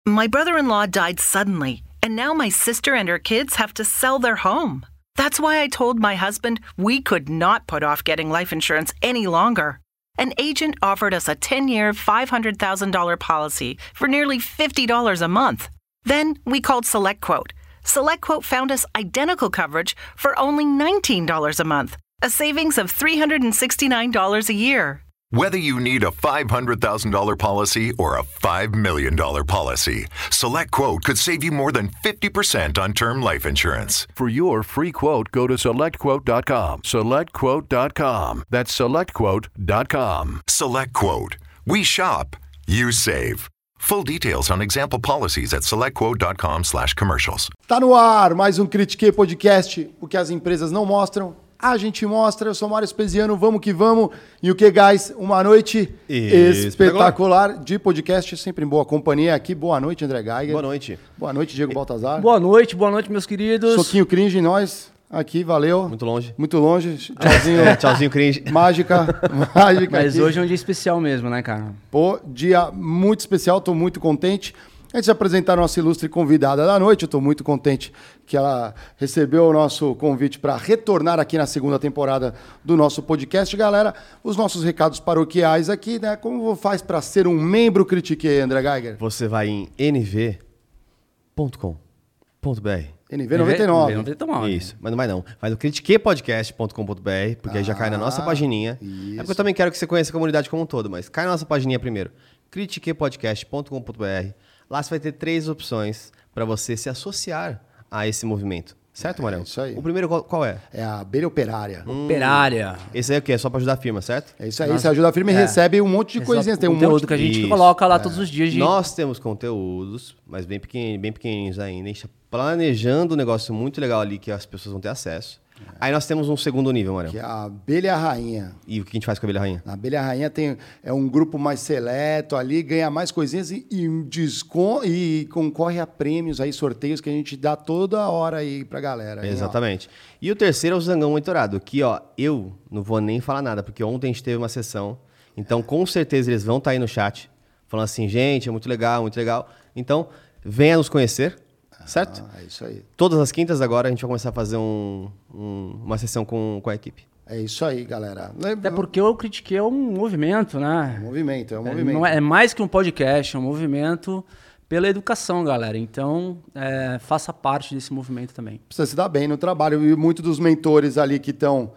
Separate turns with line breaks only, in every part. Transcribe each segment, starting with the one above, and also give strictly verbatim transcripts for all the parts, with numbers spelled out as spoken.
My brother-in-law died suddenly, and now my sister and her kids have to sell their home. That's why I told my husband we could not put off getting life insurance any longer. An agent offered us a ten-year, five hundred thousand dollars policy for nearly fifty dollars a month. Then we called SelectQuote. SelectQuote found us identical coverage for only nineteen dollars a month, a savings of three hundred sixty-nine dollars a year.
Whether you need a five hundred thousand dollars policy or a five million dollars policy, SelectQuote could save you more than fifty percent on term life insurance.
For your free quote, go to select quote dot com. select quote dot com. That's select quote dot com.
SelectQuote. We shop, you save. Full details on example policies at select quote dot com slash commercials.
Tá no ar, mais um Critique Podcast. O que as empresas não mostram, a gente mostra. Eu sou Mário Espesiano, vamos que vamos. E o que, guys? Uma noite espetacular de podcast, sempre em boa companhia aqui. Boa noite, André Geiger.
Boa noite.
Boa noite, Diego Baltazar.
Boa noite, boa noite, meus queridos.
Soquinho cringe em nós. Aqui, valeu.
Muito longe.
Muito longe. Tchauzinho.
É, tchauzinho cringe.
Mágica. Mágica.
Mas
aqui.
hoje é um dia especial mesmo, né, cara?
Pô, dia muito especial, tô muito contente. Antes de apresentar a nossa ilustre convidada da noite, eu estou muito contente que ela recebeu o nosso convite para retornar aqui na segunda temporada do nosso podcast. Galera, os nossos recados paroquiais aqui, né? Como faz para ser um membro Critique, André Geiger?
Você vai em n v ponto com ponto b r.
N V noventa e nove.
N V noventa e nove.
Isso, mas não vai não. Vai no critique podcast ponto com ponto b r, porque ah, aí já cai na nossa pagininha. Isso. É porque eu também quero que você conheça a comunidade como um todo, mas cai na nossa pagininha primeiro. critique podcast ponto com ponto b r. Lá você vai ter três opções para você se associar a esse movimento. Certo, Marião?
É isso aí.
O primeiro qual, qual é?
É a Abelha Operária.
Hum. Operária.
Esse aí é o quê? É só para ajudar a firma, certo?
É isso aí. Nossa. Você ajuda a firma e é. recebe um monte de coisinhas. Tem um
conteúdo
monte
que a gente
isso.
coloca lá
é.
todos os dias. De...
Nós temos conteúdos, mas bem, pequen... bem pequenininhos ainda. A gente está planejando um negócio muito legal ali que as pessoas vão ter acesso. É. Aí nós temos um segundo nível, Marião.
Que é a Abelha Rainha.
E o que a gente faz com a Abelha Rainha?
A Abelha Rainha tem, é um grupo mais seleto ali, ganha mais coisinhas e, e, descon, e concorre a prêmios, aí, sorteios que a gente dá toda hora aí pra galera. Hein,
exatamente. Ó. E o terceiro é o Zangão Monitorado, que ó, eu não vou nem falar nada, porque ontem a gente teve uma sessão, então com certeza eles vão estar aí no chat, falando assim, gente, é muito legal, muito legal. Então, venha nos conhecer. Certo?
Ah, é isso aí.
Todas as quintas agora a gente vai começar a fazer um, um, uma sessão com, com a equipe.
É isso aí, galera.
Até porque eu critiquei um movimento, né?
É um movimento, é um
é,
movimento.
Não é, é mais que um podcast, é um movimento pela educação, galera. Então, é, faça parte desse movimento também.
Precisa se dar bem no trabalho. E muitos dos mentores ali que estão...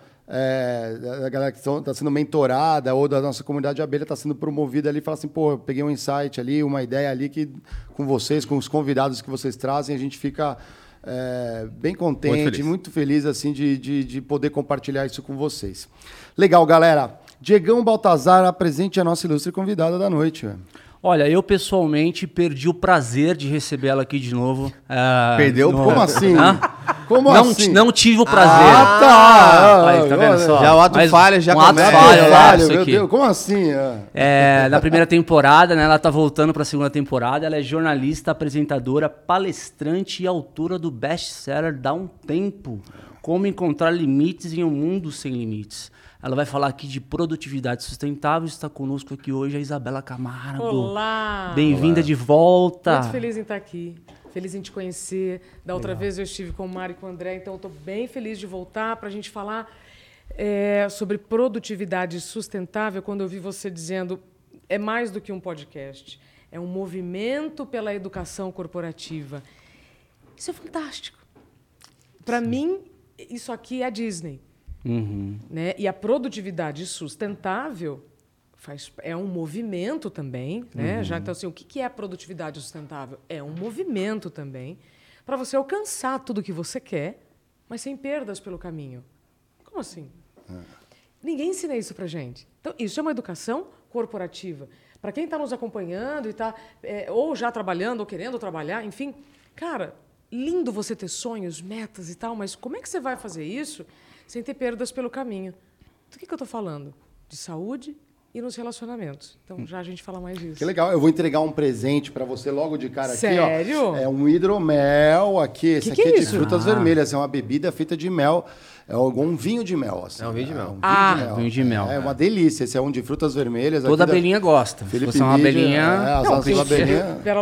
É, a galera que está sendo mentorada ou da nossa comunidade de abelha está sendo promovida ali e fala assim, pô, eu peguei um insight ali, uma ideia ali que com vocês, com os convidados que vocês trazem, a gente fica é, bem contente, muito feliz, muito feliz assim, de, de, de poder compartilhar isso com vocês. Legal, galera. Diegão Baltazar, apresente a nossa ilustre convidada da noite. Véio.
Olha, eu pessoalmente perdi o prazer de recebê-la aqui de novo. Uh,
Perdeu?
no...
Como assim?
Hã?
Como
não,
assim?
Não tive o prazer.
Ah, tá!
Aí, tá vendo só?
Já o ato
Mas
falha, já
um
começa.
ato falha, lá, isso
meu
aqui.
Deus, como assim?
É, na primeira temporada, né, ela tá voltando para a segunda temporada. Ela é jornalista, apresentadora, palestrante e autora do best-seller Dá um Tempo. Como encontrar limites em um mundo sem limites. Ela vai falar aqui de produtividade sustentável. Está conosco aqui hoje a Isabela Camargo.
Olá!
Bem-vinda de volta.
Muito feliz em estar aqui. Feliz em te conhecer. Da outra Legal. vez eu estive com o Mário e com o André, então eu estou bem feliz de voltar para a gente falar é, sobre produtividade sustentável. Quando eu vi você dizendo, é mais do que um podcast. É um movimento pela educação corporativa. Isso é fantástico. Para mim, isso aqui é a Disney.
Uhum.
Né? E a produtividade sustentável faz, é um movimento também. Né?
Uhum.
Já, então, assim, o que é a produtividade sustentável? É um movimento também para você alcançar tudo o que você quer, mas sem perdas pelo caminho. Como assim? É. Ninguém ensina isso para gente. Então, isso é uma educação corporativa. Para quem está nos acompanhando e está é, ou já trabalhando ou querendo trabalhar, enfim, cara, lindo você ter sonhos, metas e tal, mas como é que você vai fazer isso sem ter perdas pelo caminho? Do que, que eu estou falando? De saúde e nos relacionamentos. Então, já a gente fala mais disso.
Que legal. Eu vou entregar um presente para você logo de cara.
Sério?
Aqui, ó. É um hidromel aqui. Esse
que
aqui
que é,
é de
isso?
frutas
Ah.
vermelhas. É uma bebida feita de mel. É um vinho de mel. Assim.
É um vinho de mel.
É um vinho
Ah,
de mel.
vinho de mel.
É, é uma delícia. Esse é um de frutas vermelhas.
Toda
aqui da
abelhinha gosta.
Felipe
Se você é uma
Lídia,
abelhinha...
É, as
Não,
nossas
Felipe-
abelhinhas.
Pera lá.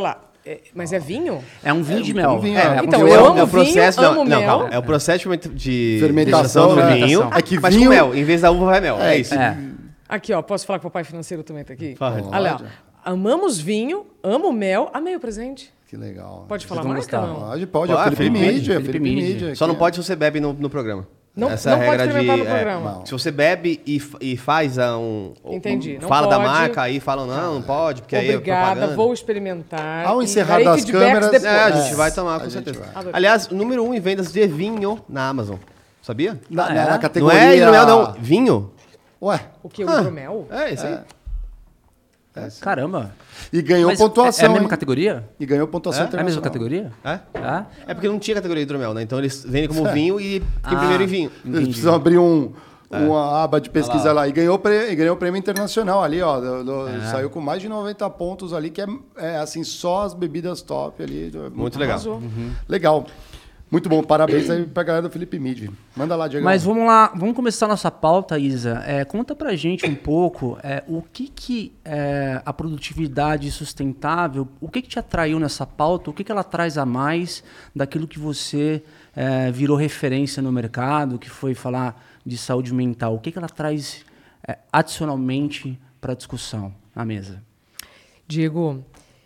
É, mas é vinho?
É um vinho
É
de
um
mel.
vinho,
é,
é.
como
Então,
se
eu
fosse-
amo
é o processo,
vinho,
não,
amo
não,
mel.
calma, é o processo de
Fermentação,
fermentação do
né?
vinho,
É que
mas
vinho-
com mel. Em vez da uva, vai mel. É,
É,
isso.
É.
Aqui, ó, posso falar que o papai financeiro também tá aqui?
Pode.
Olha lá, amamos vinho, amo mel, amei o presente.
Que legal.
Pode falar
vão
mais,
gostar.
não?
Pode, pode. É o
Ah,
Felipe
Felipe
Mídia.
Mídia,
Felipe
Felipe Mídia.
Mídia.
Só não
aqui,
pode se você bebe no, no programa.
Não-
Essa
não
é a
pode
regra de.
experimentar no
é,
programa.
se você bebe e, f- e faz a um.
Entendi, não
fala da
pode.
marca, aí falam, não, não pode, porque aí é
Obrigada,
propaganda.
vou experimentar.
Ao
e
encerrar
darei
das
feedbacks
câmeras-
depois.
É, a gente
É,
vai tomar, com
a gente
certeza.
vai.
Aliás, número um em vendas de vinho na Amazon. Sabia?
Na,
Ah,
na-
é?
na
Não
categoria...
é hidromel, não. Vinho?
Ué,
O que? O hidromel?
É, isso aí.
Caramba.
e ganhou
Mas
pontuação,
É, é a mesma
hein?
categoria?
E ganhou pontuação
É?
É a mesma
internacional.
categoria?
É?
Ah?
É porque não tinha categoria de hidromel, né? Então eles vendem como vinho e fiquem
Ah.
primeiro em vinho.
Eles precisam abrir um,
É.
uma aba de pesquisa
Olha lá,
lá. E ganhou, pre, e ganhou prêmio internacional ali, ó. do- do- Saiu com mais de noventa pontos ali, que é, é, assim, só as bebidas top ali.
Muito legal.
Arrasou.
Legal. Muito bom. Parabéns aí pra galera do Felipe Mid. Manda lá, Diego.
Mas vamos lá, vamos começar a nossa pauta, Isa. É, conta pra gente um pouco é, o que, que é, a produtividade sustentável, o que, que te atraiu nessa pauta, o que, que ela traz a mais daquilo que você é, virou referência no mercado, que foi falar de saúde mental. O que, que ela traz é, adicionalmente para a discussão na mesa?
Diego,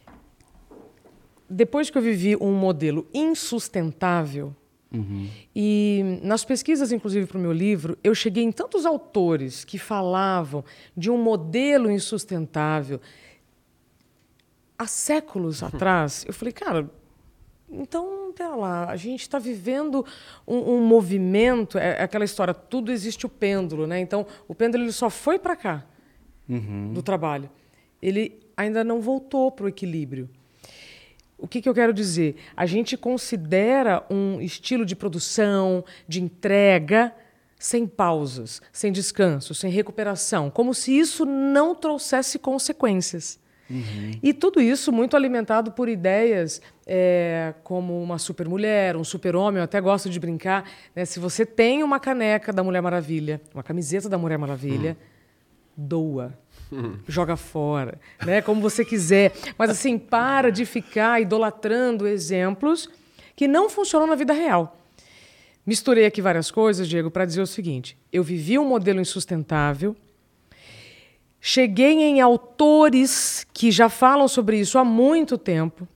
depois que eu vivi um modelo insustentável, e nas pesquisas, inclusive, para o meu livro, eu cheguei em tantos autores que falavam de um modelo insustentável há séculos atrás. Eu falei, cara, então, pera lá, a gente está vivendo um, um movimento, é, é aquela história, tudo existe o pêndulo, né? Então, o pêndulo ele só foi para cá, do trabalho. Ele ainda não voltou para o equilíbrio. O que, que eu quero dizer? A gente considera um estilo de produção, de entrega, sem pausas, sem descanso, sem recuperação, como se isso não trouxesse consequências. Uhum. E tudo isso muito alimentado por ideias é, como uma supermulher, um super-homem. Eu até gosto de brincar, né? Se você tem uma caneca da Mulher Maravilha, uma camiseta da Mulher Maravilha, uhum. doa. Joga fora, né? Como você quiser. Mas, assim, para de ficar idolatrando exemplos que não funcionam na vida real. Misturei aqui várias coisas, Diego, para dizer o seguinte. Eu vivi um modelo insustentável, cheguei em autores que já falam sobre isso há muito tempo,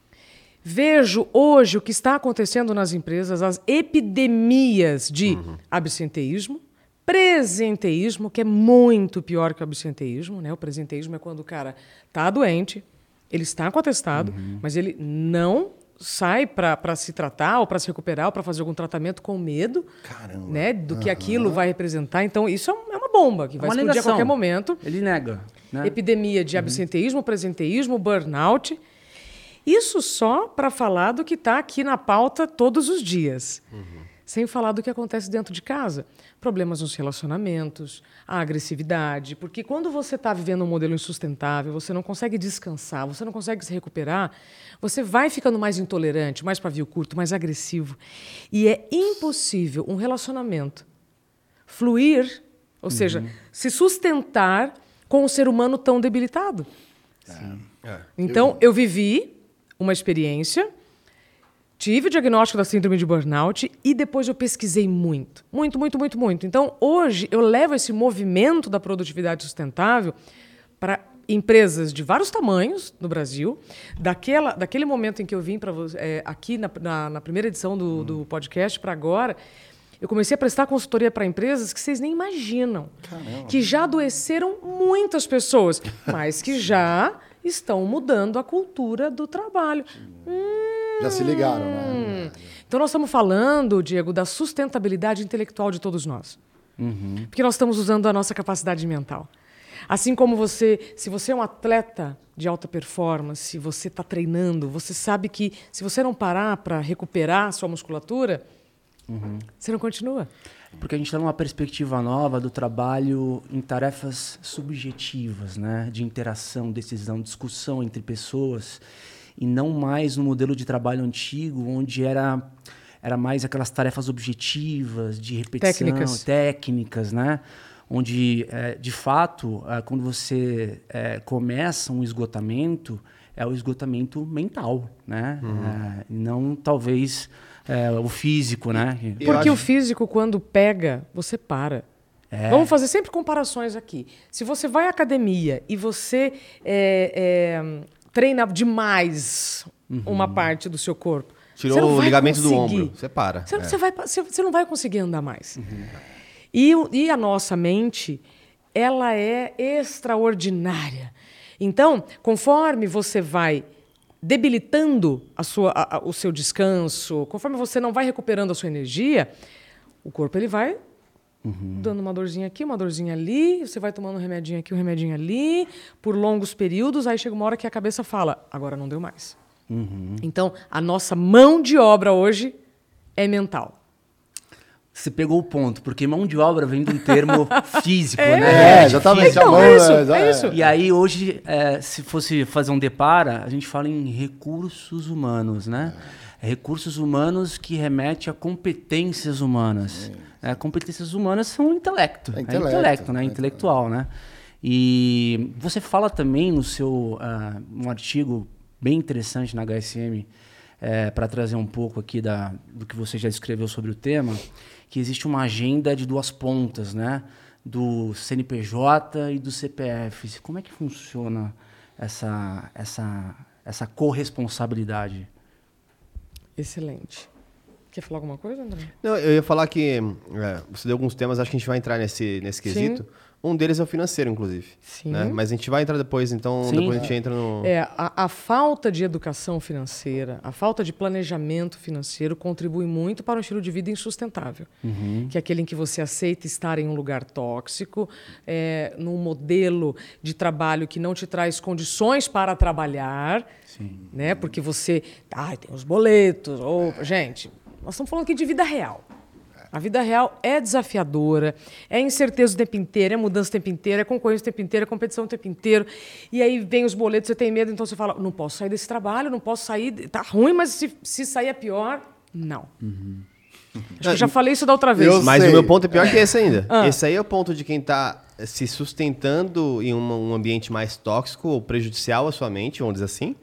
vejo hoje o que está acontecendo nas empresas, as epidemias de uhum. absenteísmo, presenteísmo, que é muito pior que o absenteísmo, né? O presenteísmo é quando o cara está doente, ele está com atestado, uhum. mas ele não sai para se tratar ou para se recuperar ou para fazer algum tratamento com medo, né? Do que uhum. aquilo vai representar. Então, isso é uma bomba que vai
uma
explodir
negação.
a qualquer momento.
Ele nega. Né?
Epidemia de absenteísmo, uhum. presenteísmo, burnout. Isso só para falar do que está aqui na pauta todos os dias. Uhum. Sem falar do que acontece dentro de casa. Problemas nos relacionamentos, a agressividade. Porque quando você está vivendo um modelo insustentável, você não consegue descansar, você não consegue se recuperar, você vai ficando mais intolerante, mais pavio curto, mais agressivo. E é impossível um relacionamento fluir, ou uhum. seja, se sustentar com um ser humano tão debilitado. É. Então, eu vivi uma experiência... Tive o diagnóstico da síndrome de burnout e depois eu pesquisei muito, muito, muito, muito, muito. Então, hoje, eu levo esse movimento da produtividade sustentável para empresas de vários tamanhos no Brasil. Daquela, daquele momento em que eu vim para é, aqui na, na, na primeira edição do, hum. do podcast para agora, eu comecei a prestar consultoria para empresas que vocês nem imaginam. Caramba. Que já adoeceram muitas pessoas, mas que já estão mudando a cultura do trabalho. Hum,
Já se ligaram, né?
Então, nós estamos falando, Diego, da sustentabilidade intelectual de todos nós. Uhum. Porque nós estamos usando a nossa capacidade mental. Assim como você, se você é um atleta de alta performance, se você está treinando, você sabe que se você não parar para recuperar a sua musculatura, uhum. você não continua.
Porque a gente está numa perspectiva nova do trabalho em tarefas subjetivas, né? De interação, decisão, discussão entre pessoas, e não mais no modelo de trabalho antigo, onde era, era mais aquelas tarefas objetivas, de repetição,
técnicas,
técnicas, né? Onde, é, de fato, é, quando você é, começa um esgotamento, é o esgotamento mental, né?
Uhum.
É, não, talvez, é, o físico, né?
Porque
acho-
o físico, quando pega, você para.
É.
Vamos fazer sempre comparações aqui. Se você vai à academia e você é, é, treina demais uma parte do seu corpo, você não
Tirou o
vai
ligamento do
conseguir.
ombro. Você para.
Você,
É.
você vai, você, você não vai conseguir andar mais. E, o- e a nossa mente, ela é extraordinária. Então, conforme você vai debilitando a sua, a- a- o seu descanso, conforme você não vai recuperando a sua energia, o corpo ele vai dando uma dorzinha aqui, uma dorzinha ali, você vai tomando um remedinho aqui, um remedinho ali, por longos períodos, aí chega uma hora que a cabeça fala, agora não deu mais. Então, a nossa mão de obra hoje é mental.
Você pegou o ponto, porque mão de obra vem de um termo físico,
É.
né?
É, exatamente.
Então,
a mão,
é isso,
é,
é isso.
E aí, hoje, é, se fosse fazer um depara, a gente fala em recursos humanos, né? É recursos humanos que remete a competências humanas. É, competências humanas são intelecto.
É
É
intelecto,
intelecto, né?
é
Intelectual, né? E você fala também no seu ah, um artigo bem interessante na H S M, para trazer um pouco aqui da, do que você já escreveu sobre o tema, que existe uma agenda de duas pontas, né? Do C N P J e do C P F. Como é que funciona essa, essa, essa corresponsabilidade?
Excelente. Quer falar alguma coisa, André?
Não, eu ia falar que é, você deu alguns temas, acho que a gente vai entrar nesse, nesse quesito. Um deles é o financeiro, inclusive.
Sim.
Né? Mas a gente vai entrar depois, então
Sim.
depois a gente entra no...
É, a, a falta de educação financeira, a falta de planejamento financeiro contribui muito para um estilo de vida insustentável. Que é aquele em que você aceita estar em um lugar tóxico, é, num modelo de trabalho que não te traz condições para trabalhar, né? Porque você ah, tem os boletos. Ou, gente, nós estamos falando aqui de vida real. A vida real é desafiadora, é incerteza o tempo inteiro, é mudança o tempo inteiro, é concorrência o tempo inteiro, é competição o tempo inteiro. E aí vem os boletos, você tem medo, então você fala, não posso sair desse trabalho, não posso sair, tá ruim, mas se, se sair é pior, não. Acho que eu já falei isso da outra vez.
Eu
Mas
sei.
o meu ponto é pior que esse ainda.
Ah.
Esse aí é o ponto de quem está se sustentando em uma- um ambiente mais tóxico ou prejudicial à sua mente, vamos dizer assim,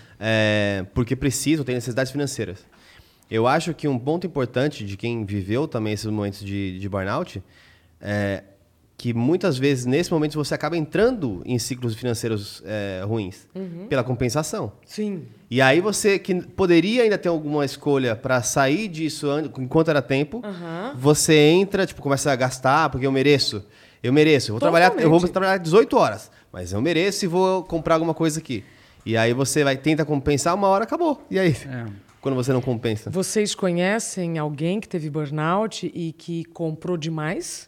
é, porque precisa ou tem necessidades financeiras. Eu acho que um ponto importante de quem viveu também esses momentos de, de burnout é que muitas vezes, nesse momento, você acaba entrando em ciclos financeiros é, ruins pela compensação.
Sim.
E aí você, que poderia ainda ter alguma escolha para sair disso an- enquanto era tempo, você entra, tipo, começa a gastar, porque eu mereço. Eu mereço. Eu vou, trabalhar, eu vou
Totalmente.
trabalhar dezoito horas, mas eu mereço e vou comprar alguma coisa aqui. E aí você vai tenta compensar, uma hora acabou. E aí? Quando você não compensa?
Vocês conhecem alguém que teve burnout e que comprou demais?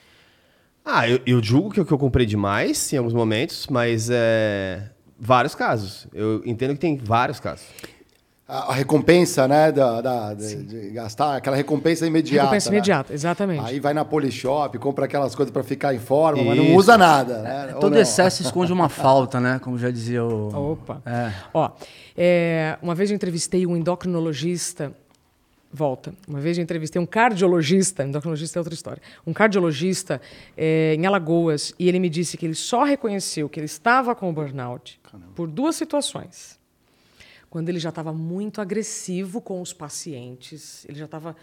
Ah, eu, eu julgo que o que eu comprei demais em alguns momentos, mas é, vários casos. Eu entendo que tem vários casos.
A, a recompensa, né, da, da- de, de gastar, aquela recompensa imediata.
Recompensa
né?
imediata, exatamente.
Aí vai na Polishop, compra aquelas coisas para ficar em forma, mas não
Isso.
usa nada, né? Ou
Todo
não?
excesso esconde uma falta, né? Como já dizia o...
Opa.
É.
Ó, é, uma vez eu entrevistei um endocrinologista. Volta. Uma vez eu entrevistei um cardiologista. Endocrinologista é outra história. Um cardiologista é, em Alagoas. E ele me disse que ele só reconheceu que ele estava com o burnout por duas situações. Quando ele já estava muito agressivo com os pacientes. Ele já estava...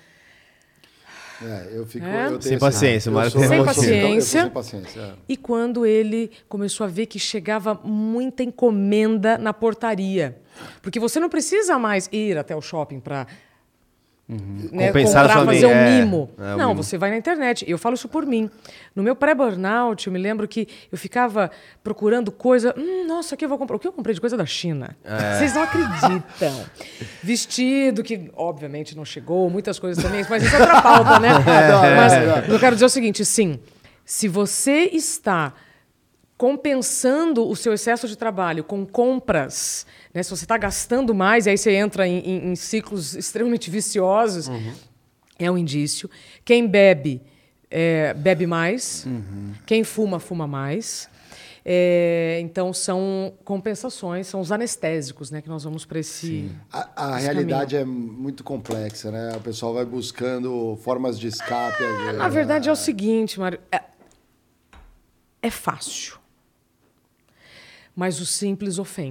É, eu fico,
É?
eu tenho
Sem
esse-
paciência,
eu
Mário
sou-
tem
Sem
eu sou-
paciência.
Eu sou sem paciência. é.
E quando ele começou a ver que chegava muita encomenda na portaria. Porque você não precisa mais ir até o shopping para
Compensar a
comprar,
sua
fazer
mente.
um
É,
mimo.
é, o
não,
mimo.
você vai na internet. Eu falo isso por mim. No meu pré-burnout, eu me lembro que eu ficava procurando coisa. Hum, nossa, o que eu vou comprar? O que eu comprei de coisa da China? Vocês não acreditam. Vestido, que obviamente não chegou, muitas coisas também, mas isso é outra pauta, né? Mas eu quero dizer o seguinte: sim, se você está compensando o seu excesso de trabalho com compras, né? Se você está gastando mais, e aí você entra em, em- em ciclos extremamente viciosos, é um indício. Quem bebe, é, bebe mais. Quem fuma, fuma mais. É, então, são compensações, são os anestésicos, né, que nós vamos para esse...
A, a
esse
realidade é muito complexa, né? O pessoal vai buscando formas de escape. às vezes,
Na verdade, é
né?
o seguinte, Mário. É, é fácil. Mas o simples ofende.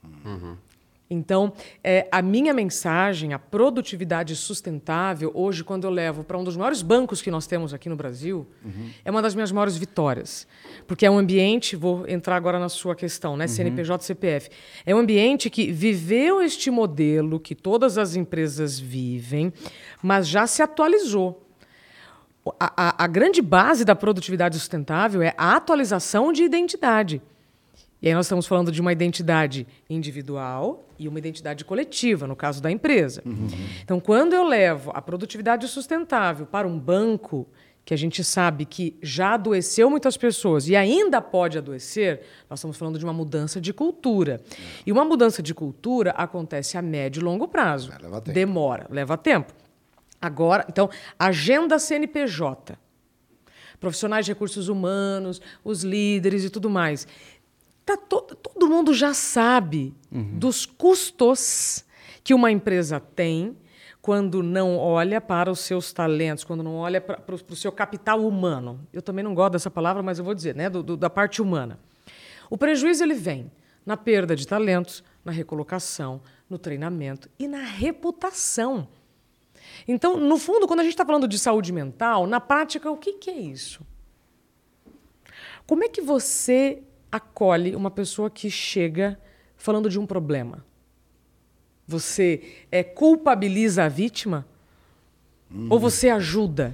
Uhum. Então, é, a minha mensagem, a produtividade sustentável, hoje, quando eu levo para um dos maiores bancos que nós temos aqui no Brasil, uhum. é uma das minhas maiores vitórias. Porque é um ambiente, vou entrar agora na sua questão, né? C N P J, C P F. É um ambiente que viveu este modelo que todas as empresas vivem, mas já se atualizou. A, a, a grande base da produtividade sustentável é a atualização de identidade. E aí nós estamos falando de uma identidade individual e uma identidade coletiva, no caso da empresa. Uhum. Então, quando eu levo a produtividade sustentável para um banco, que a gente sabe que já adoeceu muitas pessoas e ainda pode adoecer, nós estamos falando de uma mudança de cultura. E uma mudança de cultura acontece a médio e longo prazo. É, leva tempo. Demora, leva tempo. Agora, então, agenda C N P J, profissionais de recursos humanos, os líderes e tudo mais. Tá to- todo mundo já sabe uhum. dos custos que uma empresa tem quando não olha para os seus talentos, quando não olha para o seu capital humano. Eu também não gosto dessa palavra, mas eu vou dizer, né, do, do, da parte humana. O prejuízo ele vem na perda de talentos, na recolocação, no treinamento e na reputação. Então, no fundo, quando a gente está falando de saúde mental, na prática, o que, que é isso? Como é que você acolhe uma pessoa que chega falando de um problema? Você é, culpabiliza a vítima? Uhum. Ou você ajuda?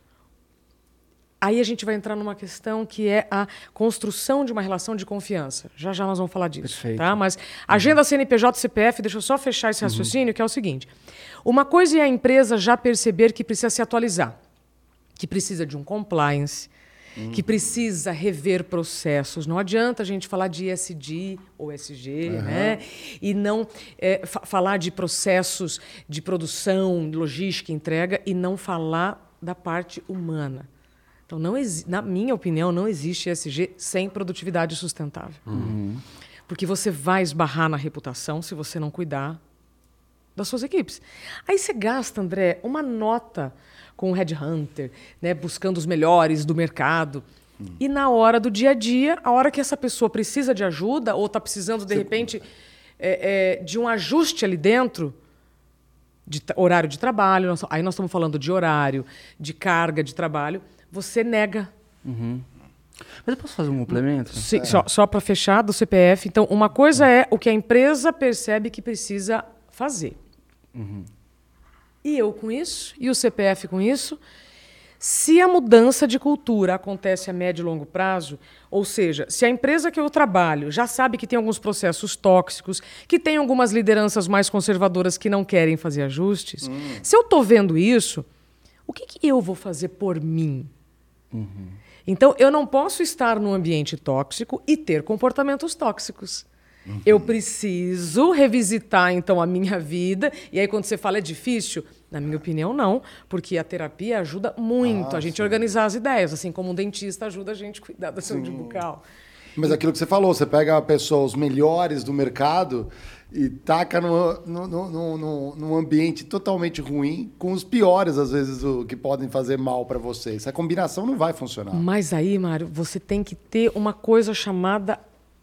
Aí a gente vai entrar numa questão que é a construção de uma relação de confiança. Já já nós vamos falar disso. Perfeito. Tá? Mas agenda uhum. C N P J, C P F, deixa eu só fechar esse raciocínio, uhum. que é o seguinte. Uma coisa é a empresa já perceber que precisa se atualizar, que precisa de um compliance, Hum. que precisa rever processos. Não adianta a gente falar de E S G ou S G, uhum. né? E não é, fa- falar de processos de produção, logística, entrega, e não falar da parte humana. Então, não exi- na minha opinião, não existe E S G sem produtividade sustentável. Uhum. Porque você vai esbarrar na reputação se você não cuidar das suas equipes. Aí você gasta, André, uma nota com o headhunter, né, buscando os melhores do mercado. Hum. E na hora do dia a dia, a hora que essa pessoa precisa de ajuda ou está precisando, de Você... repente, é, é, de um ajuste ali dentro, de t- horário de trabalho, nós, aí nós estamos falando de horário, de carga de trabalho, você nega.
Uhum. Mas eu posso fazer um complemento?
Sim, é. Só, só para fechar, do C P F. Então, uma coisa é o que a empresa percebe que precisa fazer. Uhum. E eu com isso, e o C P F com isso. Se a mudança de cultura acontece a médio e longo prazo, ou seja, se a empresa que eu trabalho já sabe que tem alguns processos tóxicos, que tem algumas lideranças mais conservadoras que não querem fazer ajustes, hum. se eu estou vendo isso, o que, que eu vou fazer por mim? Uhum. Então, eu não posso estar num ambiente tóxico e ter comportamentos tóxicos. Uhum. Eu preciso revisitar, então, a minha vida. E aí, quando você fala é difícil, na minha opinião, não. Porque a terapia ajuda muito ah, a gente sim. a organizar as ideias. Assim como um dentista ajuda a gente a cuidar da saúde bucal.
Mas aquilo que você falou, você pega a pessoa, os melhores do mercado e taca no, no, no, no, num ambiente totalmente ruim, com os piores, às vezes, o, que podem fazer mal para você. Essa combinação não vai funcionar.
Mas aí, Mário, você tem que ter uma coisa chamada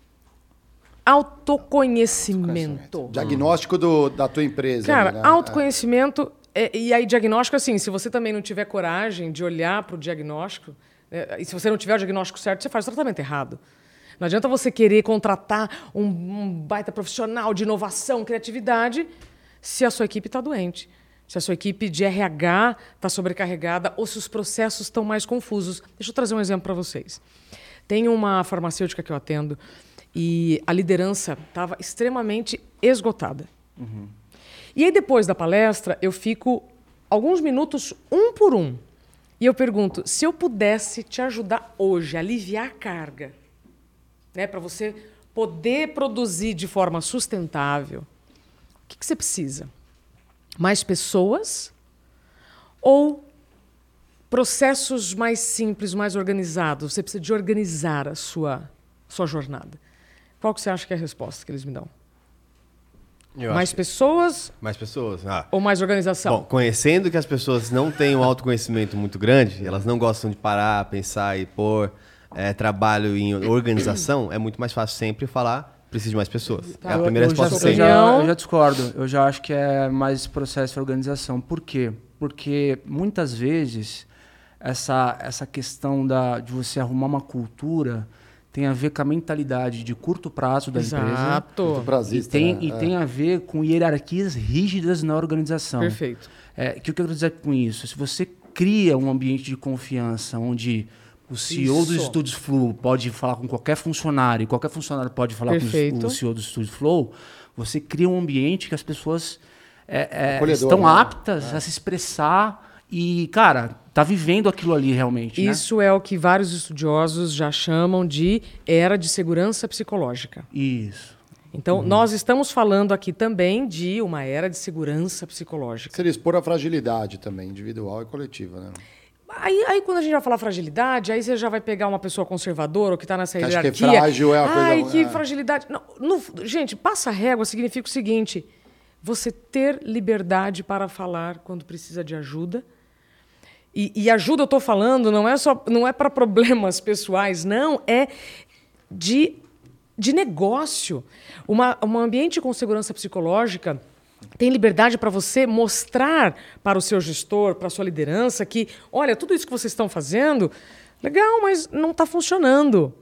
autoconhecimento.
Diagnóstico do, da tua empresa.
Cara,
né?
autoconhecimento... É, e aí, diagnóstico, assim, se você também não tiver coragem de olhar para o diagnóstico, é, e se você não tiver o diagnóstico certo, você faz o tratamento errado. Não adianta você querer contratar um, um baita profissional de inovação, criatividade, se a sua equipe está doente, se a sua equipe de R H está sobrecarregada ou se os processos estão mais confusos. Deixa eu trazer um exemplo para vocês. Tem uma farmacêutica que eu atendo e a liderança estava extremamente esgotada. Uhum. E aí, depois da palestra, eu fico alguns minutos, um por um, e eu pergunto, se eu pudesse te ajudar hoje a aliviar a carga, né, para você poder produzir de forma sustentável, o que, que você precisa? Mais pessoas ou processos mais simples, mais organizados? Você precisa de organizar a sua, sua jornada. Qual que você acha que é a resposta que eles me dão?
Eu
mais pessoas?
Mais pessoas. Ah.
Ou mais organização?
Bom, conhecendo que as pessoas não têm um autoconhecimento muito grande, elas não gostam de parar, pensar e pôr é, trabalho em organização, é muito mais fácil sempre falar precisa de mais pessoas.
Tá.
É a
Eu-
primeira
eu já,
resposta
eu,
sim.
já, eu já discordo. Eu já acho que é mais processo de organização. Por quê? Porque muitas vezes essa, essa questão da, de você arrumar uma cultura tem a ver com a mentalidade de curto prazo da empresa.
Exato.
Muito
E,
prazista,
tem,
né?
e
É.
tem a ver com hierarquias rígidas na organização.
Perfeito.
É, o que eu quero dizer com isso? Se você cria um ambiente de confiança onde o C E O dos
Isso.
estúdios Flow pode falar com qualquer funcionário, e qualquer funcionário pode falar
Perfeito.
com o C E O dos estúdios Flow, você cria um ambiente que as pessoas é, é,
Acolhedor,
estão
né?
aptas a se expressar e, cara, tá vivendo aquilo ali realmente.
Isso é o que vários estudiosos já chamam de era de segurança psicológica.
Né? Isso.
Então, nós estamos falando aqui também de uma era de segurança psicológica.
Seria expor a fragilidade também, individual e coletiva, né?
Aí, aí, quando a gente vai falar fragilidade, aí você já vai pegar uma pessoa conservadora ou que está nessa
Que acha
hierarquia.
que é frágil, é uma coisa-
Ai, que
é.
fragilidade. Não, no- gente, passa régua significa o seguinte: você ter liberdade para falar quando precisa de ajuda. E, e ajuda, eu estou falando, não é só, não é para problemas pessoais, não, é de, de negócio. Uma, um ambiente com segurança psicológica tem liberdade para você mostrar para o seu gestor, para a sua liderança, que, olha, tudo isso que vocês estão fazendo, legal, mas não está funcionando.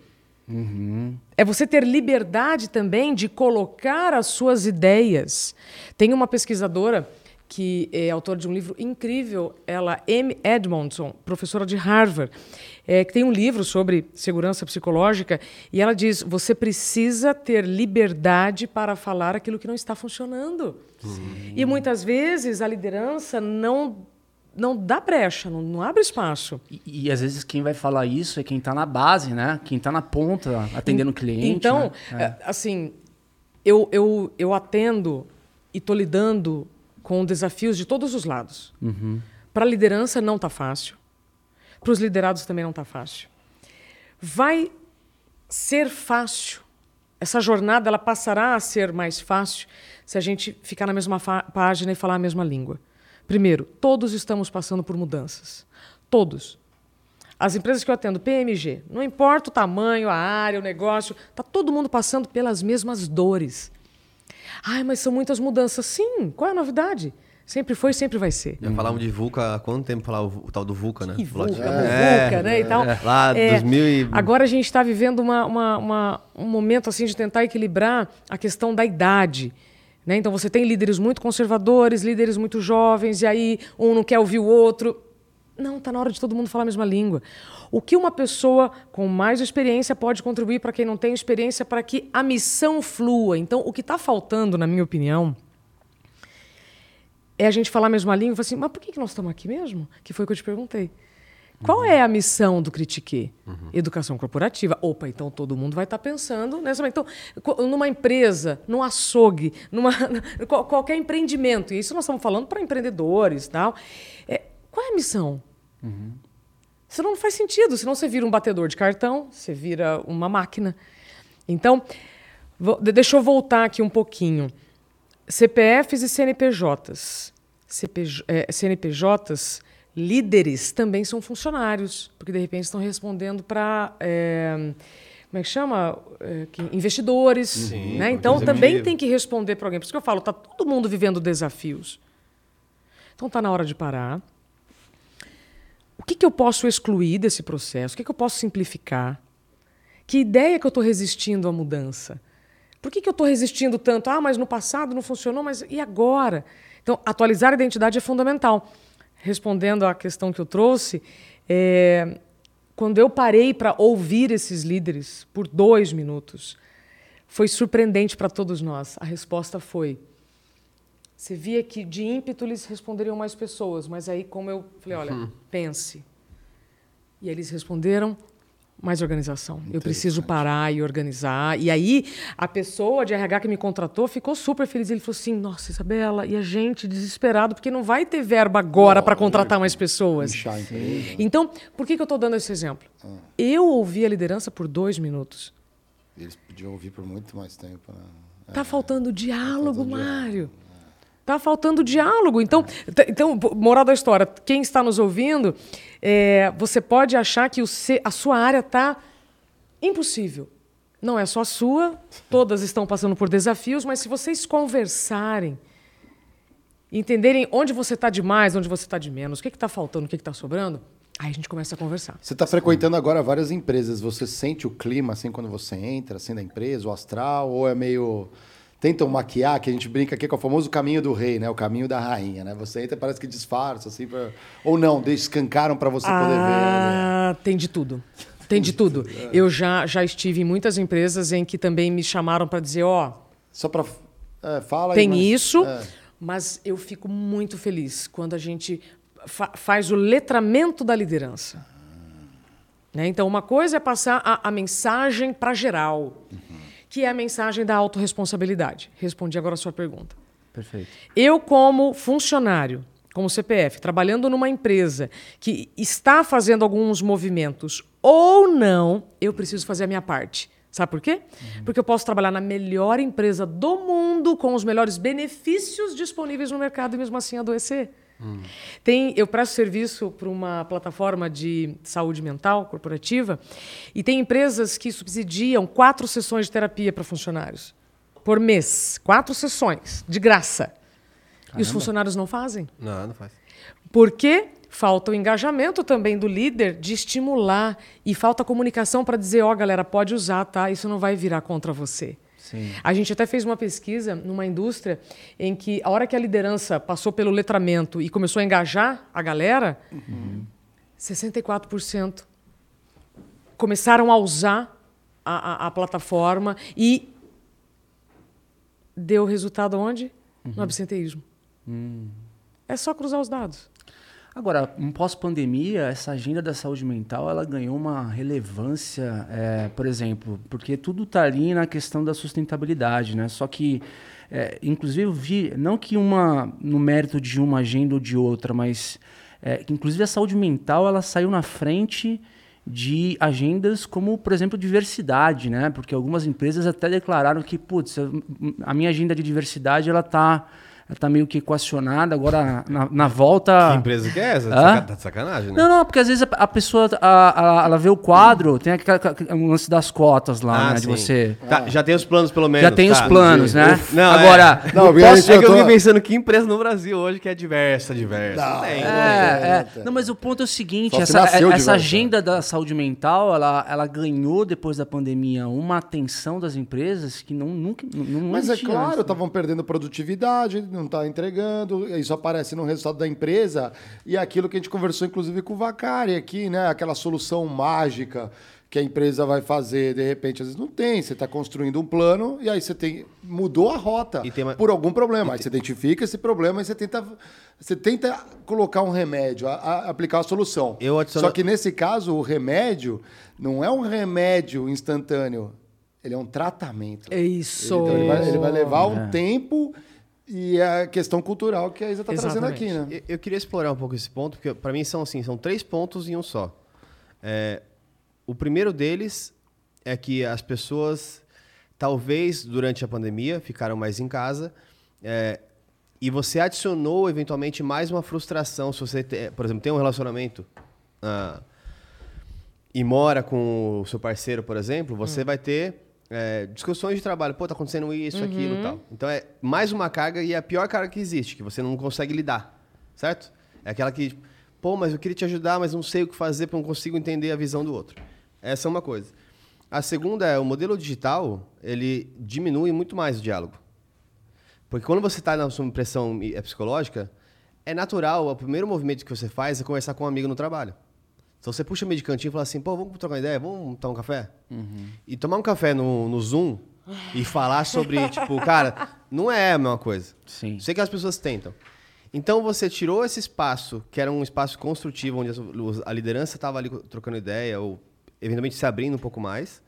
É você ter liberdade também de colocar as suas ideias. Tem uma pesquisadora que é autora de um livro incrível, ela, Amy Edmondson, professora de Harvard, é, que tem um livro sobre segurança psicológica, e ela diz, você precisa ter liberdade para falar aquilo que não está funcionando. Sim. E muitas vezes a liderança não, não dá brecha, não, não abre espaço.
E, e às vezes quem vai falar isso é quem está na base, né? Quem está na ponta, atendendo o cliente.
Então,
né?
é, assim, eu, eu, eu atendo e estou lidando com desafios de todos os lados. Uhum. Para a liderança não está fácil. Para os liderados também não está fácil. Vai ser fácil. Essa jornada ela passará a ser mais fácil se a gente ficar na mesma página e falar a mesma língua. Primeiro, todos estamos passando por mudanças. Todos. As empresas que eu atendo, P M G, não importa o tamanho, a área, o negócio, está todo mundo passando pelas mesmas dores. Ai, mas são muitas mudanças. Sim, qual é a novidade? Sempre foi e sempre vai ser.
Já falamos de VUCA há quanto tempo falar o, o tal do VUCA, né?
E VUCA,
Blockchain.
VUCA, é, né? E tal.
É, lá,
é,
dois mil e...
Agora a gente está vivendo uma, uma, uma, um momento assim de tentar equilibrar a questão da idade. Né? Então você tem líderes muito conservadores, líderes muito jovens, e aí um não quer ouvir o outro. Não, está na hora de todo mundo falar a mesma língua. O que uma pessoa com mais experiência pode contribuir para quem não tem experiência para que a missão flua? Então, o que está faltando, na minha opinião, é a gente falar a mesma língua e falar assim, mas por que nós estamos aqui mesmo? Que foi o que eu te perguntei. Qual uhum. é a missão do Critique? Uhum. Educação corporativa. Opa, então todo mundo vai estar pensando nessa... Então, numa empresa, num açougue, numa, qualquer empreendimento, e isso nós estamos falando para empreendedores e tal. É, qual é a missão? Uhum. Senão não faz sentido, senão você vira um batedor de cartão, você vira uma máquina. Então, vou, deixa eu voltar aqui um pouquinho. C P Fs e C N P Js. C P, é, C N P Js, líderes, também são funcionários, porque de repente estão respondendo para... É, como é que chama? É, investidores. Sim, né? Então, também tem que responder para alguém. Por isso que eu falo, está todo mundo vivendo desafios. Então, está na hora de parar. O que, que eu posso excluir desse processo? O que, que eu posso simplificar? Que ideia que eu estou resistindo à mudança? Por que, que eu estou resistindo tanto? Ah, mas no passado não funcionou, mas e agora? Então, atualizar a identidade é fundamental. Respondendo à questão que eu trouxe, é, quando eu parei para ouvir esses líderes por dois minutos, foi surpreendente para todos nós. A resposta foi... Você via que de ímpeto eles responderiam mais pessoas, mas aí como eu falei, olha, uhum. pense. E aí eles responderam, mais organização. Eu preciso parar e organizar. E aí a pessoa de R H que me contratou ficou super feliz. Ele falou assim, nossa, Isabela, e a gente desesperado, porque não vai ter verba agora para contratar mais pessoas. Então, por que, que eu estou dando esse exemplo? Ah. Eu ouvi a liderança por dois minutos.
Eles podiam ouvir por muito mais tempo.
Está né? faltando diálogo, tá Mário. Está faltando diálogo. Então, então, moral da história, quem está nos ouvindo, é, você pode achar que o C, a sua área está impossível. não é só sua, todas estão passando por desafios, mas se vocês conversarem, entenderem onde você está de mais, onde você está de menos, o que está faltando, o que está sobrando, aí a gente começa a conversar.
Você está frequentando agora várias empresas, você sente o clima assim quando você entra, assim, da empresa, o astral, ou é meio... Tentam maquiar, que a gente brinca aqui com o famoso caminho do rei, né? O caminho da rainha, né? Você entra, parece que disfarça, assim, pra... ou não, descancaram para você poder
ah,
ver.
Ah, tem de tudo. Tem de tudo. Eu já, já estive em muitas empresas em que também me chamaram para dizer, ó... Oh,
só para... É, fala
tem
aí, mas,
isso,
é.
mas eu fico muito feliz quando a gente fa faz o letramento da liderança. Ah. Né? Então, uma coisa é passar a, a mensagem para geral, uhum. que é a mensagem da autorresponsabilidade. Respondi agora a sua pergunta.
Perfeito.
Eu, como funcionário, como C P F, trabalhando numa empresa que está fazendo alguns movimentos ou não, eu preciso fazer a minha parte. Sabe por quê? Uhum. Porque eu posso trabalhar na melhor empresa do mundo, com os melhores benefícios disponíveis no mercado e mesmo assim adoecer. Uhum. Tem, eu presto serviço para uma plataforma de saúde mental corporativa e tem empresas que subsidiam quatro sessões de terapia para funcionários por mês. Quatro sessões, de graça. Caramba. E os funcionários não fazem.
Não, não faz.
Por quê? Falta o engajamento também do líder de estimular e falta a comunicação para dizer, ó, oh, galera, pode usar, tá? Isso não vai virar contra você.
Sim.
A gente até fez uma pesquisa numa indústria em que a hora que a liderança passou pelo letramento e começou a engajar a galera, uhum. sessenta e quatro por cento começaram a usar a, a, a plataforma e deu resultado onde? Uhum. No absenteísmo. Uhum. É só cruzar os dados.
Agora, em pós-pandemia, essa agenda da saúde mental ela ganhou uma relevância, é, por exemplo, porque tudo está ali na questão da sustentabilidade, né? Só que, é, inclusive, eu vi, não que uma no mérito de uma agenda ou de outra, mas, é, inclusive, a saúde mental ela saiu na frente de agendas como, por exemplo, diversidade, né? Porque algumas empresas até declararam que, putz, a minha agenda de diversidade ela está... Ela tá meio que equacionada, agora na, na volta...
Que empresa que é essa?
Hã?
Tá de sacanagem, né?
Não, não, porque às vezes a, a pessoa, a, a, ela vê o quadro, tem aquele um lance das cotas lá,
ah,
né, de você...
Tá, já tem os planos, pelo menos.
Já tem
tá,
os planos, né?
Uf, não,
agora...
É, não, posso, é que eu fiquei pensando que empresa no Brasil hoje que é diversa, diversa.
Não,
não tem.
É, é, é. Não, mas o ponto é o seguinte, essa, essa agenda da saúde mental, ela, ela ganhou, depois da pandemia, uma atenção das empresas que não, nunca... Não, não
mas é claro, estavam né? perdendo produtividade, não tá entregando, isso aparece no resultado da empresa, e aquilo que a gente conversou, inclusive, com o Vacari aqui, né? Aquela solução mágica que a empresa vai fazer, de repente, às vezes não tem. Você está construindo um plano e aí você tem mudou a rota uma... por algum problema. Aí você identifica esse problema e você tenta, você tenta colocar um remédio, a, a, aplicar a solução.
Eu adiciono...
Só que nesse caso, o remédio não é um remédio instantâneo, ele é um tratamento.
É isso.
Ele, então, ele, vai, ele vai levar um é. tempo... E a questão cultural que a Isa está trazendo aqui, né?
Eu, eu queria explorar um pouco esse ponto, porque para mim são, assim, são três pontos em um só. É, o primeiro deles é que as pessoas, talvez durante a pandemia, ficaram mais em casa, é, e você adicionou, eventualmente, mais uma frustração. Se você, te, por exemplo, tem um relacionamento ah, e mora com o seu parceiro, por exemplo, você hum. vai ter... É, discussões de trabalho, pô, tá acontecendo isso, uhum. aquilo e tal. Então é mais uma carga e é a pior carga que existe, que você não consegue lidar, certo? É aquela que, pô, mas eu queria te ajudar, mas não sei o que fazer porque não consigo entender a visão do outro. Essa é uma coisa. A segunda é, o modelo digital, ele diminui muito mais o diálogo. Porque quando você está na sua pressão psicológica, é natural, o primeiro movimento que você faz é conversar com um amigo no trabalho. Então você puxa meio de cantinho e fala assim, pô, vamos trocar uma ideia, vamos tomar um café? Uhum. E tomar um café no, no Zoom e falar sobre, tipo, cara, não é a mesma coisa.
Sim.
Sei que as pessoas tentam. Então você tirou esse espaço, que era um espaço construtivo, onde a liderança estava ali trocando ideia, ou eventualmente se abrindo um pouco mais,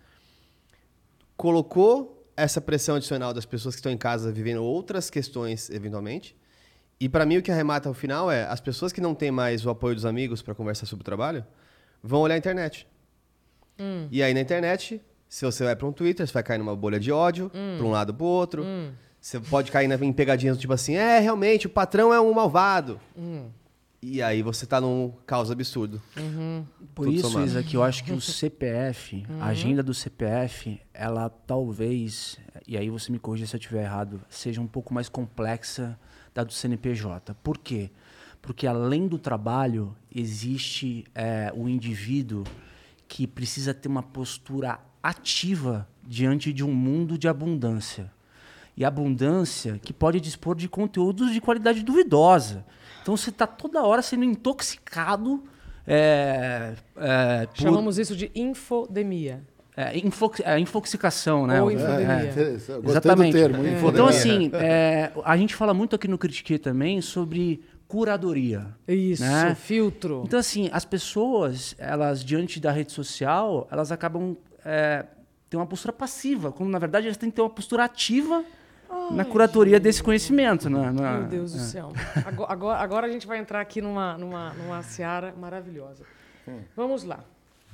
colocou essa pressão adicional das pessoas que estão em casa vivendo outras questões, eventualmente. E para mim o que arremata ao final é, as pessoas que não têm mais o apoio dos amigos para conversar sobre o trabalho, vão olhar a internet. Hum. E aí na internet, se você vai para um Twitter, você vai cair numa bolha de ódio, hum. para um lado para o outro. Hum. Você pode cair em pegadinhas do tipo assim, é, realmente, o patrão é um malvado. Hum. E aí você tá num caos absurdo.
Uhum.
Por
Tudo
isso,
somado.
Isa, que eu acho que o C P F, a agenda do C P F, ela talvez, e aí você me corrija se eu estiver errado, seja um pouco mais complexa da do C N P J. Por quê? Porque além do trabalho, existe é, o indivíduo que precisa ter uma postura ativa diante de um mundo de abundância. E abundância que pode dispor de conteúdos de qualidade duvidosa. Então você está toda hora sendo intoxicado. É, é, por,
Chamamos isso de infodemia.
é, info, é, infoxicação, né?
Ou infodemia.
É, interessante. Gostei
Exatamente.
do termo,
É.
infodemia.
Então, assim, é, a gente fala muito aqui no Critique também sobre curadoria.
Isso,
né?
filtro.
Então, assim, as pessoas, elas, diante da rede social, elas acabam é, tendo uma postura passiva, quando, na verdade, elas têm que ter uma postura ativa
Ai,
na curadoria
gente.
desse conhecimento. Na, na,
Meu Deus do
é.
céu. Agora, agora, agora a gente vai entrar aqui numa, numa, numa seara maravilhosa. Vamos lá.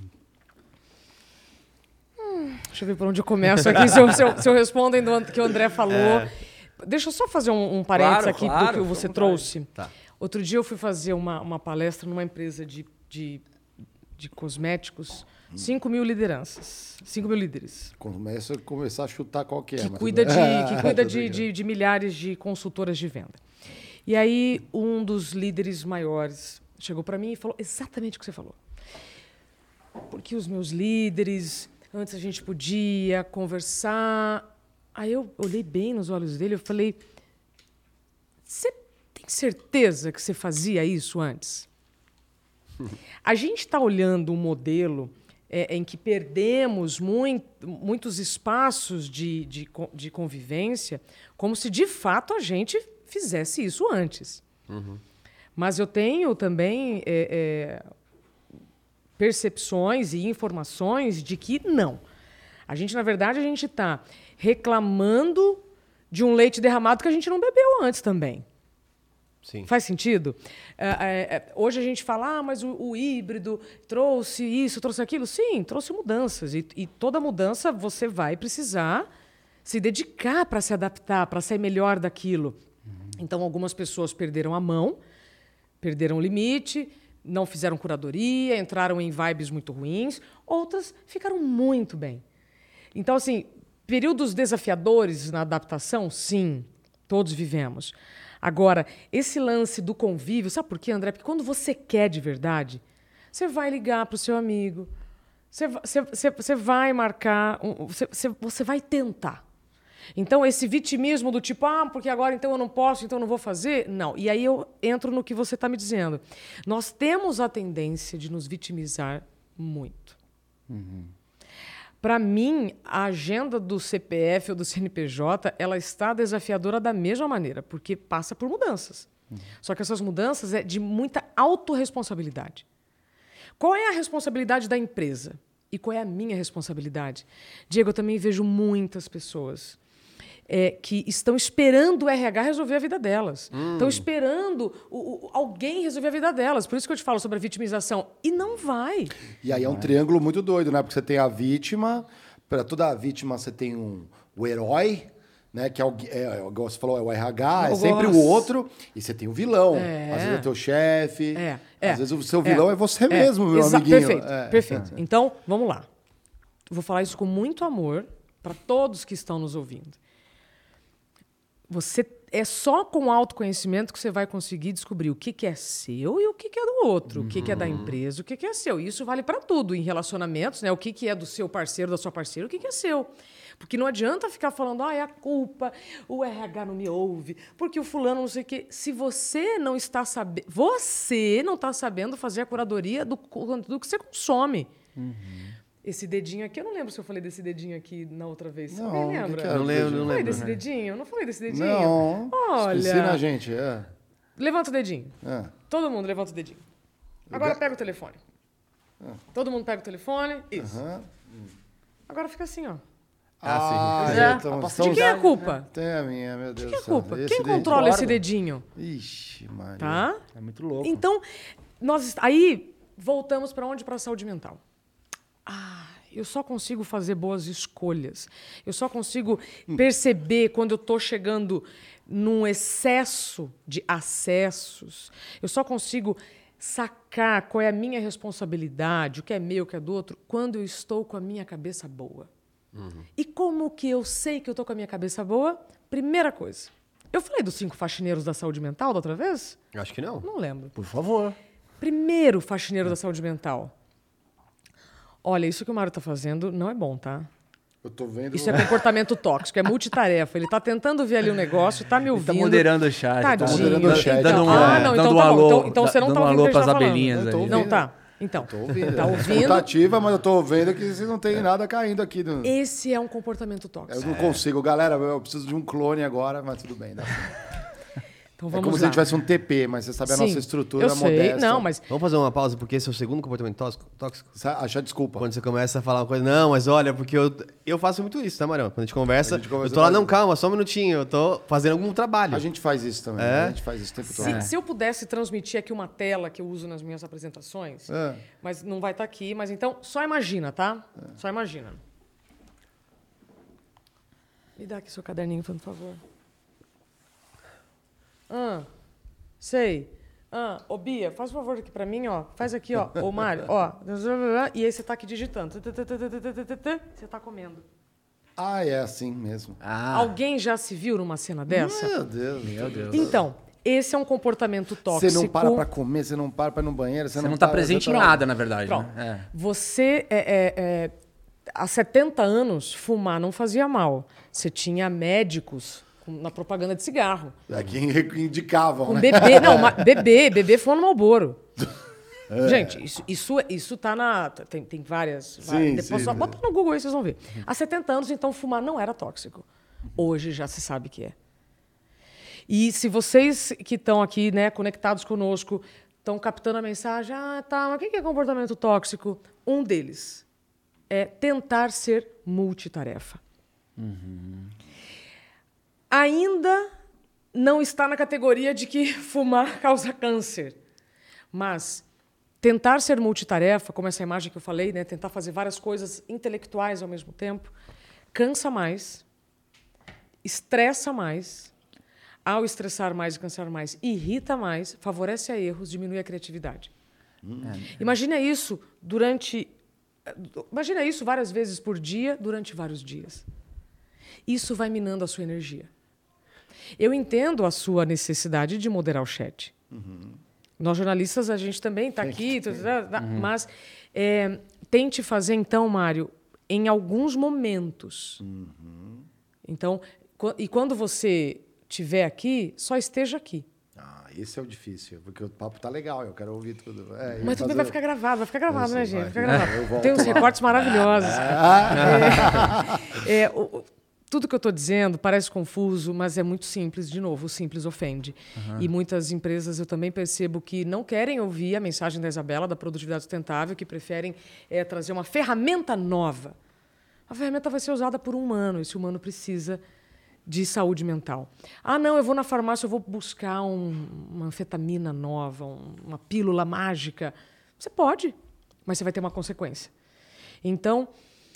Hum, deixa eu ver por onde eu começo aqui, se eu, se eu, se eu respondo ainda o que o André falou.
É.
Deixa eu só fazer um, um parênteses
Claro,
aqui
claro,
do que
fica à
você
vontade.
trouxe.
Tá.
Outro dia eu fui fazer uma, uma palestra numa empresa de, de, de cosméticos. cinco mil lideranças. cinco mil líderes.
Começa a começar a chutar qual que é.
Que
mas
cuida,
tudo
de,
bem.
que cuida
Tudo
de,
bem.
de, de milhares de consultoras de venda. E aí, um dos líderes maiores chegou para mim e falou exatamente o que você falou. Porque os meus líderes, antes a gente podia conversar. Aí eu olhei bem nos olhos dele e falei, você tem certeza que você fazia isso antes? A gente está olhando um modelo é, em que perdemos muito, muitos espaços de, de, de convivência, como se de fato a gente fizesse isso antes.
Uhum.
Mas eu tenho também é, é, percepções e informações de que não. A gente, na verdade, a gente está reclamando de um leite derramado que a gente não bebeu antes também.
Sim.
Faz sentido? É, é, hoje a gente fala, ah, mas o, o híbrido trouxe isso, trouxe aquilo. Sim, trouxe mudanças. E, e toda mudança você vai precisar se dedicar para se adaptar, para ser melhor daquilo. Uhum. Então, algumas pessoas perderam a mão, perderam o limite, não fizeram curadoria, entraram em vibes muito ruins. Outras ficaram muito bem. Então, assim, períodos desafiadores na adaptação, sim, todos vivemos. Agora, esse lance do convívio, sabe por quê, André? Porque quando você quer de verdade, você vai ligar para o seu amigo, você, você, você, você vai marcar, um, você, você vai tentar. Então, esse vitimismo do tipo, ah, porque agora então eu não posso, então eu não vou fazer, não. E aí eu entro no que você está me dizendo. Nós temos a tendência de nos vitimizar muito. Uhum. Para mim, a agenda do C P F ou do C N P J, ela está desafiadora da mesma maneira, porque passa por mudanças. Uhum. Só que essas mudanças é de muita autorresponsabilidade. Qual é a responsabilidade da empresa? E qual é a minha responsabilidade? Diego, eu também vejo muitas pessoas é, que estão esperando o R H resolver a vida delas. Hum. Estão esperando o, o, alguém resolver a vida delas. Por isso que eu te falo sobre a vitimização. E não vai.
E aí é um triângulo muito doido, né? Porque você tem a vítima, para toda a vítima você tem um, o herói, né? Que é, o, é, igual você falou, é o R H,
Eu
é sempre
gosto.
o outro, e você tem o vilão.
É.
Às vezes é teu chefe,
É, é,
às vezes o seu vilão é,
é
você
é,
mesmo, meu
exa-
amiguinho.
Perfeito,
É.
perfeito. Então, vamos lá. Vou falar isso com muito amor para todos que estão nos ouvindo. Você é só com autoconhecimento que você vai conseguir descobrir o que, que é seu e o que, que é do outro, uhum. o que, que é da empresa, o que, que é seu. E isso vale para tudo, em relacionamentos, né? O que, que é do seu parceiro, da sua parceira, o que, que é seu. Porque não adianta ficar falando, ah, é a culpa, o R H não me ouve, porque o fulano não sei o quê. Se você não está sabendo, você não está sabendo fazer a curadoria do, do que você consome. Uhum. Esse dedinho aqui, eu não lembro se eu falei desse dedinho aqui na outra vez.
Não,
Alguém lembra?
que que
Não lembro, não
Não falei
lembro.
desse dedinho? Eu não falei desse dedinho?
Não.
Olha.
Ensina a gente, é.
Levanta o dedinho.
é.
Todo mundo levanta o dedinho. Agora pega o telefone.
Ah.
Todo mundo pega o telefone. Isso.
Aham.
Agora fica assim, ó.
Ah,
É.
então,
De
estamos-
quem é a culpa?
Tem a minha, meu Deus
De quem é
do
a
céu.
culpa?
Esse
Quem
daí-
controla esse
Concordo.
dedinho?
Ixi, Maria.
Tá?
É muito louco.
Então, nós aí voltamos para onde? Para a saúde mental. Ah, eu só consigo fazer boas escolhas. Eu só consigo perceber quando eu estou chegando num excesso de acessos. Eu só consigo sacar qual é a minha responsabilidade, o que é meu, o que é do outro, quando eu estou com a minha cabeça boa. Uhum. E como que eu sei que eu estou com a minha cabeça boa? Primeira coisa. Eu falei dos cinco faxineiros da saúde mental da outra vez?
Acho que não.
Não lembro.
Por favor.
Primeiro faxineiro da saúde mental. Olha, isso que o Mário está fazendo não é bom, tá?
Eu tô vendo...
Isso é comportamento tóxico, é multitarefa. Ele está tentando ver ali o negócio, está me ouvindo.
Ele tá moderando o chat.
Tadinho.
Tá moderando o chat.
Dando um,
Ah, não,
dando
então
um
tá bom.
alô,
Então, então você não
dando
tá
um
ouvindo o
alô
que a gente
pras
tá falando.
abelhinhas
Eu tô
ali.
ouvindo.
Não, tá. Então,
Tô ouvindo.
tá ouvindo?
Escutativa, mas eu tô vendo que vocês não tem nada caindo aqui. No...
Esse é um comportamento tóxico.
Eu não consigo. Galera, eu preciso de um clone agora, mas tudo bem. Dá certo.
Então
É
vamos
como
lá.
se a gente tivesse um T P, mas você sabe a
Sim,
nossa estrutura
eu sei.
modesta.
Não, mas
Vamos fazer uma pausa, porque esse é o segundo comportamento tóxico? tóxico?
Sa- Achar desculpa.
Quando você começa a falar uma coisa, não, mas olha, porque eu, eu faço muito isso, tá, Marão? Quando a gente conversa,
A gente conversa
eu tô lá,
mais-
não, calma, só um minutinho, eu tô fazendo algum trabalho.
A gente faz isso também.
É?
né? A gente faz isso o tempo todo.
se, se eu pudesse transmitir aqui uma tela que eu uso nas minhas apresentações,
É.
mas não vai estar aqui, mas então só imagina, tá? Só imagina. Me dá aqui seu caderninho, por favor. Ah, sei. Ah, ô Bia, faz um favor aqui pra mim, ó. Faz aqui, ó. Ô Mário, ó. E aí você tá aqui digitando. Você tá comendo.
Ah, é assim mesmo.
Ah,
Alguém já se viu numa cena dessa?
Meu Deus.
meu Deus.
Então, esse é um comportamento tóxico.
Você não para pra comer, você não para pra ir no banheiro, você,
Você não tá
para-
presente
você
em
tá-
nada, na verdade.
Pronto.
Né? É.
Você, é, é, é, há setenta anos, fumar não fazia mal. Você tinha médicos com- na propaganda de cigarro.
É que indicavam,
Com
né?
bebê, não, ma- bebê, bebê fumando Marlboro. Gente, isso, isso, isso tá na... Tem, tem várias... várias depois
sim,
só
sim.
bota no Google aí, vocês vão ver. Há setenta anos, então, fumar não era tóxico. Hoje já se sabe que é. E se vocês que estão aqui, né, conectados conosco, estão captando a mensagem, ah, tá, mas o que é comportamento tóxico? Um deles é tentar ser multitarefa. Ainda não está na categoria de que fumar causa câncer. Mas tentar ser multitarefa, como essa imagem que eu falei, né, tentar fazer várias coisas intelectuais ao mesmo tempo, cansa mais, estressa mais. Ao estressar mais e cansar mais, irrita mais, favorece a erros, diminui a criatividade. Imagina isso durante... Imagina isso várias vezes por dia, durante vários dias. Isso vai minando a sua energia. Eu entendo a sua necessidade de moderar o chat. Uhum. Nós, jornalistas, a gente também está aqui, tudo, uhum. mas é, tente fazer, então, Mário, em alguns momentos. Uhum. Então, e quando você... tiver aqui, só esteja aqui.
Ah, esse é o difícil, porque o papo tá legal, eu quero ouvir tudo. É,
Mas também vai ficar gravado, vai ficar gravado, né, gente? Vai ficar
vai.
gravado.
Eu volto
Tem uns
lá.
recortes maravilhosos. É, é, o- o- tudo que eu estou dizendo parece confuso, mas é muito simples. De novo, o simples ofende. Uhum. E muitas empresas eu também percebo que não querem ouvir a mensagem da Isabela, da produtividade sustentável, que preferem é, trazer uma ferramenta nova. A ferramenta vai ser usada por um humano, esse humano precisa de saúde mental. Ah, não, eu vou na farmácia, eu vou buscar um, uma anfetamina nova, um, uma pílula mágica. Você pode, mas você vai ter uma consequência. Então,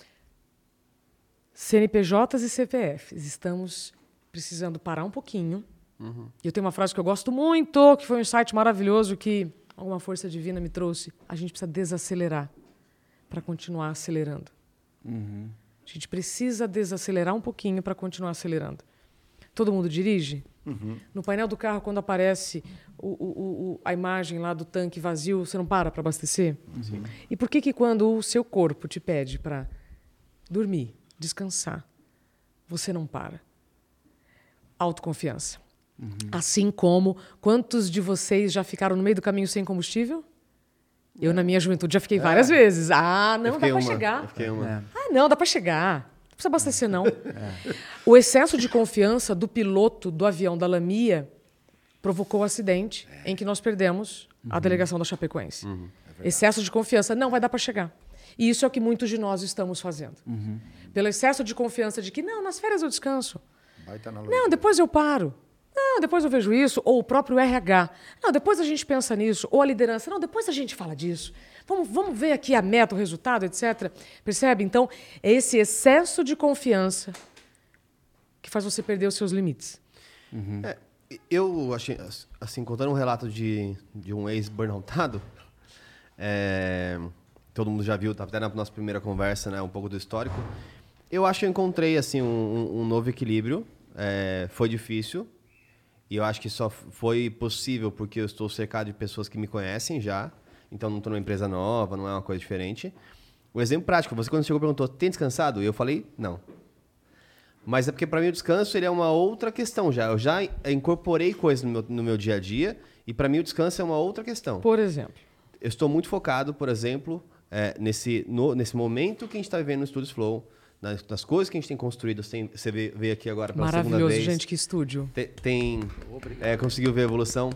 C N P Js e C P Fs, estamos precisando parar um pouquinho. Uhum. E eu tenho uma frase que eu gosto muito, que foi um insight maravilhoso que alguma força divina me trouxe. A gente precisa desacelerar para continuar acelerando. Uhum. A gente precisa desacelerar um pouquinho para continuar acelerando. Todo mundo dirige? Uhum. No painel do carro, quando aparece o, o, o, a imagem lá do tanque vazio, você não para para abastecer? Uhum. E por que que quando o seu corpo te pede para dormir, descansar, você não para? Autoconfiança. Uhum. Assim como, quantos de vocês já ficaram no meio do caminho sem combustível? Eu, na minha juventude, já fiquei é. várias vezes. Ah, não, dá para chegar.
Eu fiquei uma.
É.
Ah, não, dá para chegar. Não precisa abastecer, não. É. O excesso de confiança do piloto do avião da Lamia provocou o um acidente é. em que nós perdemos uhum. a delegação da Chapecoense. Uhum. É excesso de confiança. Não, vai dar para chegar. E isso é o que muitos de nós estamos fazendo. Uhum. Pelo excesso de confiança de que, não, nas férias eu descanso. Não, depois eu paro. Não, depois eu vejo isso. Ou o próprio R H. Não, depois a gente pensa nisso. Ou a liderança. Não, depois a gente fala disso. Vamos, vamos ver aqui a meta, o resultado, etcétera. Percebe? Então, é esse excesso de confiança que faz você perder os seus limites.
Uhum. É, eu, achei, assim, contando um relato de, de um ex-burnoutado, é, todo mundo já viu, tá até na nossa primeira conversa, né, um pouco do histórico. Eu acho que eu encontrei assim, um, um novo equilíbrio. É, foi difícil. E eu acho que só foi possível porque eu estou cercado de pessoas que me conhecem já. Então, não estou numa empresa nova, não é uma coisa diferente. Um exemplo prático. Você, quando chegou, perguntou, tem descansado? Eu falei, não. Mas é porque, para mim, o descanso ele é uma outra questão já. Eu já incorporei coisas no meu, no meu dia a dia. E, para mim, o descanso é uma outra questão.
Por exemplo?
Eu estou muito focado, por exemplo, é, nesse, no, nesse momento que a gente está vivendo no Studios Flow, nas, nas coisas que a gente tem construído. Tem, você vê, vê aqui agora pela segunda vez.
Maravilhoso, gente, que estúdio.
Tem, tem é, conseguiu ver a evolução.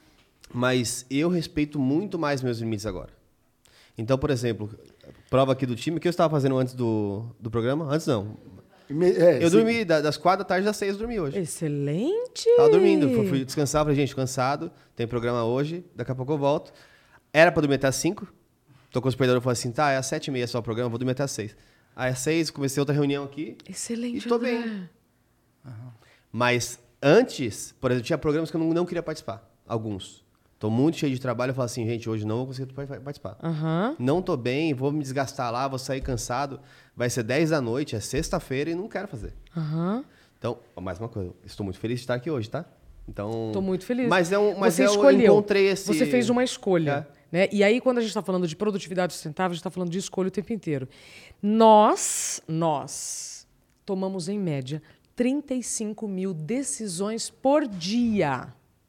Mas eu respeito muito mais meus limites agora. Então, por exemplo, prova aqui do time, o que eu estava fazendo antes do, do programa? Antes não. É, eu sim. dormi das quatro da tarde às seis, eu dormi hoje.
Excelente!
Tava dormindo, fui, fui descansar, falei, gente, cansado, tem programa hoje, daqui a pouco eu volto. Era pra dormir até às cinco, tô com o supervisor, eu falei assim, tá, é às sete e meia só o programa, vou dormir até às seis. Aí às seis, comecei outra reunião aqui.
Excelente,
e tô
André.
bem. Uhum. Mas antes, por exemplo, tinha programas que eu não, não queria participar, alguns. Tô muito cheio de trabalho, eu falo assim, gente, hoje não vou conseguir participar.
Uhum.
Não tô bem, vou me desgastar lá, vou sair cansado. Vai ser dez da noite, é sexta-feira e não quero fazer.
Uhum.
Então, mais uma coisa, estou muito feliz de estar aqui hoje, tá? Então,
tô muito feliz.
Mas, é um, mas
você
eu
escolheu,
encontrei esse...
Você fez uma escolha.
É.
Né? E aí, quando a gente está falando de produtividade sustentável, a gente está falando de escolha o tempo inteiro. Nós, nós, tomamos, em média, trinta e cinco mil decisões por dia.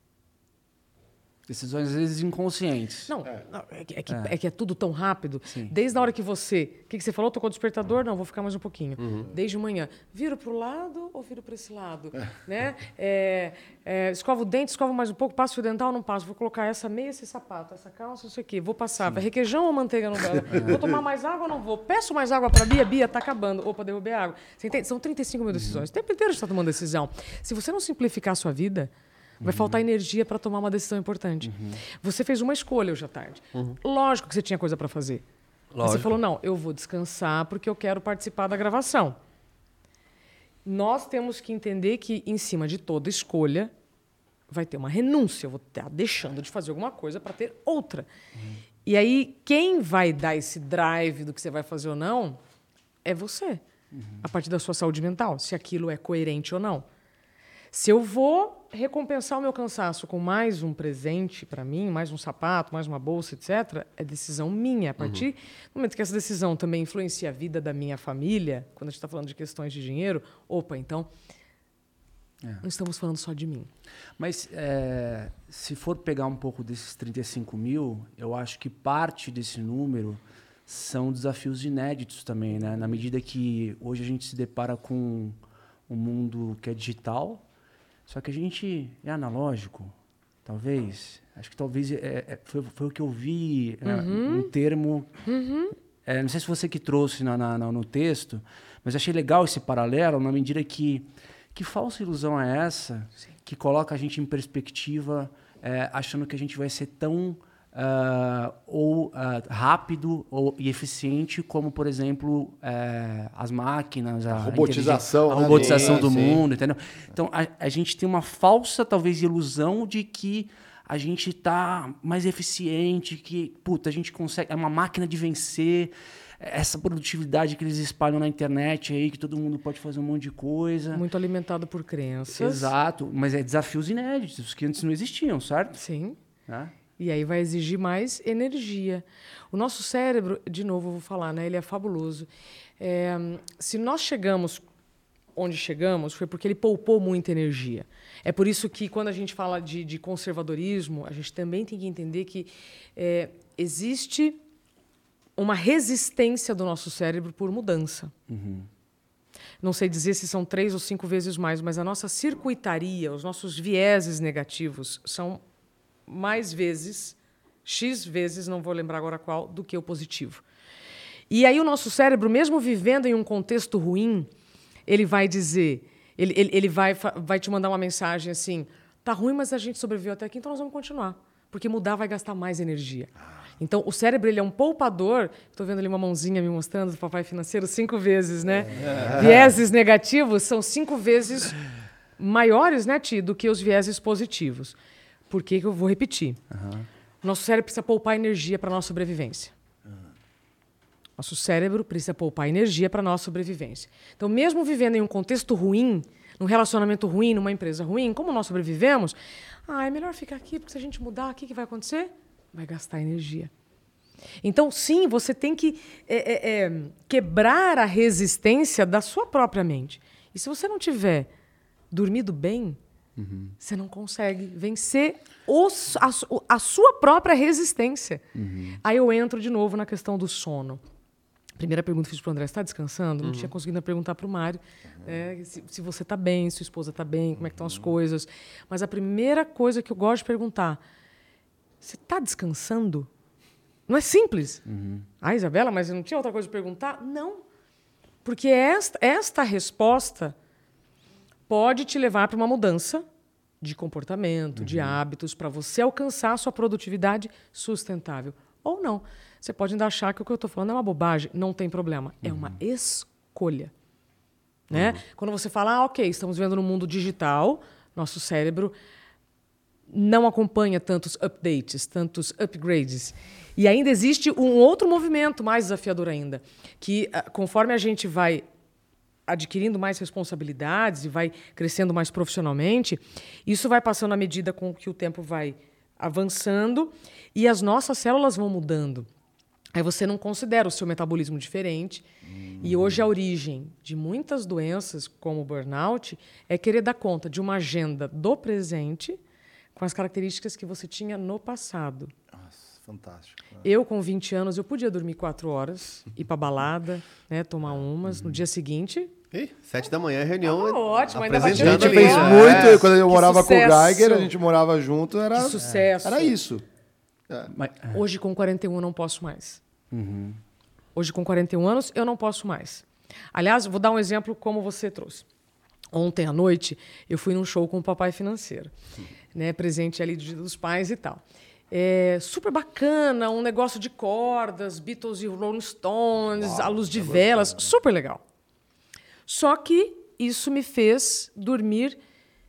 Decisões, às vezes, inconscientes.
Não, é, não, é, que, é, que, é. é que é tudo tão rápido.
Sim.
Desde a hora que você... O que, que você falou? Tocou o despertador? Não, vou ficar mais um pouquinho.
Uhum.
Desde manhã. Viro para o lado ou viro para esse lado? É. Né? É, é, escovo o dente, escovo mais um pouco, passo fio dental ou não passo? Vou colocar essa meia, esse sapato, essa calça, não sei o quê. Vou passar. Vai requeijão ou manteiga no belo? Vou tomar mais água ou não vou? Peço mais água para a Bia? Bia, está acabando. Opa, derrubei a água. Você entende? São trinta e cinco mil decisões. Uhum. O tempo inteiro você está tomando decisão. Se você não simplificar a sua vida... Vai uhum. faltar energia para tomar uma decisão importante. Uhum. Você fez uma escolha hoje à tarde. Uhum. Lógico que você tinha coisa para fazer. Você falou, não, eu vou descansar porque eu quero participar da gravação. Nós temos que entender que, em cima de toda escolha, vai ter uma renúncia. Eu vou estar deixando de fazer alguma coisa para ter outra. Uhum. E aí, quem vai dar esse drive do que você vai fazer ou não é você. Uhum. A partir da sua saúde mental. Se aquilo é coerente ou não. Se eu vou recompensar o meu cansaço com mais um presente para mim, mais um sapato, mais uma bolsa, etcétera, é decisão minha. A partir uhum. do momento que essa decisão também influencia a vida da minha família, quando a gente está falando de questões de dinheiro, opa, então é. não estamos falando só de mim.
Mas é, se for pegar um pouco desses trinta e cinco mil, eu acho que parte desse número são desafios inéditos também, né? Na medida que hoje a gente se depara com um mundo que é digital, só que a gente é analógico, talvez. Acho que talvez é, é, foi, foi o que eu vi, uhum. é, um termo. Uhum. É, não sei se você que trouxe na, na, no texto, mas achei legal esse paralelo na medida que que falsa ilusão é essa Sim. que coloca a gente em perspectiva, é, achando que a gente vai ser tão Uh, ou uh, rápido ou, e eficiente como, por exemplo, uh, as máquinas, a,
a robotização,
a
né?
robotização
sim,
do
sim.
mundo, entendeu? Então, a, a gente tem uma falsa, talvez, ilusão de que a gente está mais eficiente, que, puta, a gente consegue... É uma máquina de vencer essa produtividade que eles espalham na internet aí, que todo mundo pode fazer um monte de coisa.
Muito alimentado por crenças.
Exato, mas é desafios inéditos, que antes não existiam, certo?
Sim.
É?
E aí vai exigir mais energia. O nosso cérebro, de novo eu vou falar, né, ele é fabuloso. É, se nós chegamos onde chegamos, foi porque ele poupou muita energia. É por isso que, quando a gente fala de, de conservadorismo, a gente também tem que entender que é, existe uma resistência do nosso cérebro por mudança.
Uhum.
Não sei dizer se são três ou cinco vezes mais, mas a nossa circuitaria, os nossos vieses negativos são mais vezes, X vezes, não vou lembrar agora qual, do que o positivo. E aí o nosso cérebro, mesmo vivendo em um contexto ruim, ele vai dizer, ele, ele, ele vai, vai te mandar uma mensagem assim, tá ruim, mas a gente sobreviveu até aqui, então nós vamos continuar. Porque mudar vai gastar mais energia. Então, o cérebro ele é um poupador. Estou vendo ali uma mãozinha me mostrando do papai financeiro cinco vezes, né? É. Vieses negativos são cinco vezes maiores, né, Ti, do que os vieses positivos. Por que que eu vou repetir? Uhum. Nosso cérebro precisa poupar energia para a nossa sobrevivência. Uhum. Nosso cérebro precisa poupar energia para a nossa sobrevivência. Então, mesmo vivendo em um contexto ruim, num relacionamento ruim, numa empresa ruim, como nós sobrevivemos, ah, é melhor ficar aqui, porque se a gente mudar, o que, que vai acontecer? Vai gastar energia. Então, sim, você tem que é, é, é, quebrar a resistência da sua própria mente. E se você não tiver dormido bem, uhum. você não consegue vencer os, a, a sua própria resistência. Uhum. Aí eu entro de novo na questão do sono. Primeira pergunta que fiz para o André, você está descansando? Uhum. Não tinha conseguido perguntar para o Mário uhum. né, se, se você está bem, se sua esposa está bem, como é que estão as coisas. Mas a primeira coisa que eu gosto de perguntar, você está descansando? Não é simples. Uhum. Ah, Isabela, mas eu não tinha outra coisa para perguntar? Não. Porque esta, esta resposta pode te levar para uma mudança de comportamento, uhum. de hábitos, para você alcançar a sua produtividade sustentável. Ou não. Você pode ainda achar que o que eu estou falando é uma bobagem. Não tem problema. Uhum. É uma escolha. Né? Uhum. Quando você fala, ah, ok, estamos vivendo no mundo digital, nosso cérebro não acompanha tantos updates, tantos upgrades. E ainda existe um outro movimento mais desafiador ainda, que conforme a gente vai adquirindo mais responsabilidades e vai crescendo mais profissionalmente, isso vai passando à medida com que o tempo vai avançando e as nossas células vão mudando. Aí você não considera o seu metabolismo diferente. Hum. E hoje a origem de muitas doenças, como o burnout, é querer dar conta de uma agenda do presente com as características que você tinha no passado.
Nossa, fantástico.
Eu, com vinte anos, eu podia dormir quatro horas, ir para balada, né, tomar umas. No dia seguinte...
Ih, sete da manhã, reunião.
Ah, ótimo, ainda
a gente fez
é.
muito. É. Quando eu
Que
morava
sucesso.
com o Geiger, a gente morava junto, era,
que sucesso.
era isso.
É. Mas, hoje, com quarenta e um, eu não posso mais. Uhum. Hoje, com quarenta e um anos, eu não posso mais. Aliás, vou dar um exemplo como você trouxe. Ontem à noite, eu fui num show com o Papai Financeiro, né, presente ali do Dia dos Pais e tal. É, super bacana, um negócio de cordas, Beatles e Rolling Stones, Uau, a luz de velas, gostando, né? Super legal. Só que isso me fez dormir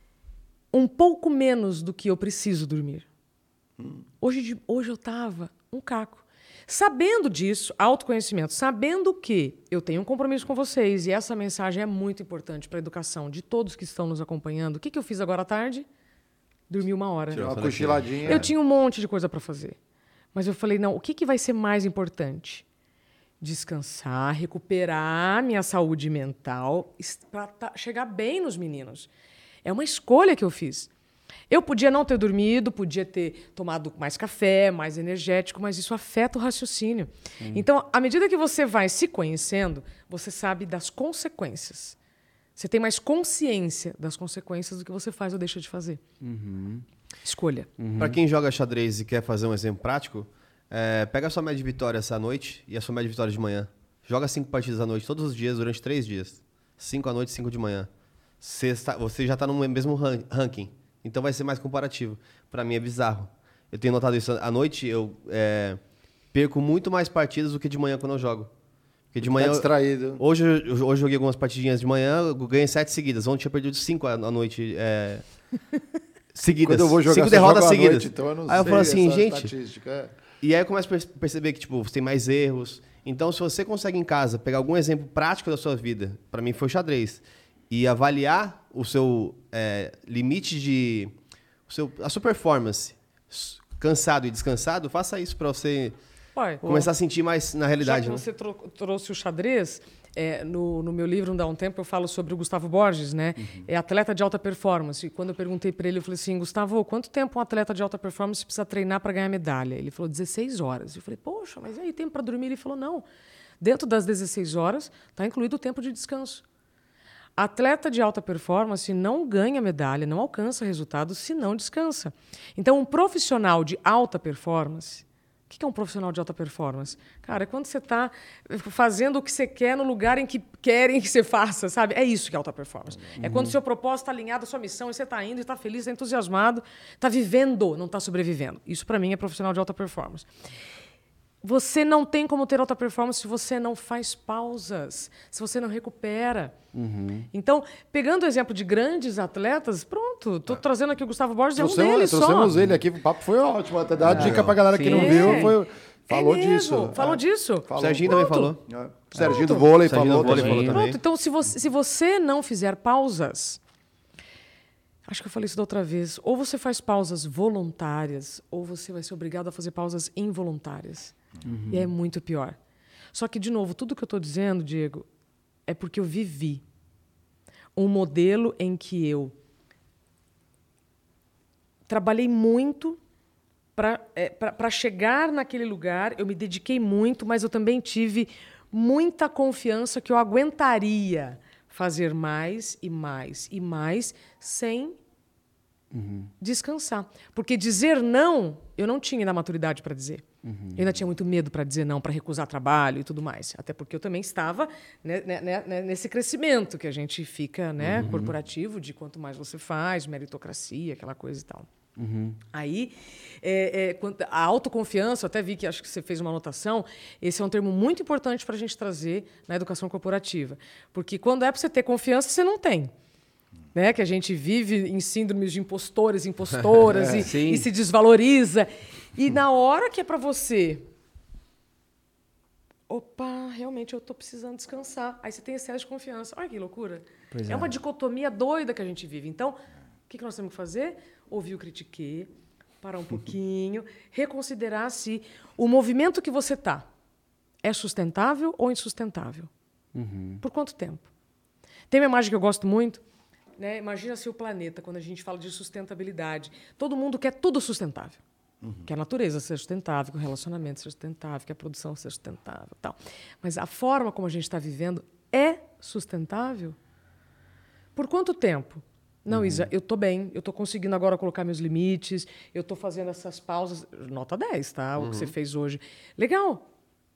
um pouco menos do que eu preciso dormir. Hum. Hoje, hoje eu estava um caco. Sabendo disso, autoconhecimento, sabendo que eu tenho um compromisso com vocês e essa mensagem é muito importante para a educação de todos que estão nos acompanhando. O que, que eu fiz agora à tarde? Dormi uma hora.
Tirou uma cochiladinha.
Eu tinha um monte de coisa para fazer. Mas eu falei, não, o que, que vai ser mais importante? Descansar, recuperar minha saúde mental para chegar bem nos meninos. É uma escolha que eu fiz. Eu podia não ter dormido, podia ter tomado mais café, mais energético, mas isso afeta o raciocínio. Sim. Então, à medida que você vai se conhecendo, você sabe das consequências. Você tem mais consciência das consequências do que você faz ou deixa de fazer. Uhum. Escolha.
Uhum. Para quem joga xadrez e quer fazer um exemplo prático, é, pega a sua média de vitória essa noite e a sua média de vitória de manhã. Joga cinco partidas à noite todos os dias durante três dias. Cinco à noite, cinco de manhã. Você, está, você já está no mesmo ran- ranking. Então vai ser mais comparativo. Para mim é bizarro. Eu tenho notado isso. À noite eu é, perco muito mais partidas do que de manhã quando eu jogo. Porque de manhã...
Tá distraído.
Hoje, hoje eu joguei algumas partidinhas de manhã, eu ganhei sete seguidas. Ontem eu tinha perdido cinco à noite é, seguidas.
Quando eu vou jogar,
cinco derrotas seguidas.
Noite, então eu não
aí eu
sei
falo assim, gente...
estatística.
E aí eu começo a perceber que tipo, você tem mais erros. Então, se você consegue em casa pegar algum exemplo prático da sua vida, para mim foi o xadrez, e avaliar o seu é, limite de... O seu, a sua performance, cansado e descansado, faça isso para você Pai, começar ó, a sentir mais na realidade.
Já que
né?
você trou- trouxe o xadrez, é, no, no meu livro, Não Dá Um Tempo, eu falo sobre o Gustavo Borges, né? Uhum. É atleta de alta performance. E quando eu perguntei para ele, eu falei assim, Gustavo, quanto tempo um atleta de alta performance precisa treinar para ganhar medalha? Ele falou, dezesseis horas. Eu falei, poxa, mas e aí, tempo para dormir? Ele falou, não. Dentro das dezesseis horas, está incluído o tempo de descanso. Atleta de alta performance não ganha medalha, não alcança resultado se não descansa. Então, um profissional de alta performance... O que é um profissional de alta performance? Cara, é quando você está fazendo o que você quer no lugar em que querem que você faça, sabe? É isso que é alta performance. Uhum. É quando o seu propósito está alinhado à sua missão e você está indo, está feliz, está entusiasmado, está vivendo, não está sobrevivendo. Isso, para mim, é profissional de alta performance. Você não tem como ter alta performance se você não faz pausas, se você não recupera. Uhum. Então, pegando o exemplo de grandes atletas, pronto, estou ah. trazendo aqui o Gustavo Borges, é um deles só.
Trouxemos ele aqui, o papo foi ótimo, até dar a dica para a galera Sim. que não viu, foi, falou
é
disso.
Falou
é.
disso.
O Serginho também falou.
É. O Serginho do vôlei
Serginho
falou,
do vôlei
também.
falou também.
Pronto, então se você, se você não fizer pausas, acho que eu falei isso da outra vez, ou você faz pausas voluntárias, ou você vai ser obrigado a fazer pausas involuntárias. Uhum. E é muito pior. Só que, de novo, tudo que eu estou dizendo, Diego, é porque eu vivi um modelo em que eu trabalhei muito para é, para chegar naquele lugar, eu me dediquei muito, mas eu também tive muita confiança que eu aguentaria fazer mais e mais e mais sem uhum. descansar. Porque dizer não, eu não tinha ainda maturidade para dizer. Uhum. Eu ainda tinha muito medo para dizer não, para recusar trabalho e tudo mais. Até porque eu também estava né, né, né, nesse crescimento que a gente fica né, uhum. corporativo, de quanto mais você faz, meritocracia, aquela coisa e tal. Uhum. Aí, é, é, a autoconfiança, eu até vi que acho que você fez uma anotação, esse é um termo muito importante para a gente trazer na educação corporativa. Porque quando é para você ter confiança, você não tem. Né? Que a gente vive em síndromes de impostores, impostoras é, e, e se desvaloriza. E na hora que é para você... Opa, realmente eu estou precisando descansar. Aí você tem excesso de confiança. Olha que loucura. É, é uma dicotomia doida que a gente vive. Então, o que, que nós temos que fazer? Ouvir o critiquê, parar um pouquinho, reconsiderar se o movimento que você está é sustentável ou insustentável. Uhum. Por quanto tempo? Tem uma imagem que eu gosto muito. Né? Imagina-se o planeta, quando a gente fala de sustentabilidade. Todo mundo quer tudo sustentável. Uhum. Que a natureza seja sustentável, que o relacionamento seja sustentável, que a produção seja sustentável. Tal. Mas a forma como a gente está vivendo é sustentável? Por quanto tempo? Não, uhum. Isa, eu estou bem, eu estou conseguindo agora colocar meus limites, eu estou fazendo essas pausas. Nota dez, tá? Uhum. O que você fez hoje. Legal.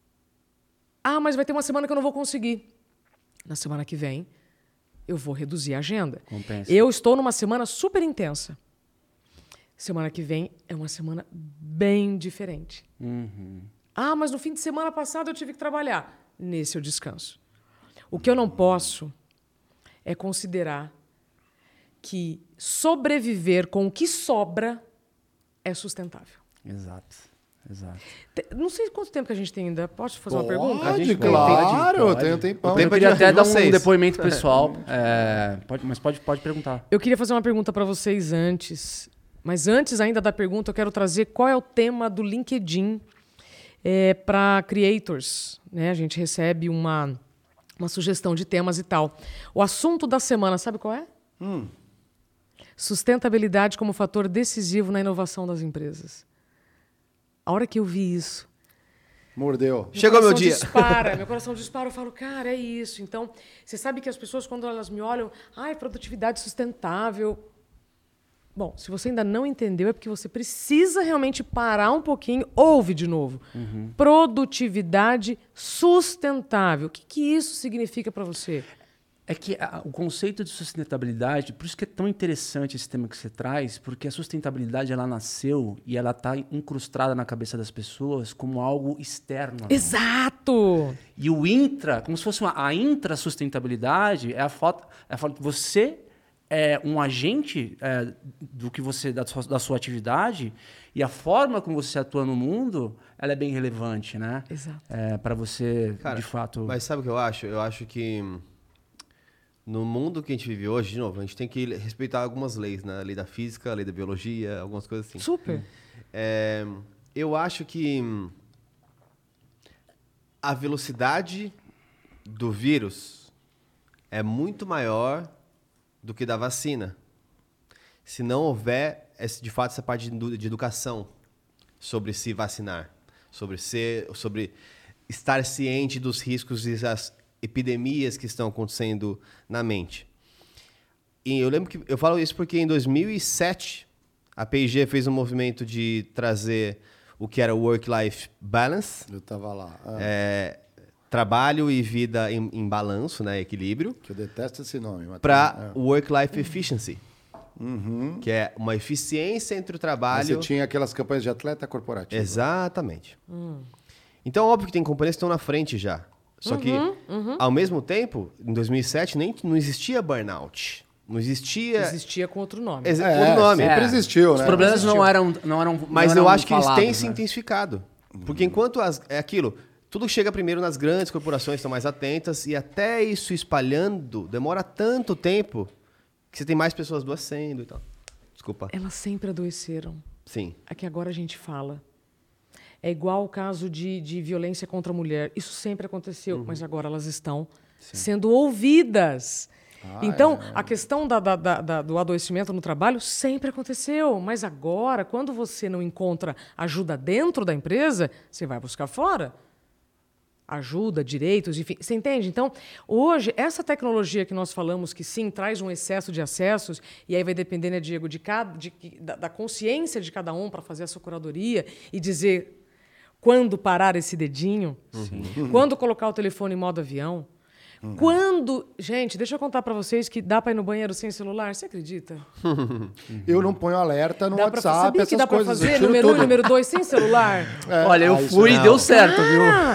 Ah, mas vai ter uma semana que eu não vou conseguir. Na semana que vem, eu vou reduzir a agenda. Compensa. Eu estou numa semana super intensa. Semana que vem é uma semana bem diferente. Uhum. Ah, mas no fim de semana passado eu tive que trabalhar. Nesse eu descanso. O que eu não posso é considerar que sobreviver com o que sobra é sustentável.
Exato. Exato.
Não sei quanto tempo que a gente tem ainda. Posso fazer
pode,
uma pergunta?
A gente claro, eu tenho tempão.
Eu queria até dar um depoimento pessoal, é, pode, mas pode, pode perguntar.
Eu queria fazer uma pergunta para vocês antes. Mas antes ainda da pergunta, eu quero trazer qual é o tema do LinkedIn é, para creators. Né? A gente recebe uma, uma sugestão de temas e tal. O assunto da semana, sabe qual é? Hum. Sustentabilidade como fator decisivo na inovação das empresas. A hora que eu vi isso...
Mordeu.
Meu
Chegou meu dia.
Dispara, meu coração dispara. Eu falo, cara, é isso. Então, você sabe que as pessoas, quando elas me olham... Ai, produtividade sustentável... Bom, se você ainda não entendeu, é porque você precisa realmente parar um pouquinho. Ouve de novo. Uhum. Produtividade sustentável. O que, que isso significa para você?
É que a, o conceito de sustentabilidade, por isso que é tão interessante esse tema que você traz, porque a sustentabilidade ela nasceu e ela está incrustada na cabeça das pessoas como algo externo.
Exato!
E o intra, como se fosse uma, a intrasustentabilidade, é a foto, é a foto que você é um agente é, do que você da sua, da sua atividade e a forma como você atua no mundo, ela é bem relevante, né?
Exato.
É, para você,
Cara,
de fato...
Mas sabe o que eu acho? Eu acho que no mundo que a gente vive hoje, de novo, a gente tem que respeitar algumas leis, né? A lei da física, a lei da biologia, algumas coisas assim.
Super.
É, eu acho que a velocidade do vírus é muito maior do que da vacina. Se não houver, de fato, essa parte de educação sobre se vacinar, sobre, ser, sobre estar ciente dos riscos e das epidemias que estão acontecendo na mente. E eu lembro que eu falo isso porque em dois mil e sete a P e G fez um movimento de trazer o que era o work-life balance.
Eu estava lá. Ah.
É, trabalho e vida em, em balanço, né, equilíbrio.
Que eu detesto esse nome.
Para o é. work-life efficiency. Uhum. Que é uma eficiência entre o trabalho...
Mas você tinha aquelas campanhas de atleta corporativo.
Exatamente.
Hum.
Então, óbvio que tem companhias que estão na frente já. Só
Uhum,
que,
uhum.
ao mesmo tempo, em dois mil e sete, nem, não existia burnout. Não existia...
Existia com outro nome.
Ex-
É,
outro nome.
sempre
É.
existiu,
Os
né?
problemas
Existiu.
não eram, não eram
Mas
não
eu
eram
acho que eles têm
falados,
se
né?
intensificado. Porque enquanto as, é aquilo, tudo chega primeiro nas grandes corporações, estão mais atentas, e até isso espalhando, demora tanto tempo que você tem mais pessoas adoecendo e tal. Desculpa.
Elas sempre adoeceram.
Sim.
É que agora a gente fala. É igual o caso de, de violência contra a mulher. Isso sempre aconteceu,
Uhum.
mas agora elas estão sendo ouvidas.
Ah,
então,
é.
a questão da, da- da- da- do adoecimento no trabalho sempre aconteceu. Mas agora, quando você não encontra ajuda dentro da empresa, você vai buscar fora. Ajuda, direitos, enfim. Você entende? Então, hoje, essa tecnologia que nós falamos, que sim, traz um excesso de acessos, e aí vai depender, né, Diego, de cada, de, da, da consciência de cada um para fazer essa curadoria e dizer quando parar esse dedinho, quando colocar o telefone em modo avião, quando... Gente, deixa eu contar para vocês que dá para ir no banheiro sem celular. Você acredita?
Eu não ponho alerta no
Dá pra,
WhatsApp,
sabia
essas
que dá para
coisas. eu
fazer
tiro
número um e
tudo.
número dois sem celular?
É,
Olha, eu
ah, isso
fui e
não.
deu certo, viu?
Ah,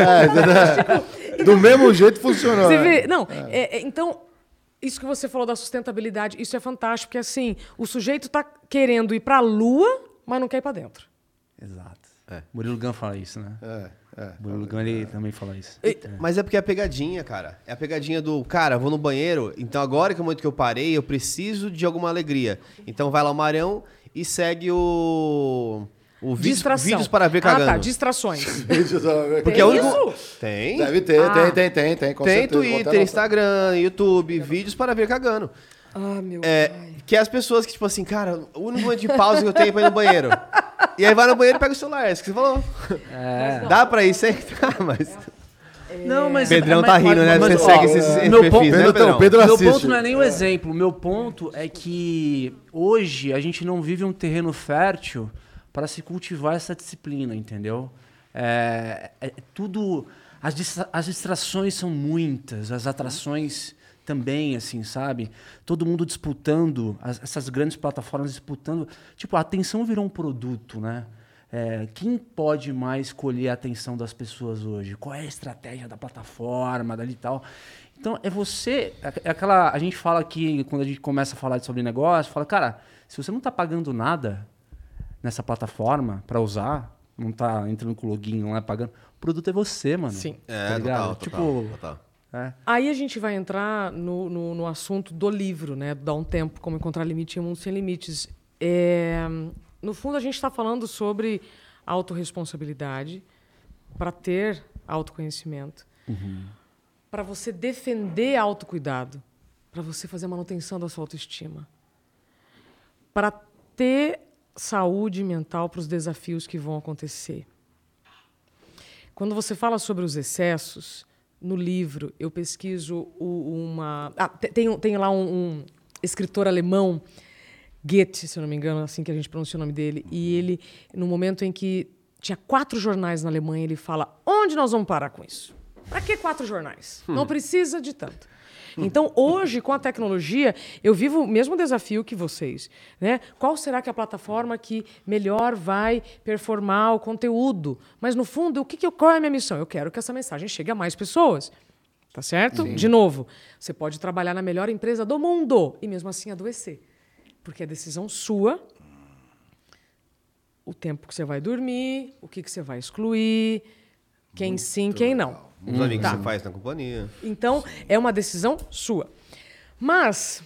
É, do mesmo jeito funcionou.
Você
né?
vê? Não, é, é, então, isso que você falou da sustentabilidade, isso é fantástico, porque assim, o sujeito está querendo ir para a Lua, mas não quer ir para dentro.
Exato. Murilo Gun fala isso, né?
É, é.
Murilo Gun, ele também fala isso.
Mas é porque é a pegadinha, cara. É a pegadinha do, cara, vou no banheiro, então agora que é o momento que eu parei, eu preciso de alguma alegria. Então vai lá o Marão e segue o... o vídeos,
Distração.
vídeos para ver cagando.
Ah, tá, distrações.
Porque
Tem
é o único...
isso?
Tem.
Deve ter,
Ah.
tem, tem, tem, tem. Com
Tem
certeza, vou até
Twitter,
anotar.
Instagram, YouTube, vídeos para ver cagando.
Ah, meu
É,
pai.
que é as pessoas que, tipo assim, cara, o único momento de pausa que eu tenho é pra ir no banheiro. E aí vai no banheiro e pega o celular, é isso que você falou.
É.
Dá pra ir sem entrar, mas...
Não, mas...
Pedrão
mas-
tá rindo, né?
mas-
Você
ó,
segue esses, esses
meu
perfis,
ponto-
né,
Pedro,
Pedrão?
então, Pedro
Meu
assiste.
ponto não é nem o exemplo. O meu ponto é que hoje a gente não vive um terreno fértil para se cultivar essa disciplina, entendeu? É, é tudo... As, distra- as distrações são muitas, as atrações também, assim, sabe? Todo mundo disputando, as- essas grandes plataformas disputando. Tipo, a atenção virou um produto, né? É, quem pode mais colher a atenção das pessoas hoje? Qual é a estratégia da plataforma, dali e tal? Então, é você... É aquela... A gente fala aqui, quando a gente começa a falar sobre negócio, fala, cara, se você não está pagando nada nessa plataforma para usar, não está entrando com o login, não é pagando, o produto é você, mano.
Sim.
É,
Tá ligado?
total, total,
Tipo,
total.
é.
Aí a gente vai entrar no, no, no assunto do livro, né? Dá um tempo, como encontrar limite em um mundo sem limites. É, no fundo, a gente está falando sobre autorresponsabilidade para ter autoconhecimento, para você defender autocuidado, para você fazer a manutenção da sua autoestima, para ter saúde mental para os desafios que vão acontecer. Quando você fala sobre os excessos, no livro eu pesquiso o- uma... Ah, te- tem, tem lá um, um escritor alemão, Goethe, se eu não me engano, assim que a gente pronuncia o nome dele, e ele, no momento em que tinha quatro jornais na Alemanha, ele fala, onde nós vamos parar com isso? Para que quatro jornais? Não precisa de tanto. Então, hoje, com a tecnologia, eu vivo o mesmo desafio que vocês, né? Qual será que é a plataforma que melhor vai performar o conteúdo? Mas, no fundo, o que que eu, qual é a minha missão? Eu quero que essa mensagem chegue a mais pessoas. Tá certo? De novo, você pode trabalhar na melhor empresa do mundo e, mesmo assim, adoecer. Porque é decisão sua o tempo que você vai dormir, o que, que você vai excluir, quem sim, quem não.
Os amigos
Tá.
que você faz na companhia.
Então, é uma decisão sua. Mas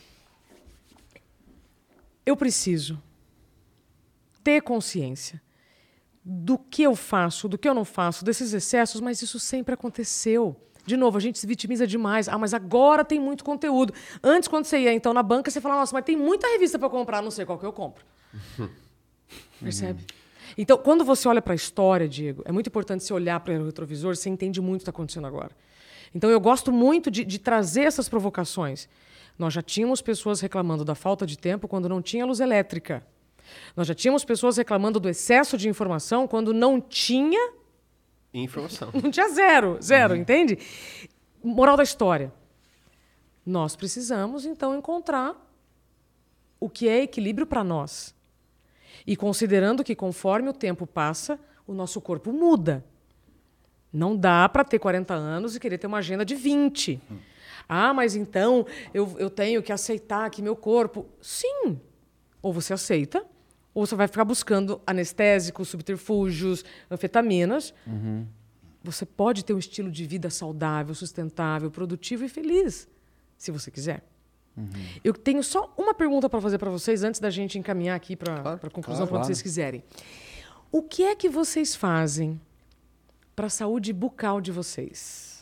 eu preciso ter consciência do que eu faço, do que eu não faço, desses excessos, mas isso sempre aconteceu. De novo, a gente se vitimiza demais. Ah, mas agora tem muito conteúdo. Antes, quando você ia então na banca, você falava, nossa, mas tem muita revista para comprar, não sei qual que eu compro. Percebe? Então, quando você olha para a história, Diego, é muito importante você olhar para o retrovisor, você entende muito o que está acontecendo agora. Então, eu gosto muito de, de trazer essas provocações. Nós já tínhamos pessoas reclamando da falta de tempo quando não tinha luz elétrica. Nós já tínhamos pessoas reclamando do excesso de informação quando não tinha...
Informação.
Não tinha zero, zero, entende? Moral da história. Nós precisamos, então, encontrar o que é equilíbrio para nós. E considerando que, conforme o tempo passa, o nosso corpo muda. Não dá para ter quarenta anos e querer ter uma agenda de vinte. Hum. Ah, mas então eu, eu tenho que aceitar que meu corpo... Sim. Ou você aceita, ou você vai ficar buscando anestésicos, subterfúgios, anfetaminas. Uhum. Você pode ter um estilo de vida saudável, sustentável, produtivo e feliz, se você quiser. Uhum. Eu tenho só uma pergunta para fazer para vocês antes da gente encaminhar aqui para claro, a conclusão, claro, quando claro. vocês quiserem. O que é que vocês fazem para a saúde bucal de vocês?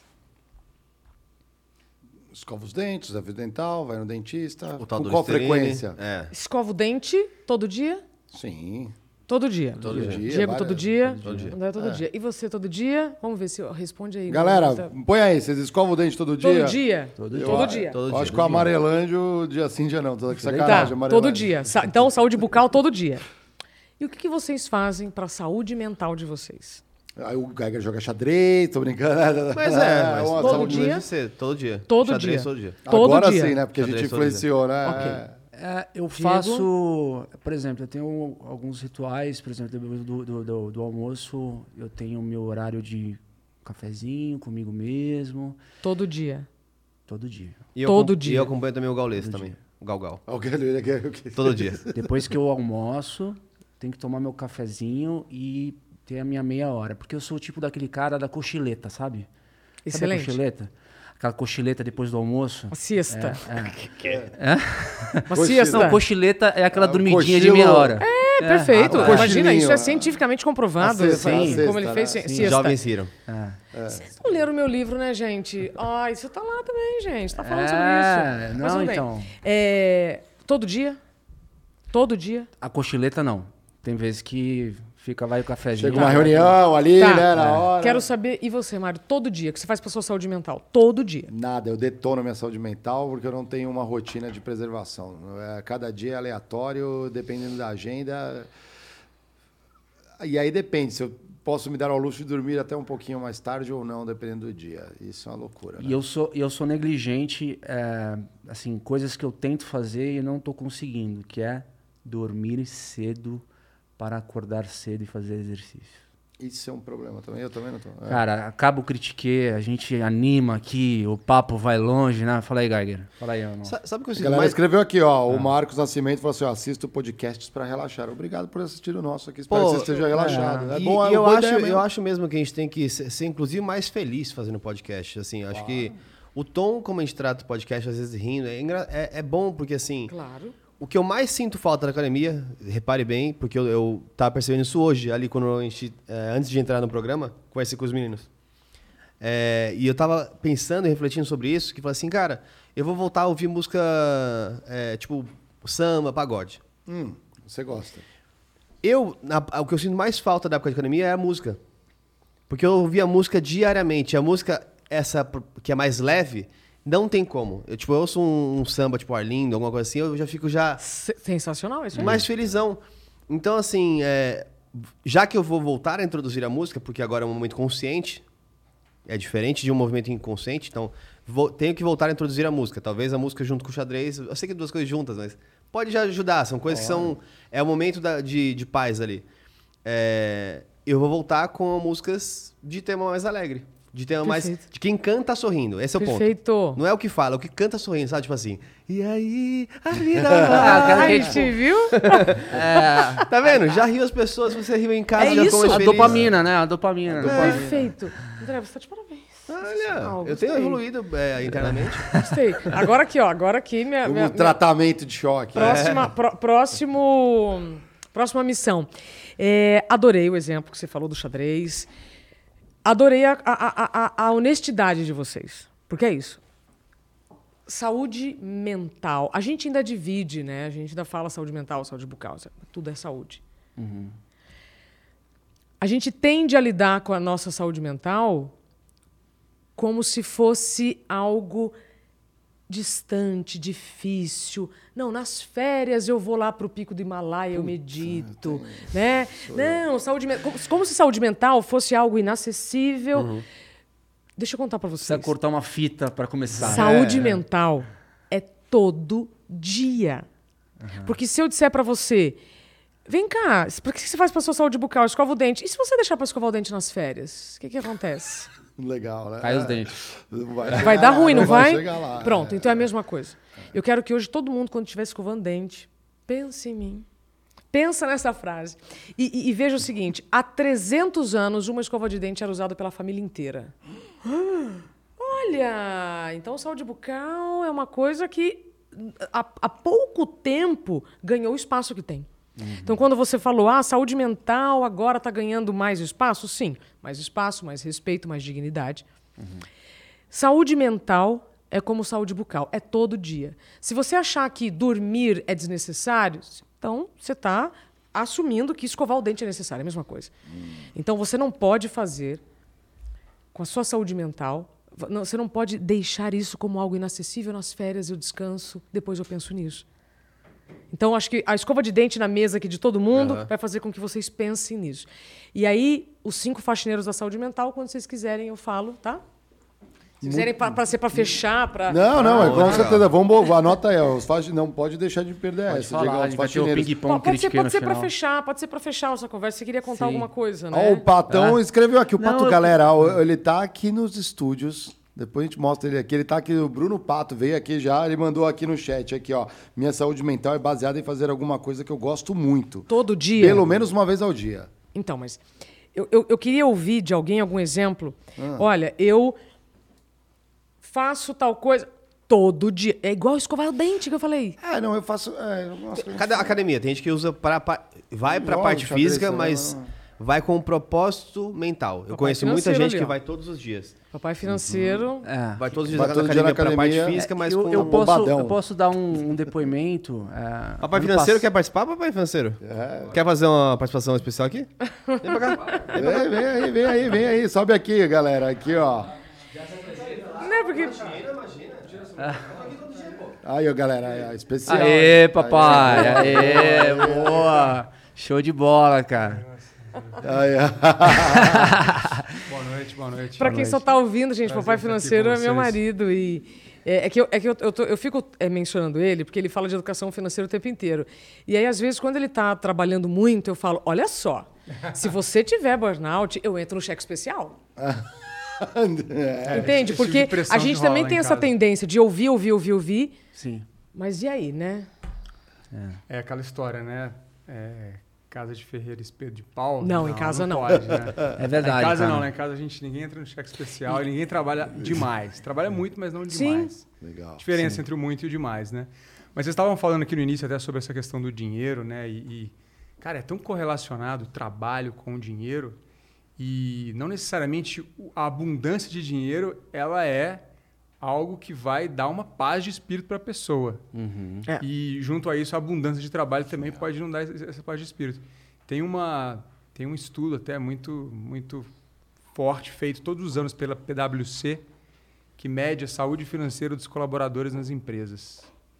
Escova os dentes, usa fio dental, vai no dentista.
O tal
com
do
qual
Listerine.
frequência?
É.
Escova o dente todo dia?
Sim.
Todo dia.
Todo dia. dia
Diego,
várias...
todo dia.
Todo dia.
André, todo é. dia. E você, todo dia? Vamos ver se responde aí.
Galera, tá... põe aí. Vocês escovam o dente todo dia?
Todo dia.
Todo dia.
Todo dia.
Eu acho que o amarelândio, dia sim, dia não. Toda que sacanagem.
Tá, todo dia. Então, saúde bucal todo dia. E o que vocês fazem para a saúde mental de vocês?
Aí o Geiger joga xadrez, tô brincando.
Mas é, mas
todo, todo dia?
Ser, todo dia.
Todo
xadrez,
dia.
todo dia.
Todo
Agora
dia.
sim, né? Porque xadrez a gente influenciou, né?
Okay. É, eu faço, por exemplo, eu tenho alguns rituais, por exemplo, do, do, do, do almoço, eu tenho o meu horário de cafezinho comigo mesmo.
Todo dia?
Todo dia.
E
todo
eu,
dia.
E eu acompanho também o Gaulês também. Dia. O Galgal.
Todo
dia.
Depois que eu almoço, tenho que tomar meu cafezinho e ter a minha meia hora. Porque eu sou o tipo daquele cara da cochileta, sabe?
Excelente.
Sabe a cochileta? Aquela cochileta depois do almoço.
A siesta.
É, é.
Que é?
é?
Uma siesta.
Não, cochileta é aquela
é,
dormidinha
cochilo...
de meia hora.
É, é. perfeito.
Ah,
Imagina, isso é cientificamente comprovado.
Sexta,
assim,
sexta,
como ele fez
né?
siesta.
Jovens riram.
É.
É. Vocês não leram o meu livro, né, gente? Ai, isso tá lá também, gente. Tá falando
é,
sobre isso.
Não,
Mas,
então.
É, todo dia? Todo dia?
A cochileta, não. Tem vezes que fica, vai o cafezinho.
Chega uma reunião ali,
tá.
né, na
é.
hora.
Quero saber, e você, Mário, todo dia? O que você faz pra sua saúde mental? Todo dia?
Nada, eu detono minha saúde mental porque eu não tenho uma rotina de preservação. É, cada dia é aleatório, dependendo da agenda. E aí depende, se eu posso me dar ao luxo de dormir até um pouquinho mais tarde ou não, dependendo do dia. Isso é uma loucura. Né?
E eu sou, eu sou negligente, é, assim, coisas que eu tento fazer e não estou conseguindo, que é dormir cedo para acordar cedo e fazer exercício.
Isso é um problema também, eu também não tô. É.
Cara, acaba o critique, a gente anima aqui, o papo vai longe, né? Fala aí, Geiger. Fala aí, irmão.
Sabe o que eu
A
sinto
galera
mais...
escreveu aqui, ó, ah. o Marcos Nascimento falou assim, ó, assisto podcasts para relaxar. Obrigado por assistir o nosso aqui, espero Pô, que você esteja relaxado. É, é
e,
bom, é
e eu, acho,
mesmo.
eu acho mesmo que a gente tem que ser, ser inclusive, mais feliz fazendo podcast, assim, acho ah. que o tom como a gente trata o podcast, às vezes rindo, é, é, é bom, porque assim...
Claro.
O que eu mais sinto falta na academia, repare bem, porque eu, eu tava percebendo isso hoje, ali quando a gente, é, antes de entrar no programa, conversei com os meninos. É, e eu tava pensando e refletindo sobre isso, que falei assim, cara, eu vou voltar a ouvir música, é, tipo, samba, pagode.
Hum, você gosta.
Eu, na, o que eu sinto mais falta da época de academia é a música. Porque eu ouvia música diariamente. A música, essa que é mais leve... Não tem como. Eu, tipo, eu ouço um, um samba, tipo Arlindo, alguma coisa assim, eu já fico já...
Sensacional isso aí.
Mais felizão. Então, assim, é, já que eu vou voltar a introduzir a música, porque agora é um momento consciente, é diferente de um movimento inconsciente, então vou, tenho que voltar a introduzir a música. Talvez a música junto com o xadrez, eu sei que é duas coisas juntas, mas pode já ajudar, são coisas Olha. que são... É o momento da, de, de paz ali. É, eu vou voltar com músicas de tema mais alegre. De tema mais. De quem canta sorrindo. Esse é o
Perfeito.
ponto. Não é o que fala, é o que canta sorrindo, sabe? Tipo assim. E aí, a vida
vai. A gente
tipo,
viu?
É, tá vendo? Já riu as pessoas, você riu em casa,
é
já
isso.
ficou mais
A
feliz.
dopamina, né? A dopamina.
É.
dopamina.
Perfeito. André, você tá de parabéns.
Olha,
oh,
eu tenho evoluído é, internamente.
Gostei. Agora aqui, ó. Agora aqui, minha.
Um
minha
tratamento minha... de choque.
Próxima, é. pro, próximo, próxima missão. É, adorei o exemplo que você falou do xadrez. Adorei a, a, a, a honestidade de vocês. Porque é isso. Saúde mental. A gente ainda divide, né? A gente ainda fala saúde mental, saúde bucal. Tudo é saúde. Uhum. A gente tende a lidar com a nossa saúde mental como se fosse algo distante, difícil. Não, nas férias eu vou lá para o pico do Himalaia, eu medito, né? Não, saúde mental, como, como se saúde mental fosse algo inacessível. Uhum. Deixa eu contar para vocês.
Precisa cortar uma fita para começar.
Saúde
é.
mental é todo dia. Uhum. Porque se eu disser para você, vem cá, por que você faz pra sua saúde bucal? Escova o dente. E se você deixar pra escovar o dente nas férias? O que que acontece?
Legal, né?
Cai os dentes.
Vai,
Vai dar ruim, não vai?
chegar lá,
Pronto,
é.
então é a mesma coisa. Eu quero que hoje todo mundo, quando estiver escovando dente, pense em mim. Pensa nessa frase. E, e, e veja o seguinte, há trezentos anos, uma escova de dente era usada pela família inteira. Olha, então saúde bucal é uma coisa que há, há pouco tempo ganhou o espaço que tem. Uhum. Então, quando você falou, ah, saúde mental agora está ganhando mais espaço, sim, mais espaço, mais respeito, mais dignidade. Uhum. Saúde mental é como saúde bucal, é todo dia. Se você achar que dormir é desnecessário, então você está assumindo que escovar o dente é necessário, é a mesma coisa. Uhum. Então, você não pode fazer com a sua saúde mental, não, você não pode deixar isso como algo inacessível nas férias, eu descanso, depois eu penso nisso. Então, acho que a escova de dente na mesa aqui de todo mundo uhum. vai fazer com que vocês pensem nisso. E aí, os cinco faxineiros da saúde mental, quando vocês quiserem, eu falo, tá? Se quiserem para ser para fechar, para...
Não, não, é com certeza. Vamos, anota aí. Os faxi... Não pode deixar de perder
pode
essa.
Falar, a gente vai ter o ping-pong
pode ser, pode ser para
final.
fechar, pode ser para fechar essa conversa. Você queria contar Sim. alguma coisa, né?
Ó, o Patão
é.
escreveu aqui. O
não,
Pato,
eu...
galera, ele tá aqui nos estúdios... Depois a gente mostra ele aqui. Ele tá aqui, o Bruno Pato veio aqui já, ele mandou aqui no chat, aqui, ó. Minha saúde mental é baseada em fazer alguma coisa que eu gosto muito.
Todo dia?
Pelo menos uma vez ao dia.
Então, mas eu, eu, eu queria ouvir de alguém algum exemplo. Ah. Olha, eu faço tal coisa todo dia. É igual escovar o dente que eu falei.
É, não, eu faço... É, eu gosto,
Cadê a academia? Tem gente que usa para... Vai pra
não,
parte física,
não,
mas...
Não.
Vai com um propósito mental. Eu Papai conheço muita gente ali, que vai todos os dias.
Papai financeiro.
Uhum. É. Vai todos os dias
vai
na,
todo
academia,
dia na academia
pra parte física, mas
eu,
com
eu
um
posso,
bombadão.
Eu posso dar um, um depoimento. É,
papai financeiro, pass... quer participar, papai financeiro? É. Quer fazer uma participação especial aqui? Vem pra cá.
Vem, vem, vem aí, vem aí, vem aí. Sobe aqui, galera. Aqui, ó.
Não é porque...
Imagina, imagina.
É.
Aí, ó, galera. Aí, especial.
Aê, papai. Aê, aê boa. Show de bola, cara.
Boa noite, boa noite.
Para quem
noite.
só tá ouvindo, gente, Prazer Papai Financeiro é meu marido. E é, é que, eu, é que eu, eu, tô, eu fico é, mencionando ele, porque ele fala de educação financeira o tempo inteiro. E aí, às vezes, quando ele tá trabalhando muito, eu falo, olha só, se você tiver burnout, eu entro no cheque especial. É, Entende? Porque tipo a gente também tem essa casa. tendência de ouvir, ouvir, ouvir, ouvir.
Sim.
Mas e aí, né?
É, é aquela história, né? É... Casa de Ferreira, espeto de pau?
Não, não em casa não.
não. Pode, né?
É verdade.
Em casa
cara.
não, né? Em casa a gente ninguém entra no cheque especial e ninguém trabalha demais. Trabalha muito, mas não demais.
Sim.
Legal.
Diferença
Sim.
entre o muito e o demais, né? Mas vocês estavam falando aqui no início até sobre essa questão do dinheiro, né? E, e cara, é tão correlacionado o trabalho com o dinheiro e não necessariamente a abundância de dinheiro, ela é algo que vai dar uma paz de espírito para a pessoa.
Uhum.
É.
E junto a isso, a abundância de trabalho também Legal. pode não dar essa paz de espírito. Tem, uma, tem um estudo até muito, muito forte, feito todos os anos pela P W C, que mede a saúde financeira dos colaboradores nas empresas.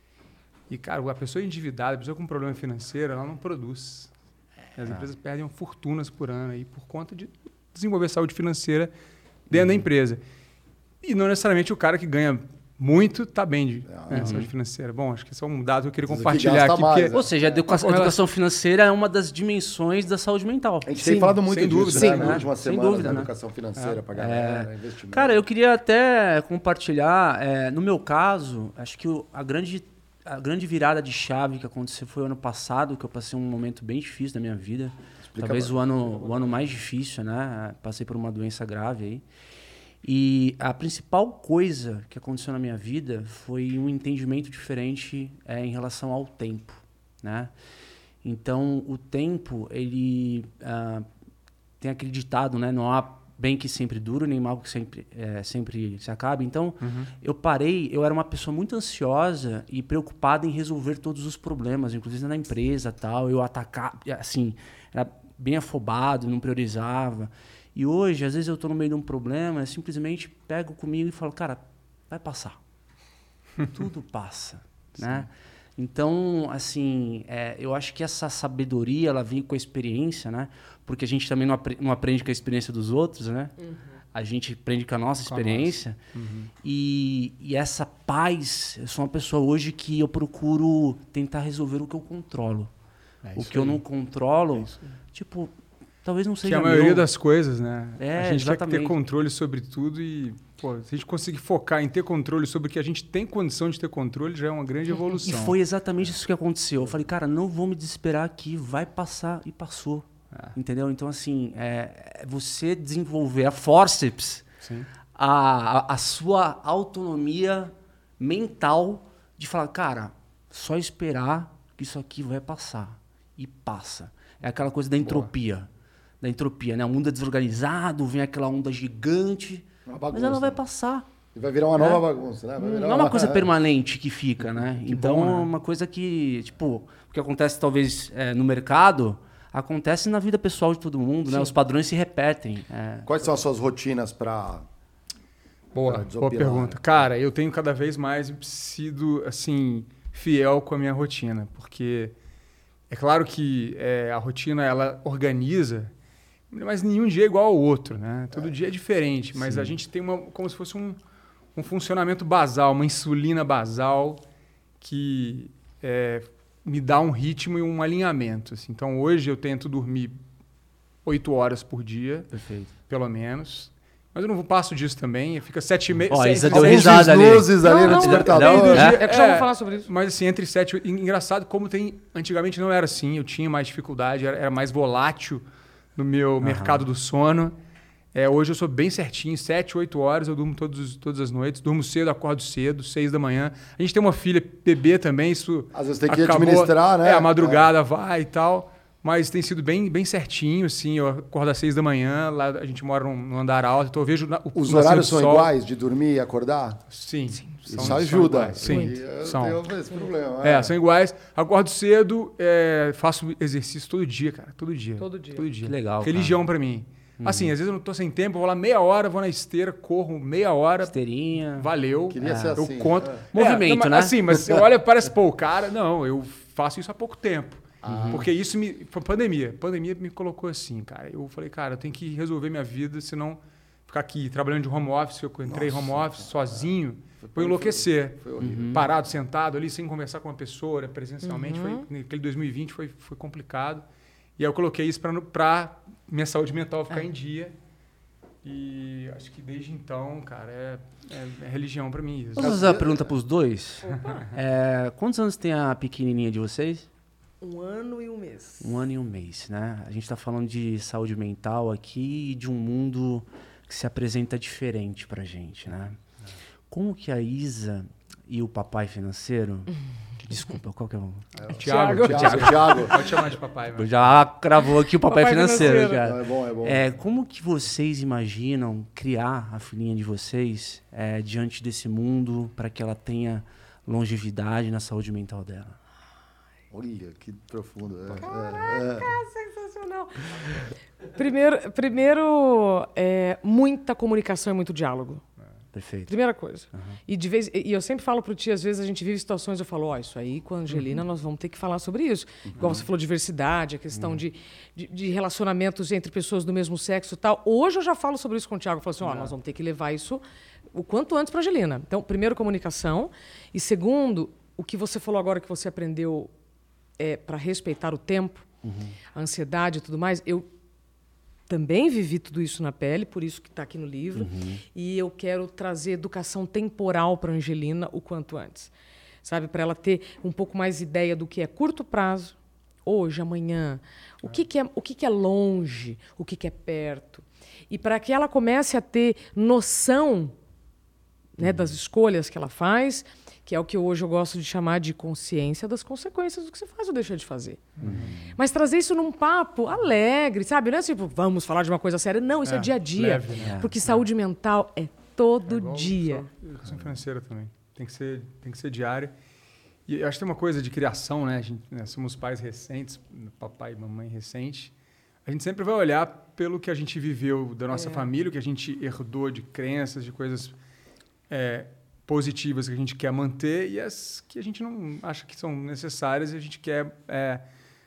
E, cara, a pessoa endividada, a pessoa com problema financeiro, ela não produz. As empresas perdem fortunas por ano aí por conta de desenvolver saúde financeira dentro uhum. da empresa. E não necessariamente o cara que ganha muito está bem de né, uhum. saúde financeira. Bom, acho que esse é um dado que eu queria Mas compartilhar aqui.
Mais,
porque... né? Ou seja, a educação, a educação financeira é uma das dimensões da saúde mental.
A gente Sim, tem falado muito
sem
disso,
dúvida,
né?
Sim,
Na
né?
última
sem
semana,
dúvida,
da
né?
educação financeira
é.
para a galera,
é.
investimento.
Cara, eu queria até compartilhar, é, no meu caso, acho que o, a, grande, a grande virada de chave que aconteceu foi o ano passado, que eu passei um momento bem difícil da minha vida. Explica Talvez o ano, o ano mais difícil, né? Passei por uma doença grave aí. E a principal coisa que aconteceu na minha vida foi um entendimento diferente é, em relação ao tempo, né? Então, o tempo, ele uh, tem aquele ditado, né? Não há bem que sempre dure, nem mal que sempre, é, sempre se acabe. Então, uhum. eu parei, eu era uma pessoa muito ansiosa e preocupada em resolver todos os problemas, inclusive na empresa e tal. Eu atacava, assim, era bem afobado, não priorizava. E hoje, às vezes eu estou no meio de um problema, eu simplesmente pego comigo e falo, cara, vai passar. Tudo passa, né? Então, assim, é, eu acho que essa sabedoria, ela vem com a experiência, né? Porque a gente também não, apre- não aprende com a experiência dos outros, né? Uhum. A gente aprende com a nossa com experiência. A nossa. Uhum. E, e essa paz, eu sou uma pessoa hoje que eu procuro tentar resolver o que eu controlo.
É
o
isso
que eu
aí.
não controlo, tipo, talvez não
Que
seja
é a maioria
meu.
das coisas, né?
É,
a gente
exatamente.
quer ter controle sobre tudo e, pô, se a gente conseguir focar em ter controle sobre o que a gente tem condição de ter controle, já é uma grande
E
evolução.
foi exatamente isso que aconteceu. Eu falei, cara, não vou me desesperar aqui, vai passar e passou.
É.
Entendeu? Então, assim, é, é você desenvolver a forceps,
Sim.
a, a, a sua autonomia mental de falar, cara, só esperar que isso aqui vai passar. E passa. É aquela coisa da entropia. Da entropia, né? O mundo é desorganizado, vem aquela onda gigante,
Uma
mas
bagunça,
ela vai
né?
passar.
E vai virar uma nova bagunça, né? Vai virar
Não é uma coisa permanente que fica, né? Então,
bom, né?
é uma coisa que, tipo, o que acontece talvez é, no mercado, acontece na vida pessoal de todo mundo, né? Os padrões se repetem. é.
Quais são as suas rotinas para
Boa,
Pra
boa
desopilar,
pergunta.
né?
Cara, eu tenho cada vez mais sido, assim, fiel com a minha rotina, porque é claro que é, a rotina, ela organiza, mas nenhum dia é igual ao outro, né? Todo dia é diferente, mas a gente tem uma, como se fosse um, um funcionamento basal, uma insulina basal que é, me dá um ritmo e um alinhamento. Assim. Então, hoje eu tento dormir oito horas por dia,
Perfeito.
pelo menos. Mas eu não passo disso também. Fica sete e meia.
Ó, a
sete-
Isa deu
sete-
risada ali.
luzes ali
Não,
no
não,
despertador.
não,
Meio do
É?
dia-
É que já vamos falar sobre isso.
Mas assim, entre sete e engraçado como tem antigamente não era assim, eu tinha mais dificuldade, era, era mais volátil no meu mercado do sono. É, hoje eu sou bem certinho, sete, oito horas eu durmo todos, os- todas as noites, durmo cedo, acordo cedo, seis da manhã. A gente tem uma filha bebê também, isso
Às vezes tem que
acabou-
administrar, né?
É, a madrugada vai e tal. Mas tem sido bem, bem certinho, assim. Eu acordo às seis da manhã, lá a gente mora num, num andar alto, então eu vejo na, o
Os
nascer
horários
do
são
sol.
iguais de dormir e acordar?
Sim.
Isso
são-
ajuda.
São iguais. Sim,
Porque eu
são.
tenho esse problema.
É, são iguais. Acordo cedo, é, faço exercício todo dia, cara. Todo dia.
Todo dia.
Todo dia.
Que legal,
Religião pra mim. Assim, às vezes eu não tô sem tempo, eu vou lá meia hora, vou na esteira, corro meia hora.
Esteirinha.
Valeu.
Queria ser
Eu
assim.
conto.
É.
Movimento,
não, mas,
né?
Assim, mas você olha, parece, pô, o cara. Não, eu faço isso há pouco tempo.
Ah.
Porque isso me. Foi pandemia. A pandemia me colocou assim, cara. Eu falei, cara, eu tenho que resolver minha vida, senão ficar aqui trabalhando de home office. Eu entrei em home office sozinho, vou enlouquecer.
Foi horrível.
Parado, sentado ali, sem conversar com uma pessoa, né, presencialmente. Foi, naquele dois mil e vinte foi, foi complicado. E aí eu coloquei isso para minha saúde mental ficar em dia. E acho que desde então, cara, é, é, é religião para mim isso.
Posso fazer uma pergunta pros dois? É, quantos anos tem a pequenininha de vocês?
Um ano e um mês.
Um ano e um mês, né? A gente tá falando de saúde mental aqui e de um mundo que se apresenta diferente pra gente, né? Como que a Isa e o papai financeiro... Desculpa, qual que é o...
Tiago,
Thiago, Thiago.
pode chamar de papai, mano.
Já cravou aqui o papai,
Papai
financeiro,
financeiro.
cara.
É bom, é bom.
É, como que vocês imaginam criar a filhinha de vocês é, diante desse mundo para que ela tenha longevidade na saúde mental dela?
Olha, que profundo. É, é, é.
Sensacional. Primeiro, primeiro é, muita comunicação e muito diálogo.
Perfeito.
Primeira coisa. E, de vez, e eu sempre falo pro tio, às vezes a gente vive situações, eu falo, ó, isso aí com a Angelina nós vamos ter que falar sobre isso. Igual você falou, diversidade, a questão de, de, de relacionamentos entre pessoas do mesmo sexo e tal. Hoje eu já falo sobre isso com o Thiago. Eu falo assim, ó, nós vamos ter que levar isso o quanto antes pra Angelina. Então, primeiro, comunicação. E segundo, o que você falou agora que você aprendeu é, para respeitar o tempo, a ansiedade e tudo mais, eu também vivi tudo isso na pele, por isso que está aqui no livro. Uhum. E eu quero trazer educação temporal para a Angelina o quanto antes. Sabe? Para ela ter um pouco mais ideia do que é curto prazo, hoje, amanhã, o que, que, é, o que, que é longe, o que, que é perto. E para que ela comece a ter noção, né, das escolhas que ela faz, que é o que hoje eu gosto de chamar de consciência das consequências do que você faz ou deixa de fazer. Uhum. Mas trazer isso num papo alegre, sabe? Não é tipo, vamos falar de uma coisa séria. Não, isso é, é dia a dia. Leve, né? Porque é. saúde mental é todo é dia.
Educação financeira também. Tem que ser, tem que ser diária. E eu acho que tem uma coisa de criação, né? A gente, né, somos pais recentes, papai e mamãe recente. A gente sempre vai olhar pelo que a gente viveu da nossa é. família, o que a gente herdou de crenças, de coisas... É, positivas que a gente quer manter e as que a gente não acha que são necessárias e a gente quer é,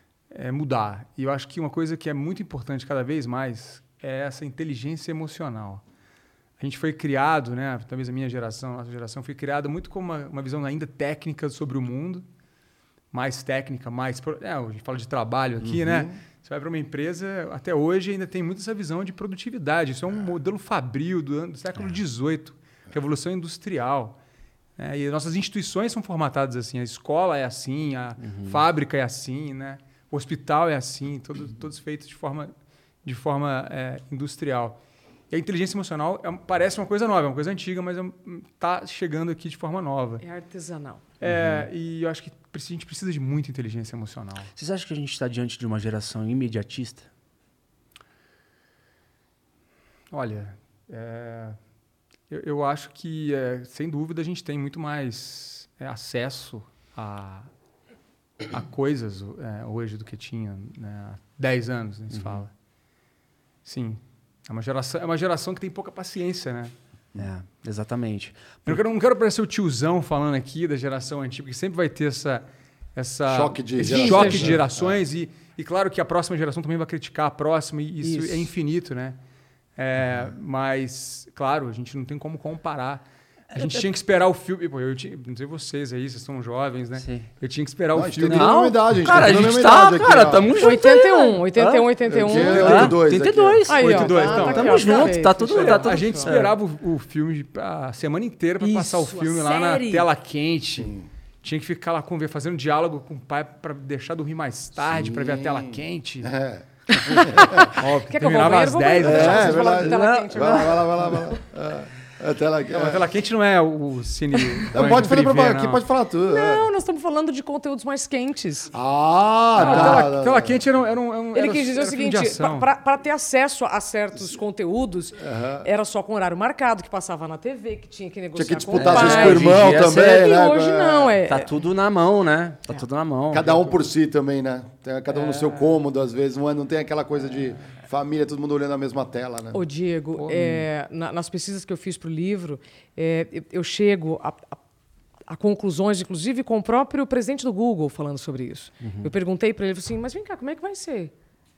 é, mudar. E eu acho que uma coisa que é muito importante cada vez mais é essa inteligência emocional. A gente foi criado, né, talvez a minha geração, a nossa geração, foi criada muito com uma, uma visão ainda técnica sobre o mundo mais técnica, mais... É, a gente fala de trabalho aqui, uhum. né? Você vai para uma empresa, até hoje ainda tem muito essa visão de produtividade. Isso é um modelo fabril do, ano, do século dezoito, Revolução Industrial. É, e nossas instituições são formatadas assim. A escola é assim, a uhum. fábrica é assim, né? O hospital é assim, todo, todos feitos de forma, de forma é, industrial. E a inteligência emocional é, parece uma coisa nova, é uma coisa antiga, mas está chegando aqui de forma nova.
É artesanal.
É, uhum. E eu acho que a gente precisa de muita inteligência emocional.
Vocês acham que a gente está diante de uma geração imediatista?
Olha, é, eu, eu acho que, é, sem dúvida, a gente tem muito mais é, acesso a, a coisas é, hoje do que tinha, né, há dez anos, né, se uhum. fala. Sim. É uma geração, é uma geração que tem pouca paciência, né?
É, exatamente.
Eu não quero, não quero parecer o tiozão falando aqui da geração antiga, porque sempre vai ter essa, essa,
choque de
esse
gerações.
choque de gerações. É. E, e claro que a próxima geração também vai criticar a próxima, e isso, isso. é infinito, né? É, uhum. Mas, claro, a gente não tem como comparar. A gente tinha que esperar o filme. Pô, eu tinha, não sei vocês aí, vocês são jovens, né? Sim. Eu tinha que esperar não, o filme.
Não, não idade, a gente
cara,
tá
a gente tá,
aqui,
cara, tamo junto.
oitenta e um, oitenta e um, oitenta e um.
oitenta e dois.
oitenta e dois.
Aí,
oitenta e dois,
ó,
então.
tá,
tamo
tá
junto,
tá
tá tudo, tá tudo.
A gente esperava o, o filme a semana inteira para passar o filme lá na tela quente. Sim. Tinha que ficar lá com, fazendo diálogo com o pai para deixar dormir mais tarde, para ver a tela quente.
É.
Óbvio, que terminava às dez.
É, é verdade. Vai lá, vai lá, vai lá. Vai lá. É. A tela,
não, a tela quente não é o cine.
Não, pode falar pra aqui, pode falar tudo.
Não,
é.
nós estamos falando de conteúdos mais quentes.
Ah,
não,
tá.
A tela, tela quente era um. Era um
Ele
era,
quis dizer o seguinte: para ter acesso a certos conteúdos, uhum. era só com horário marcado, que passava na T V, que tinha que negociar.
Tinha que disputar com o pai, com o irmão também,
e
né?
hoje não, é.
Tá tudo na mão, né? Tá é. tudo na mão.
Cada um por si também, né? Cada um é. no seu cômodo, às vezes. Não tem aquela coisa de família, todo mundo olhando a mesma tela, né?
Ô, Diego, Ô, é, na, nas pesquisas que eu fiz para o livro, é, eu, eu chego a, a, a conclusões, inclusive com o próprio presidente do Google falando sobre isso. Uhum. Eu perguntei para ele, assim, mas vem cá, como é que vai ser?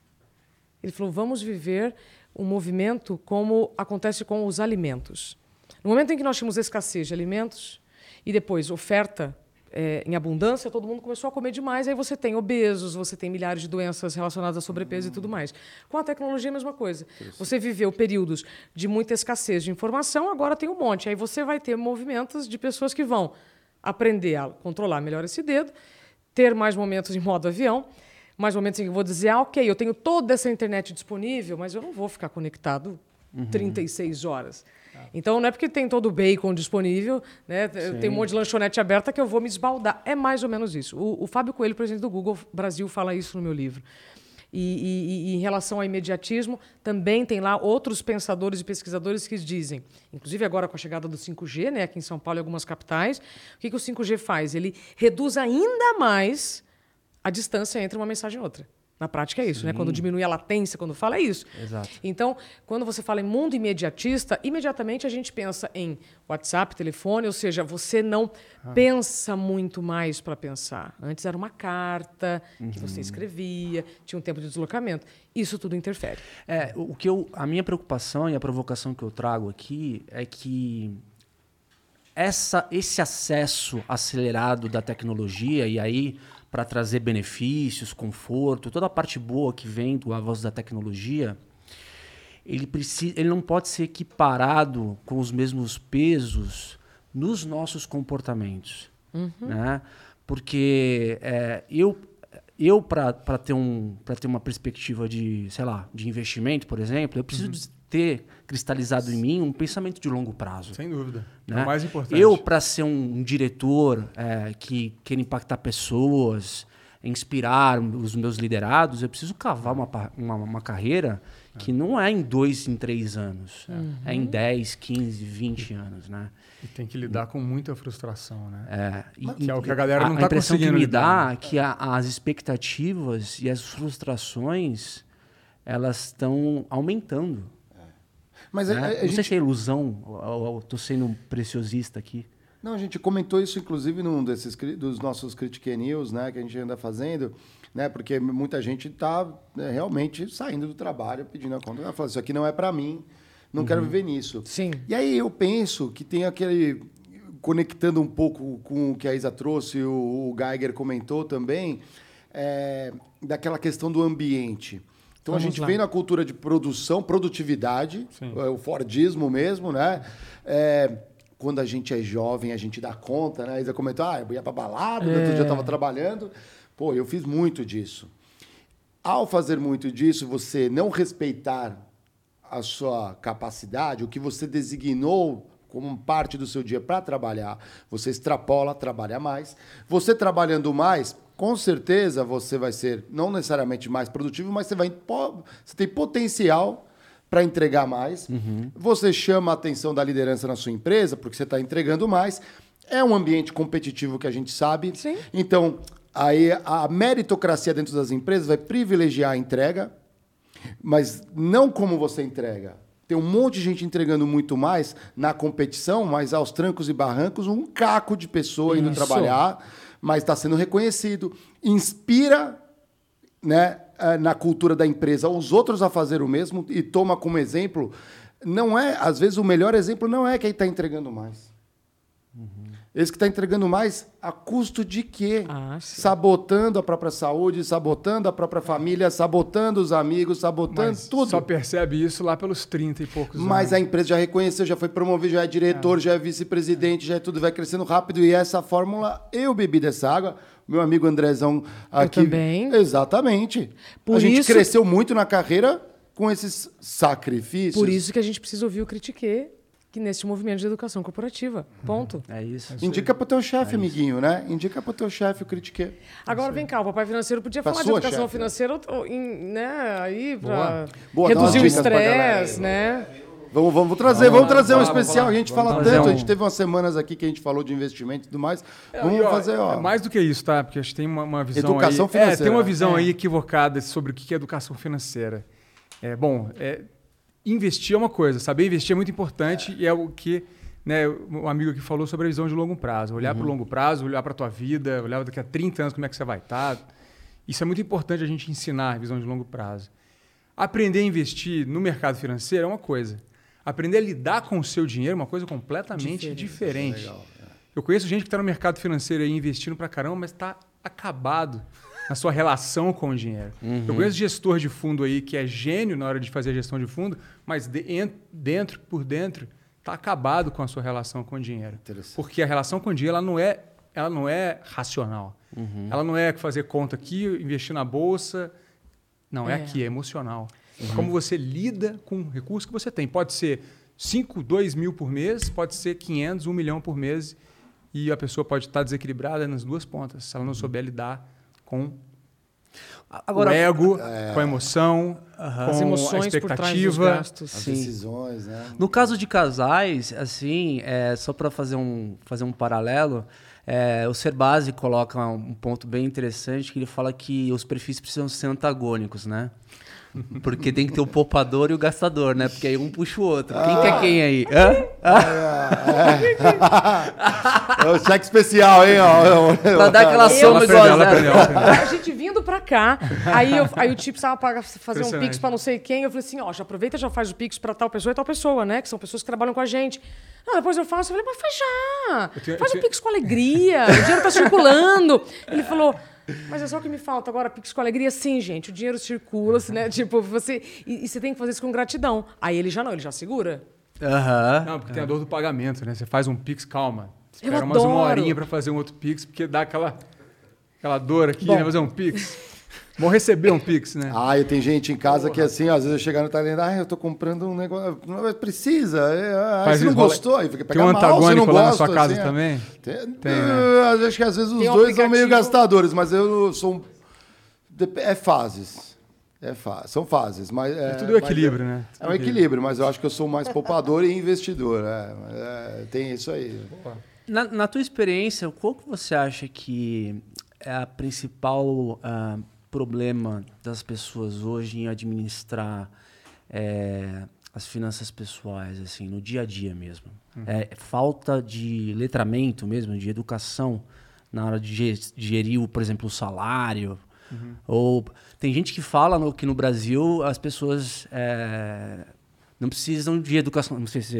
Ele falou, vamos viver um movimento como acontece com os alimentos. No momento em que nós tínhamos escassez de alimentos e depois oferta É, em abundância, todo mundo começou a comer demais, aí você tem obesos, você tem milhares de doenças relacionadas a sobrepeso hum. e tudo mais. Com a tecnologia, a mesma coisa. Você viveu períodos de muita escassez de informação, agora tem um monte. Aí você vai ter movimentos de pessoas que vão aprender a controlar melhor esse dedo, ter mais momentos em modo avião, mais momentos em que eu vou dizer, ah, ok, eu tenho toda essa internet disponível, mas eu não vou ficar conectado uhum. trinta e seis horas. Então, não é porque tem todo o bacon disponível, né? Tem um monte de lanchonete aberta que eu vou me esbaldar. É mais ou menos isso. O, o Fábio Coelho, presidente do Google Brasil, fala isso no meu livro. E, e, e em relação ao imediatismo, também tem lá outros pensadores e pesquisadores que dizem, inclusive agora com a chegada do cinco G, né, aqui em São Paulo e algumas capitais, o que, que o cinco G faz? Ele reduz ainda mais a distância entre uma mensagem e outra. Na prática é isso, né? Quando diminui a latência, quando fala, é isso.
Exato.
Então, quando você fala em mundo imediatista, imediatamente a gente pensa em WhatsApp, telefone, ou seja, você não ah. pensa muito mais para pensar. Antes era uma carta uhum. que você escrevia, tinha um tempo de deslocamento. Isso tudo interfere.
É, o que eu, a minha preocupação e a provocação que eu trago aqui é que essa, esse acesso acelerado da tecnologia, e aí para trazer benefícios, conforto, toda a parte boa que vem do avanço da tecnologia, ele, precisa, ele não pode ser equiparado com os mesmos pesos nos nossos comportamentos. Uhum. Né? Porque é, eu, eu para ter, um, ter uma perspectiva de, sei lá, de investimento, por exemplo, eu preciso uhum. ter cristalizado em mim um pensamento de longo prazo.
Sem dúvida.
Né?
É o mais importante.
Eu, para ser um, um diretor é, que quer impactar pessoas, inspirar os meus liderados, eu preciso cavar uma, uma, uma carreira que não é em dois, em três anos. Uhum. É em dez, quinze, vinte anos. Né?
E tem que lidar com muita frustração. Né?
É, e,
que é o que a galera não está conseguindo. A
impressão que me
lidar,
dá é que a, as expectativas e as frustrações elas estão aumentando.
Mas
né?
a, a
não
gente...
sei se é ilusão, ou estou sendo preciosista aqui.
Não, a gente comentou isso, inclusive, num desses dos nossos Critique News, né, que a gente anda fazendo, né, porque muita gente está né, realmente saindo do trabalho, pedindo a conta. Ela fala, isso aqui não é para mim, não uhum. quero viver nisso.
Sim.
E aí eu penso que tem aquele... conectando um pouco com o que a Isa trouxe, o, o Geiger comentou também, é, daquela questão do ambiente. Então,
Vamos
a gente
lá.
vem na cultura de produção, produtividade, é, o Fordismo mesmo, né? É, quando a gente é jovem, a gente dá conta, né? A Isa comentou, ah, eu ia pra balada, é. outro dia eu estava trabalhando. Pô, eu fiz muito disso. Ao fazer muito disso, você não respeitar a sua capacidade, o que você designou como parte do seu dia para trabalhar, você extrapola, trabalha mais. Você trabalhando mais, com certeza você vai ser não necessariamente mais produtivo, mas você, vai, você tem potencial para entregar mais. Uhum. Você chama a atenção da liderança na sua empresa, porque você está entregando mais. É um ambiente competitivo que a gente sabe.
Sim.
Então, aí a meritocracia dentro das empresas vai privilegiar a entrega, mas não como você entrega. Tem um monte de gente entregando muito mais na competição, mas aos trancos e barrancos, um caco de pessoa indo
Isso.
trabalhar, mas está sendo reconhecido. Inspira, né, na cultura da empresa os outros a fazer o mesmo e toma como exemplo. Não é, às vezes, o melhor exemplo não é quem está entregando mais. Uhum. Esse que está entregando mais, a custo de quê?
Ah,
sabotando a própria saúde, sabotando a própria família, sabotando os amigos, sabotando
Mas
tudo.
só percebe isso lá pelos trinta e poucos anos.
Mas a empresa já reconheceu, já foi promovido, já é diretor, é. já é vice-presidente, já é tudo, vai crescendo rápido. E essa fórmula, eu bebi dessa água. Meu amigo Andrezão aqui.
Eu também.
Exatamente.
Por
a gente
isso...
cresceu muito na carreira com esses sacrifícios.
Por isso que a gente precisa ouvir o Critiquê, que nesse movimento de educação corporativa. Ponto.
É isso.
Indica pro teu chefe, é amiguinho, né? Indica pro teu chefe o Critiquê.
Agora vem cá, o Papai Financeiro podia
Pra
falar de
sua
educação
chefe,
financeira, ou- em- né? Aí pra
Boa,
reduzir
dá
o
umas dicas pra
estresse, né?
Vamos, vamos trazer, vamos,
Vamos lá,
trazer um
vamos lá,
especial.
vamos lá.
A gente
Vamos
fala
fazer
tanto,
um-
a gente teve umas semanas aqui que a gente falou de investimento e tudo mais.
É,
Vamos
e, ó,
fazer, ó.
é mais do que isso, tá? Porque acho que tem uma, uma visão
Educação
aí...
financeira.
É, tem uma visão
É.
aí equivocada sobre o que é educação financeira. É, bom, é, investir é uma coisa, saber investir é muito importante e é o que, né, um amigo aqui falou sobre a visão de longo prazo. Olhar para o longo prazo, olhar para a tua vida, olhar daqui a trinta anos como é que você vai estar. Isso é muito importante a gente ensinar a visão de longo prazo. Aprender a investir no mercado financeiro é uma coisa. Aprender a lidar com o seu dinheiro é uma coisa completamente
Diferente.
diferente. Eu conheço gente que está no mercado financeiro aí investindo pra caramba, mas está acabado na sua relação com o dinheiro.
Uhum.
Eu conheço gestor de fundo aí que é gênio na hora de fazer a gestão de fundo, mas de, en- dentro, por dentro, está acabado com a sua relação com o dinheiro. Porque a relação com o dinheiro ela não é, ela não é racional.
Uhum.
Ela não é fazer conta aqui, investir na bolsa. Não, é,
É.
aqui, é emocional. Como você lida com o recurso que você tem. Pode ser cinco, dois mil por mês, pode ser quinhentos, um milhão por mês. E a pessoa pode estar desequilibrada nas duas pontas, se ela não souber lidar com
Agora,
o ego, com a emoção,
As
com
emoções
a
por trás dos
expectativa.
gastos.
As
sim.
decisões, né?
no caso de casais, assim, é, só para fazer um, fazer um paralelo, é, o Serbasi coloca um ponto bem interessante, que ele fala que os perfis precisam ser antagônicos, né? Porque tem que ter o poupador e o gastador, né? Porque aí um puxa o outro. Quem
Ah.
quer quem aí? Hã?
É o cheque especial, hein? Ó.
Pra dar aquela
Eu-
soma
Ela
igual
aprendeu,
a
ela
zero.
aprendeu, ela aprendeu.
A gente vindo pra cá, aí, eu, aí o tipo precisava pagar- fazer um
Impressionante.
pix pra não sei quem. Eu falei assim, ó, já aproveita e já faz o pix pra tal pessoa e tal pessoa, né? Que são pessoas que trabalham com a gente. Não, depois eu faço. Eu falei, mas faz já.
Eu tenho-
faz
eu
o
tenho-
pix com alegria. O dinheiro tá circulando. Ele falou... Mas é só o que me falta agora, Pix com alegria. Sim, gente, o dinheiro circula, né? Tipo, você... E, e você tem que fazer isso com gratidão. Aí ele já não, ele já segura.
Aham.
Não, porque tem a dor do pagamento, né? Você faz um Pix, calma.
Eu
Espera mais uma
adoro.
horinha para fazer um outro Pix, porque dá aquela, aquela dor aqui,
Bom.
né? Fazer um Pix. Bom receber um Pix, né?
Ah, e tem gente em casa que assim, às vezes eu chegar no talento, ah, eu tô comprando um negócio, não, precisa, é, ah,
Faz
você não
isso, rola-
gostou, aí fica
Tem
pega
um
mal, você não
antagônico lá na
gosta,
sua casa
assim, é.
também?
Tem,
Tem, né?
Eu acho que às vezes os
Tem um
dois são meio
aplicativo-
gastadores, mas eu sou um... dep- É fases. É fa... São fases. Mas, é,
É tudo equilíbrio,
mas
né?
É, é um equilíbrio, mas eu acho que eu sou mais poupador e investidor. É, é, tem isso aí.
Na, na tua experiência, qual que você acha que é a principal ah, problema das pessoas hoje em administrar é, as finanças pessoais, assim, no dia a dia mesmo?
Uhum.
É falta de letramento mesmo, de educação na hora de ge- de gerir, o, por exemplo, o salário?
Uhum.
Ou tem gente que fala no, que no Brasil as pessoas é, não precisam de educação, não sei se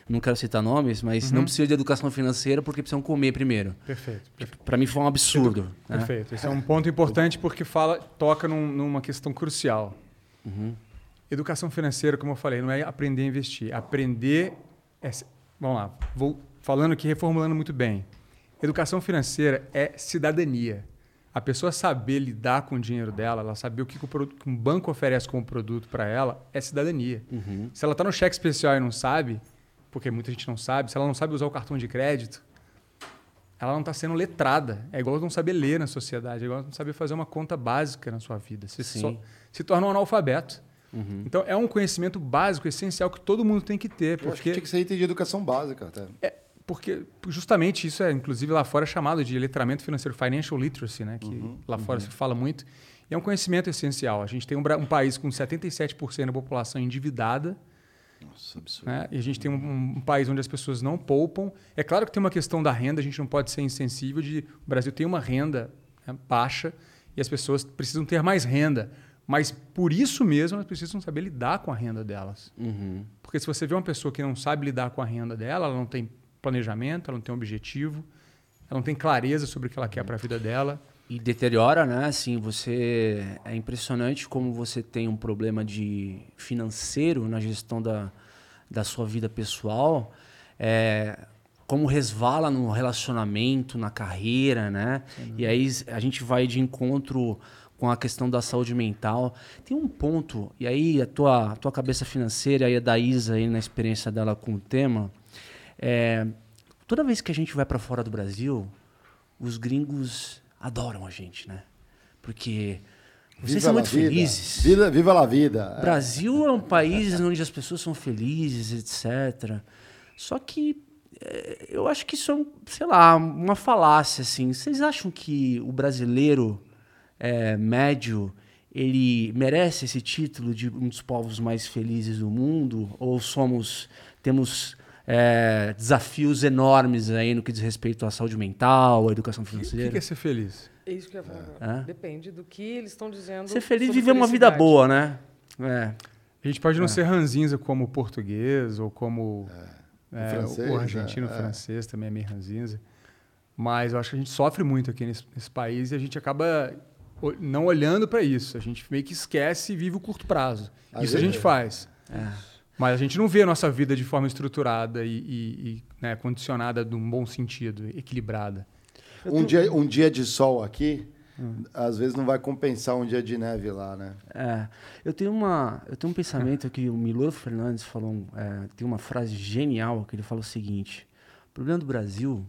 não quero citar nomes, mas
Uhum.
não precisa de educação financeira porque precisam comer primeiro.
Perfeito. perfeito.
Para mim foi um absurdo. né?
Perfeito. Esse é um ponto importante porque fala, toca num, numa questão crucial.
Uhum.
Educação financeira, como eu falei, não é aprender a investir. Aprender é... Vamos lá, vou falando aqui, reformulando muito bem. Educação financeira é cidadania. A pessoa saber lidar com o dinheiro dela, ela saber o que, o, produto, que um banco oferece como produto para ela, é cidadania.
Uhum.
Se ela está no cheque especial e não sabe, porque muita gente não sabe, se ela não sabe usar o cartão de crédito, ela não está sendo letrada. É igual não saber ler na sociedade, é igual não saber fazer uma conta básica na sua vida. Você só, se torna um analfabeto. Uhum. Então, é um conhecimento básico, essencial, que todo mundo tem que ter.
Eu
porque
acho que tinha que ser item de educação básica até.
É, porque justamente isso é, inclusive, lá fora chamado de letramento financeiro, financial literacy, né? Que
Uhum,
lá fora
uhum.
se fala muito. E é um conhecimento essencial. A gente tem um, bra- um país com setenta e sete por cento da população endividada.
Nossa, absurdo.
Né? E a gente tem um, um país onde as pessoas não poupam. É claro que tem uma questão da renda, a gente não pode ser insensível de... O Brasil tem uma renda, né, baixa e as pessoas precisam ter mais renda. Mas, por isso mesmo, elas precisam saber lidar com a renda delas.
Uhum.
Porque se você vê uma pessoa que não sabe lidar com a renda dela, ela não tem planejamento, ela não tem um objetivo, ela não tem clareza sobre o que ela quer para a vida dela.
E deteriora, né? Assim, você... É impressionante como você tem um problema de financeiro na gestão da, da sua vida pessoal, é, como resvala no relacionamento, na carreira, né? Sim. E aí a gente vai de encontro com a questão da saúde mental. Tem um ponto, e aí a tua, a tua cabeça financeira e a da Isa aí na experiência dela com o tema, é, toda vez que a gente vai para fora do Brasil, os gringos adoram a gente, né? Porque vocês
Viva
são
la
muito
vida.
felizes.
Viva, viva a vida.
O Brasil é um país onde as pessoas são felizes, etcétera. Só que é, eu acho que isso é, um, sei lá, uma falácia, assim. Vocês acham que o brasileiro é, médio, ele merece esse título de um dos povos mais felizes do mundo? Ou somos, temos é, desafios enormes aí no que diz respeito à saúde mental, à educação
O
financeira?
que, que é ser feliz?
É isso que eu ia falar
É.
agora. Depende do que eles estão dizendo.
Ser feliz e
sobre
viver uma vida
felicidade.
boa, né? É.
A gente pode não
É.
ser ranzinza como o português ou como é,
O francês,
o argentino,
é,
o
é.
francês também é meio ranzinza. Mas eu acho que a gente sofre muito aqui nesse, nesse país e a gente acaba o- não olhando para isso. A gente meio que esquece e vive o curto prazo.
Às
Isso a
vezes-
gente faz.
É.
Mas a gente não vê a nossa vida de forma estruturada e, e- e, né, condicionada num bom sentido, equilibrada.
Um dia, um dia de sol aqui, às vezes não vai compensar um dia de neve lá, né?
É, eu tenho uma, eu tenho um pensamento que o Milor Fernandes falou, é, tem uma frase genial que ele fala o seguinte: o problema do Brasil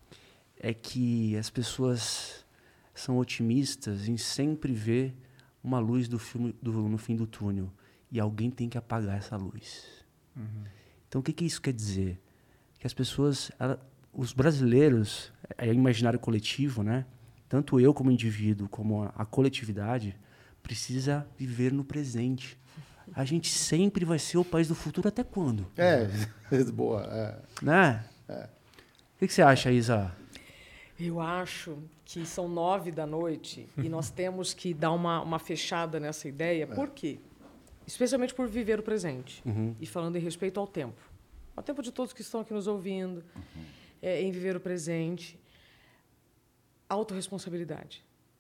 é que as pessoas são otimistas em sempre ver uma luz do filme do, no fim do túnel e alguém tem que apagar essa luz.
Uhum.
Então o que, que isso quer dizer? Que as pessoas, ela, os brasileiros, é imaginário coletivo, né? Tanto eu como indivíduo, como a, a coletividade, precisa viver no presente. A gente sempre vai ser o país do futuro até quando?
É, boa. É.
Né?
É.
O que, que você acha, Isa?
Eu acho que são nove da noite e nós temos que dar uma, uma fechada nessa ideia. Por quê? Especialmente por viver o presente.
Uhum.
E falando em respeito ao tempo. Ao tempo de todos que estão aqui nos ouvindo, uhum. é, em viver o presente. Autorresponsabilidade.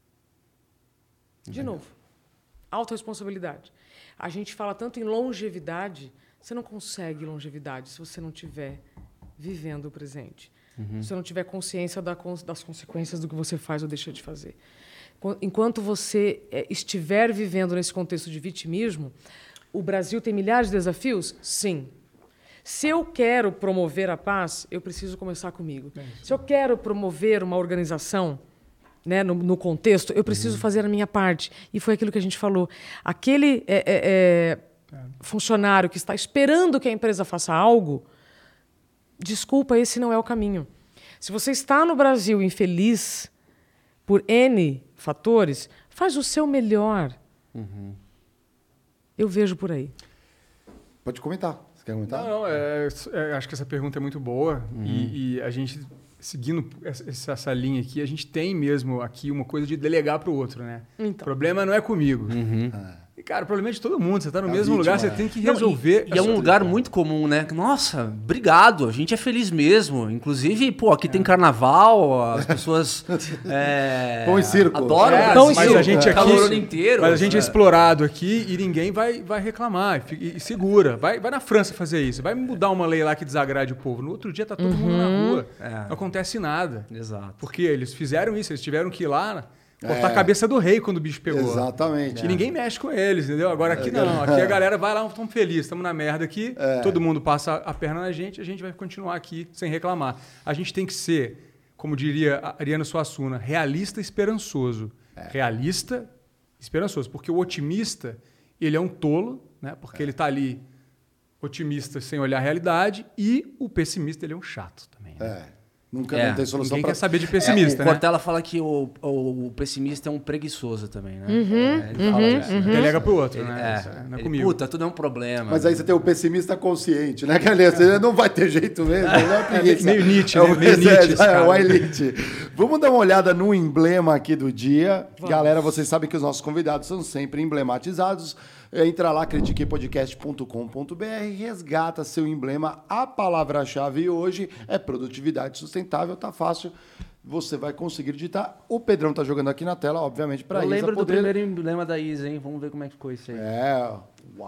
De uhum. novo, autorresponsabilidade. A gente fala tanto em longevidade, você não consegue longevidade se você não estiver vivendo o presente. Uhum. Se você não tiver consciência da, das consequências do que você faz ou deixa de fazer. Enquanto você é, estiver vivendo nesse contexto de vitimismo, o Brasil tem milhares de desafios? Sim. Se eu quero promover a paz, eu preciso começar comigo. É Se eu quero promover uma organização, né, no, no contexto, eu preciso uhum. fazer a minha parte. E foi aquilo que a gente falou. Aquele é, é, é, funcionário que está esperando que a empresa faça algo, desculpa, esse não é o caminho. Se você está no Brasil infeliz por N fatores, faz o seu melhor. Uhum. Eu vejo por aí.
Pode comentar. Você quer comentar?
Não, não é, é, acho que essa pergunta é muito boa. Uhum. E, e a gente, seguindo essa, essa linha aqui, a gente tem mesmo aqui uma coisa de delegar para o outro, né? Então. O problema não é comigo.
Uhum.
Ah. cara, o problema é de todo mundo. Você tá no
É a
mesmo
vítima,
lugar, você
é.
tem que
Não,
resolver.
e, e é um lugar muito comum, né? Nossa, obrigado, a gente é feliz mesmo. Inclusive, pô, aqui tem carnaval, as pessoas é,
Pão e circo.
adoram
É,
o Brasil,
mas a gente aqui,
calor o ano inteiro.
mas a gente é
É.
explorado aqui e ninguém vai, vai reclamar. E, e segura. Vai, vai na França fazer isso. Vai mudar uma lei lá que desagrade o povo. No outro dia tá todo mundo na rua.
É.
Não acontece nada.
Exato.
Porque eles fizeram isso. Eles tiveram que ir lá cortar
É.
a cabeça do rei quando o bicho pegou.
Exatamente.
E ninguém mexe com eles, entendeu? Agora aqui não. Aqui a galera vai lá, estamos felizes, estamos na merda aqui. Todo mundo passa a perna na gente, a gente vai continuar aqui sem reclamar. A gente tem que ser, como diria a Ariana Suassuna, realista e esperançoso. Realista e esperançoso. Porque o otimista, ele é um tolo, né? Porque ele está ali otimista sem olhar a realidade. E o pessimista, ele é um chato também. Né?
É. Nunca
É.
não tem solução
Ninguém
pra...
quer saber de
É,
pessimista,
o
né?
Cortella fala que o, o, o pessimista é um preguiçoso também, né?
Uhum,
É, ele fala isso. né?
Delega pro outro,
Ele-
né?
é,
Isso Não é
ele,
comigo.
puta, tudo é um problema.
Mas aí você tem o pessimista consciente, né? Que ali, você não vai ter jeito mesmo. Não é preguiça.
meio Nietzsche,
é
né?
o,
Meio Nietzsche esse
é,
cara.
o elite. Vamos dar uma olhada no emblema aqui do dia. Galera, vocês sabem que os nossos convidados são sempre emblematizados. Entra lá, critique podcast ponto com ponto b r, resgata seu emblema. A palavra-chave hoje é produtividade sustentável. Tá fácil. Você vai conseguir digitar. O Pedrão tá jogando aqui na tela, obviamente, para
Eu
Isa
lembro do
poder...
primeiro emblema da Isa, hein? Vamos ver como é que ficou isso aí.
É, uau!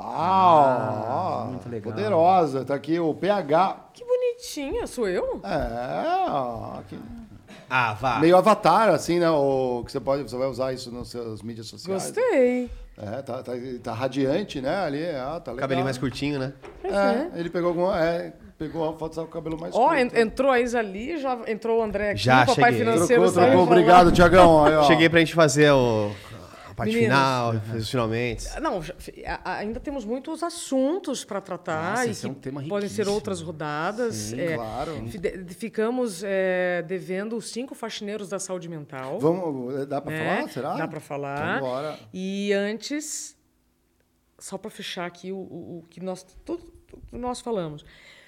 Ah, muito legal.
Poderosa. Tá aqui o P H.
Que bonitinha, sou eu?
É, ó, aqui.
Ah, vá.
Meio avatar, assim, né? O, que você, pode, você vai usar isso nas suas mídias sociais.
Gostei.
É, tá, tá, tá radiante, né? Ali, ah, tá legal.
Cabelinho mais curtinho, né?
É, ele pegou alguma... É, pegou a foto com o cabelo mais
Ó,
curto.
en- entrou a Isa ali, já entrou o André aqui,
Já
o papai
cheguei.
financeiro
Trocou,
saiu
trocou.
falar.
Obrigado, Tiagão. Aí, ó.
Cheguei pra gente fazer o, a parte
Meninos.
final, os finalmente.
Não, já- a- a- ainda temos muitos assuntos para tratar
Nossa,
e
esse é um
que
tema
podem ser
riquíssimo.
outras rodadas.
Sim,
É,
claro.
fi- de- Ficamos é, devendo os cinco faxineiros da saúde mental.
Vamos, dá pra
né?
falar? Será?
Dá para falar.
Então, bora.
E antes, só para fechar aqui o, o- o que nós tudo, tudo nós falamos.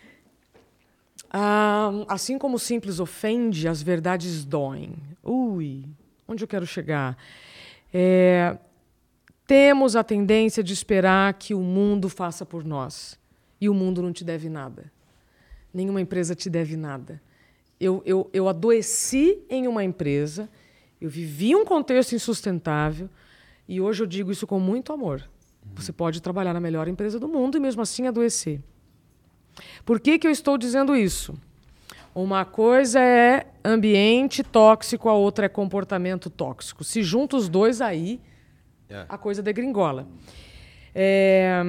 Ah, assim como o simples ofende, as verdades doem. Ui, onde eu quero chegar? É, temos a tendência de esperar que o mundo faça por nós. E o mundo não te deve nada. Nenhuma empresa te deve nada. Eu, eu, eu adoeci em uma empresa, eu vivi um contexto insustentável, e hoje eu digo isso com muito amor. Você pode trabalhar na melhor empresa do mundo e mesmo assim adoecer. Por que que eu estou dizendo isso? Uma coisa é ambiente tóxico, a outra é comportamento tóxico. Se juntam os dois aí,
É.
a coisa degringola. É,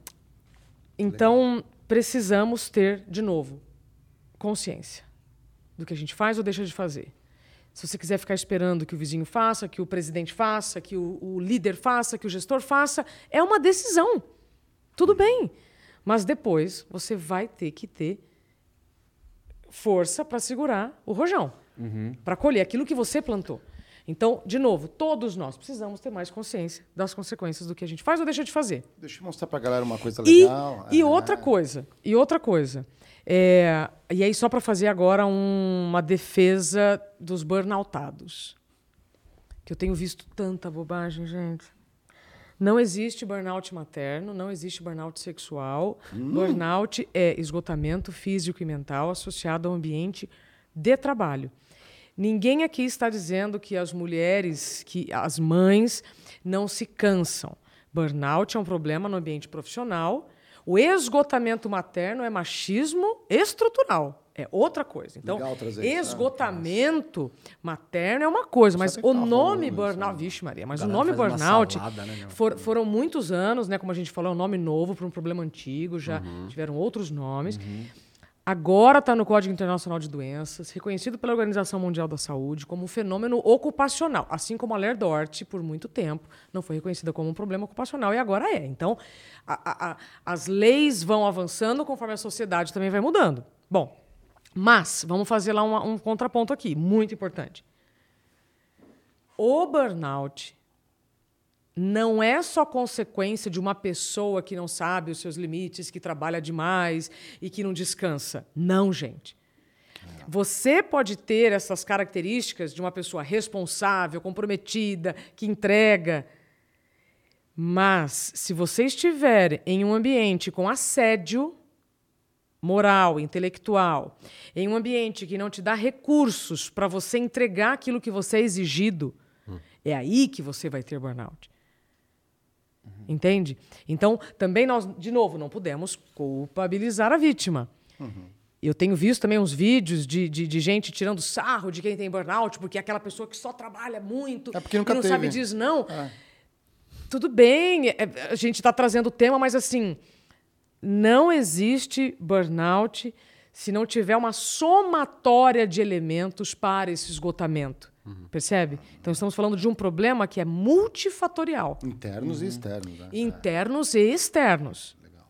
então, precisamos ter, de novo, consciência do que a gente faz ou deixa de fazer. Se você quiser ficar esperando que o vizinho faça, que o presidente faça, que o, o líder faça, que o gestor faça, é uma decisão. Tudo bem. Mas depois você vai ter que ter força para segurar o rojão, para colher aquilo que você plantou. Então, de novo, todos nós precisamos ter mais consciência das consequências do que a gente faz ou deixa de fazer.
Deixa eu mostrar pra galera uma coisa
E,
legal.
e
É.
outra coisa, e outra coisa. É, e aí, só para fazer agora um- uma defesa dos burnoutados. Que eu tenho visto tanta bobagem, gente. Não existe burnout materno, não existe burnout sexual. Burnout é esgotamento físico e mental associado ao ambiente de trabalho. Ninguém aqui está dizendo que as mulheres, que as mães não se cansam. Burnout é um problema no ambiente profissional. O esgotamento materno é machismo estrutural. É outra coisa. Então,
Legal trazer isso, né?
esgotamento materno é uma coisa, mas
Sabe que
o
tá
nome
rolando isso,
burnout...
né?
Vixe, Maria, mas o
Galera
nome
faz uma
burnout
salada, né, meu?
for- foram muitos anos, né? Como a gente falou, é um nome novo para um problema antigo, já
Uhum.
tiveram outros nomes. Agora está no Código Internacional de Doenças, reconhecido pela Organização Mundial da Saúde como um fenômeno ocupacional, assim como a Lerdort, por muito tempo, não foi reconhecida como um problema ocupacional e agora é. Então, a- a- a- as leis vão avançando conforme a sociedade também vai mudando. Bom, mas vamos fazer lá uma- um contraponto aqui, muito importante. O burnout não é só consequência de uma pessoa que não sabe os seus limites, que trabalha demais e que não descansa. Não, gente. Você pode ter essas características de uma pessoa responsável, comprometida, que entrega, Mas, se você estiver em um ambiente com assédio moral, intelectual, em um ambiente que não te dá recursos para você entregar aquilo que você é exigido, hum. é aí que você vai ter burnout. Uhum. Entende? Então, também nós, de novo, não podemos culpabilizar a vítima. Uhum. Eu tenho visto também uns vídeos de, de, de gente tirando sarro de quem tem burnout, porque é aquela pessoa que só trabalha muito
é porque nunca
e não
teve.
sabe disso, não.
É.
Tudo bem, a gente está trazendo o tema, mas assim, não existe burnout se não tiver uma somatória de elementos para esse esgotamento. Uhum. Percebe? Então, estamos falando de um problema que é multifatorial.
Internos uhum. e externos. Né?
Internos é. e externos. Legal.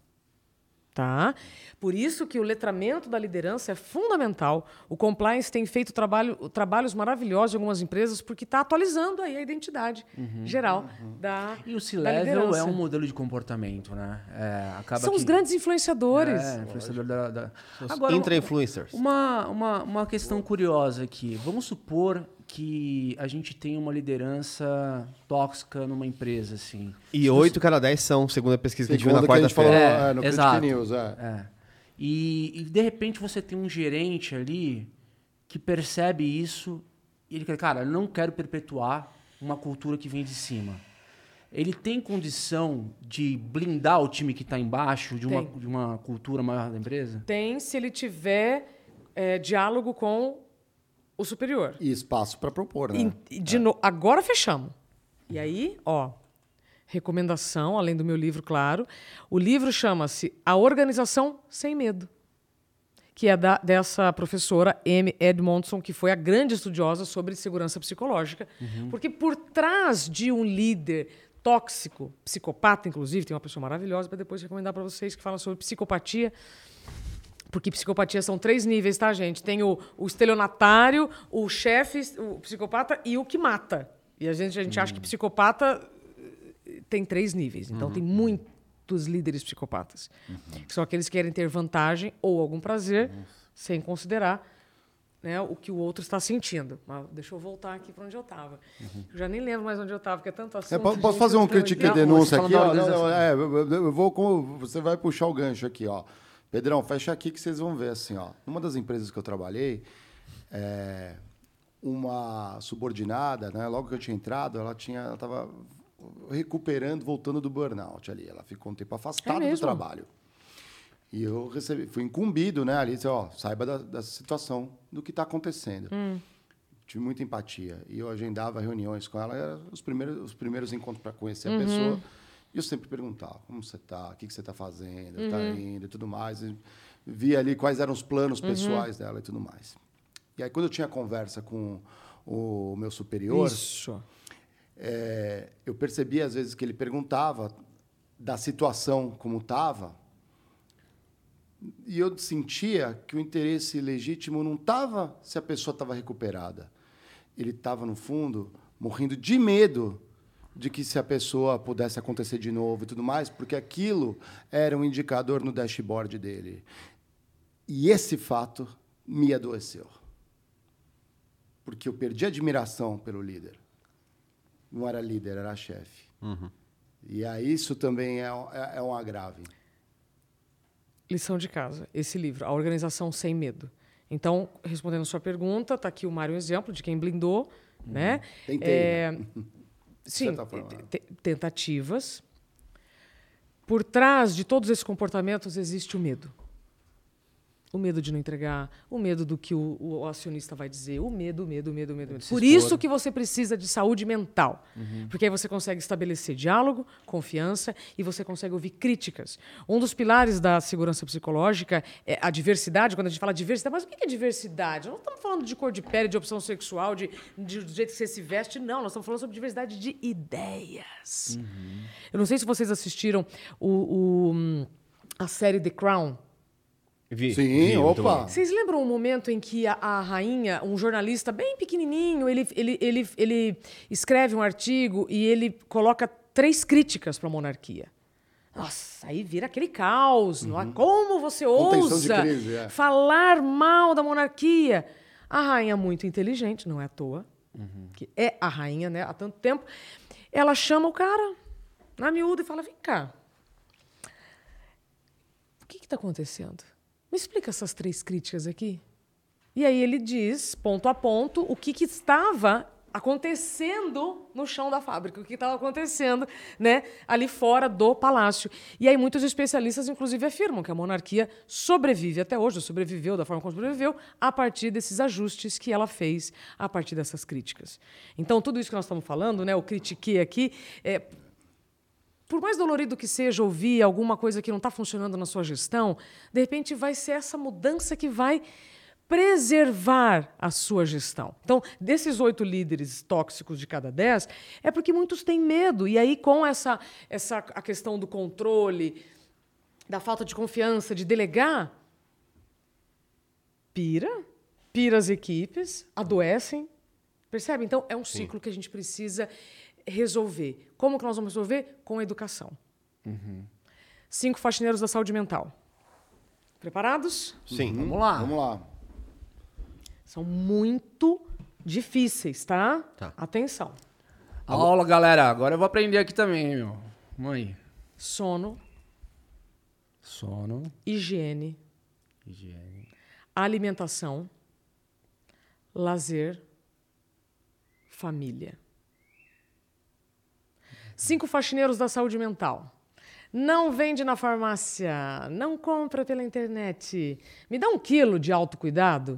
Tá? Por isso que o letramento da liderança é fundamental. O compliance tem feito trabalho, trabalhos maravilhosos em algumas empresas porque está atualizando aí a identidade uhum,
uhum.
geral da
E o C-Level é um modelo de comportamento, né? É, acaba
São
que...
os grandes influenciadores.
É, influenciador da, da...
Agora, intra-influencers.
Uma, uma, uma questão curiosa aqui. Vamos supor que a gente tem uma liderança tóxica numa empresa, assim.
E oito cada dez são, segundo a pesquisa que a gente viu na
Segundo que a gente falou
quarta-feira.
é, é, no
exato.
Critic News. É.
É. E, e, de repente, você tem um gerente ali que percebe isso e ele quer, cara, eu não quero perpetuar uma cultura que vem de cima. Ele tem condição de blindar o time que está embaixo de uma, de uma cultura maior da empresa?
Tem, se ele tiver é, diálogo com o superior.
E espaço para propor, né?
E, de é. no... Agora fechamos. E aí, ó, recomendação, além do meu livro, claro. O livro chama-se A Organização Sem Medo, que é da, dessa professora Amy Edmondson, que foi a grande estudiosa sobre segurança psicológica. Uhum. Porque por trás de um líder tóxico, psicopata, inclusive, tem uma pessoa maravilhosa para depois recomendar para vocês que fala sobre psicopatia. Porque psicopatia são três níveis, tá, gente? Tem o, o estelionatário, o chefe, o psicopata e o que mata. E a gente, a gente uhum. acha que psicopata tem três níveis. Então, uhum. tem muitos líderes psicopatas. Uhum. Que são aqueles que querem ter vantagem ou algum prazer, uhum. sem considerar, né, o que o outro está sentindo. Mas deixa eu voltar aqui para onde eu estava. Uhum. Eu já nem lembro mais onde eu estava, porque é tanto assunto.
É, posso gente, fazer um crítica e denúncia aqui? Ó, não, não, é, eu vou com, você vai puxar o gancho aqui, ó. Pedrão, fecha aqui que vocês vão ver assim, ó. Numa das empresas que eu trabalhei, é, uma subordinada, né, logo que eu tinha entrado, ela tinha, ela estava recuperando, voltando do burnout ali. Ela ficou um tempo afastada é do trabalho. E eu recebi, fui incumbido, né, ali, ó, saiba da, da situação, do que está acontecendo. Hum. Tive muita empatia. E eu agendava reuniões com ela, eram os primeiros, os primeiros encontros para conhecer uhum. a pessoa. E eu sempre perguntava, como você está, o que, que você está fazendo, está uhum. indo e tudo mais. E via ali quais eram os planos uhum. pessoais dela e tudo mais. E aí, quando eu tinha conversa com o meu superior,
Isso.
É, eu percebia, às vezes, que ele perguntava da situação como estava, e eu sentia que o interesse legítimo não estava se a pessoa estava recuperada. Ele estava, no fundo, morrendo de medo de que se a pessoa pudesse acontecer de novo e tudo mais, porque aquilo era um indicador no dashboard dele. E esse fato me adoeceu. Porque eu perdi a admiração pelo líder. Não era líder, era chefe. Uhum. E aí isso também é, é, é um agrave.
Lição de casa, esse livro, A Organização Sem Medo. Então, respondendo a sua pergunta, está aqui o Mário um exemplo de quem blindou. Uhum. Né?
Tentei.
É,
né?
Sim, tentativas. Por trás de todos esses comportamentos existe o medo. O medo de não entregar, o medo do que o, o acionista vai dizer, o medo, o medo, o medo, o medo. medo. Por isso que você precisa de saúde mental. Uhum. Porque aí você consegue estabelecer diálogo, confiança e você consegue ouvir críticas. Um dos pilares da segurança psicológica é a diversidade. Quando a gente fala diversidade, mas o que é diversidade? Nós não estamos falando de cor de pele, de opção sexual, de, de, do jeito que você se veste. Não, nós estamos falando sobre diversidade de ideias. Uhum. Eu não sei se vocês assistiram o, o, a série The Crown.
Vi,
Sim,
vi,
opa!
Vocês lembram um momento em que a, a rainha, um jornalista bem pequenininho, ele, ele, ele, ele escreve um artigo e ele coloca três críticas para a monarquia. Nossa, aí vira aquele caos. Uhum. Não é? Como você
Contenção
ousa
de crise, é.
falar mal da monarquia? A rainha, muito inteligente, não é à toa, uhum. que é a rainha, né, há tanto tempo, ela chama o cara na miúda, e fala, vem cá. O que está acontecendo? Me explica essas três críticas aqui. E aí ele diz, ponto a ponto, o que, que estava acontecendo no chão da fábrica, o que estava acontecendo, né, ali fora do palácio. E aí muitos especialistas, inclusive, afirmam que a monarquia sobrevive até hoje, sobreviveu da forma como sobreviveu, a partir desses ajustes que ela fez, a partir dessas críticas. Então, tudo isso que nós estamos falando, né, o critiquei aqui, é, por mais dolorido que seja ouvir alguma coisa que não está funcionando na sua gestão, de repente vai ser essa mudança que vai preservar a sua gestão. Então, desses oito líderes tóxicos de cada dez, é porque muitos têm medo. E aí, com essa, essa a questão do controle, da falta de confiança, de delegar, pira, pira as equipes, adoecem. Percebe? Então, é um ciclo Sim. que a gente precisa resolver. Como que nós vamos resolver? Com a educação. Uhum. Cinco faxineiros da saúde mental. Preparados?
Sim.
Vamos lá.
Vamos lá.
São muito difíceis, tá?
Tá.
Atenção.
Aula, galera. Agora eu vou aprender aqui também, meu. Vamos aí.
Sono.
Sono.
Higiene.
Higiene.
Alimentação. Lazer. Família. Cinco faxineiros da saúde mental. Não vende na farmácia. Não compra pela internet. Me dá um quilo de autocuidado.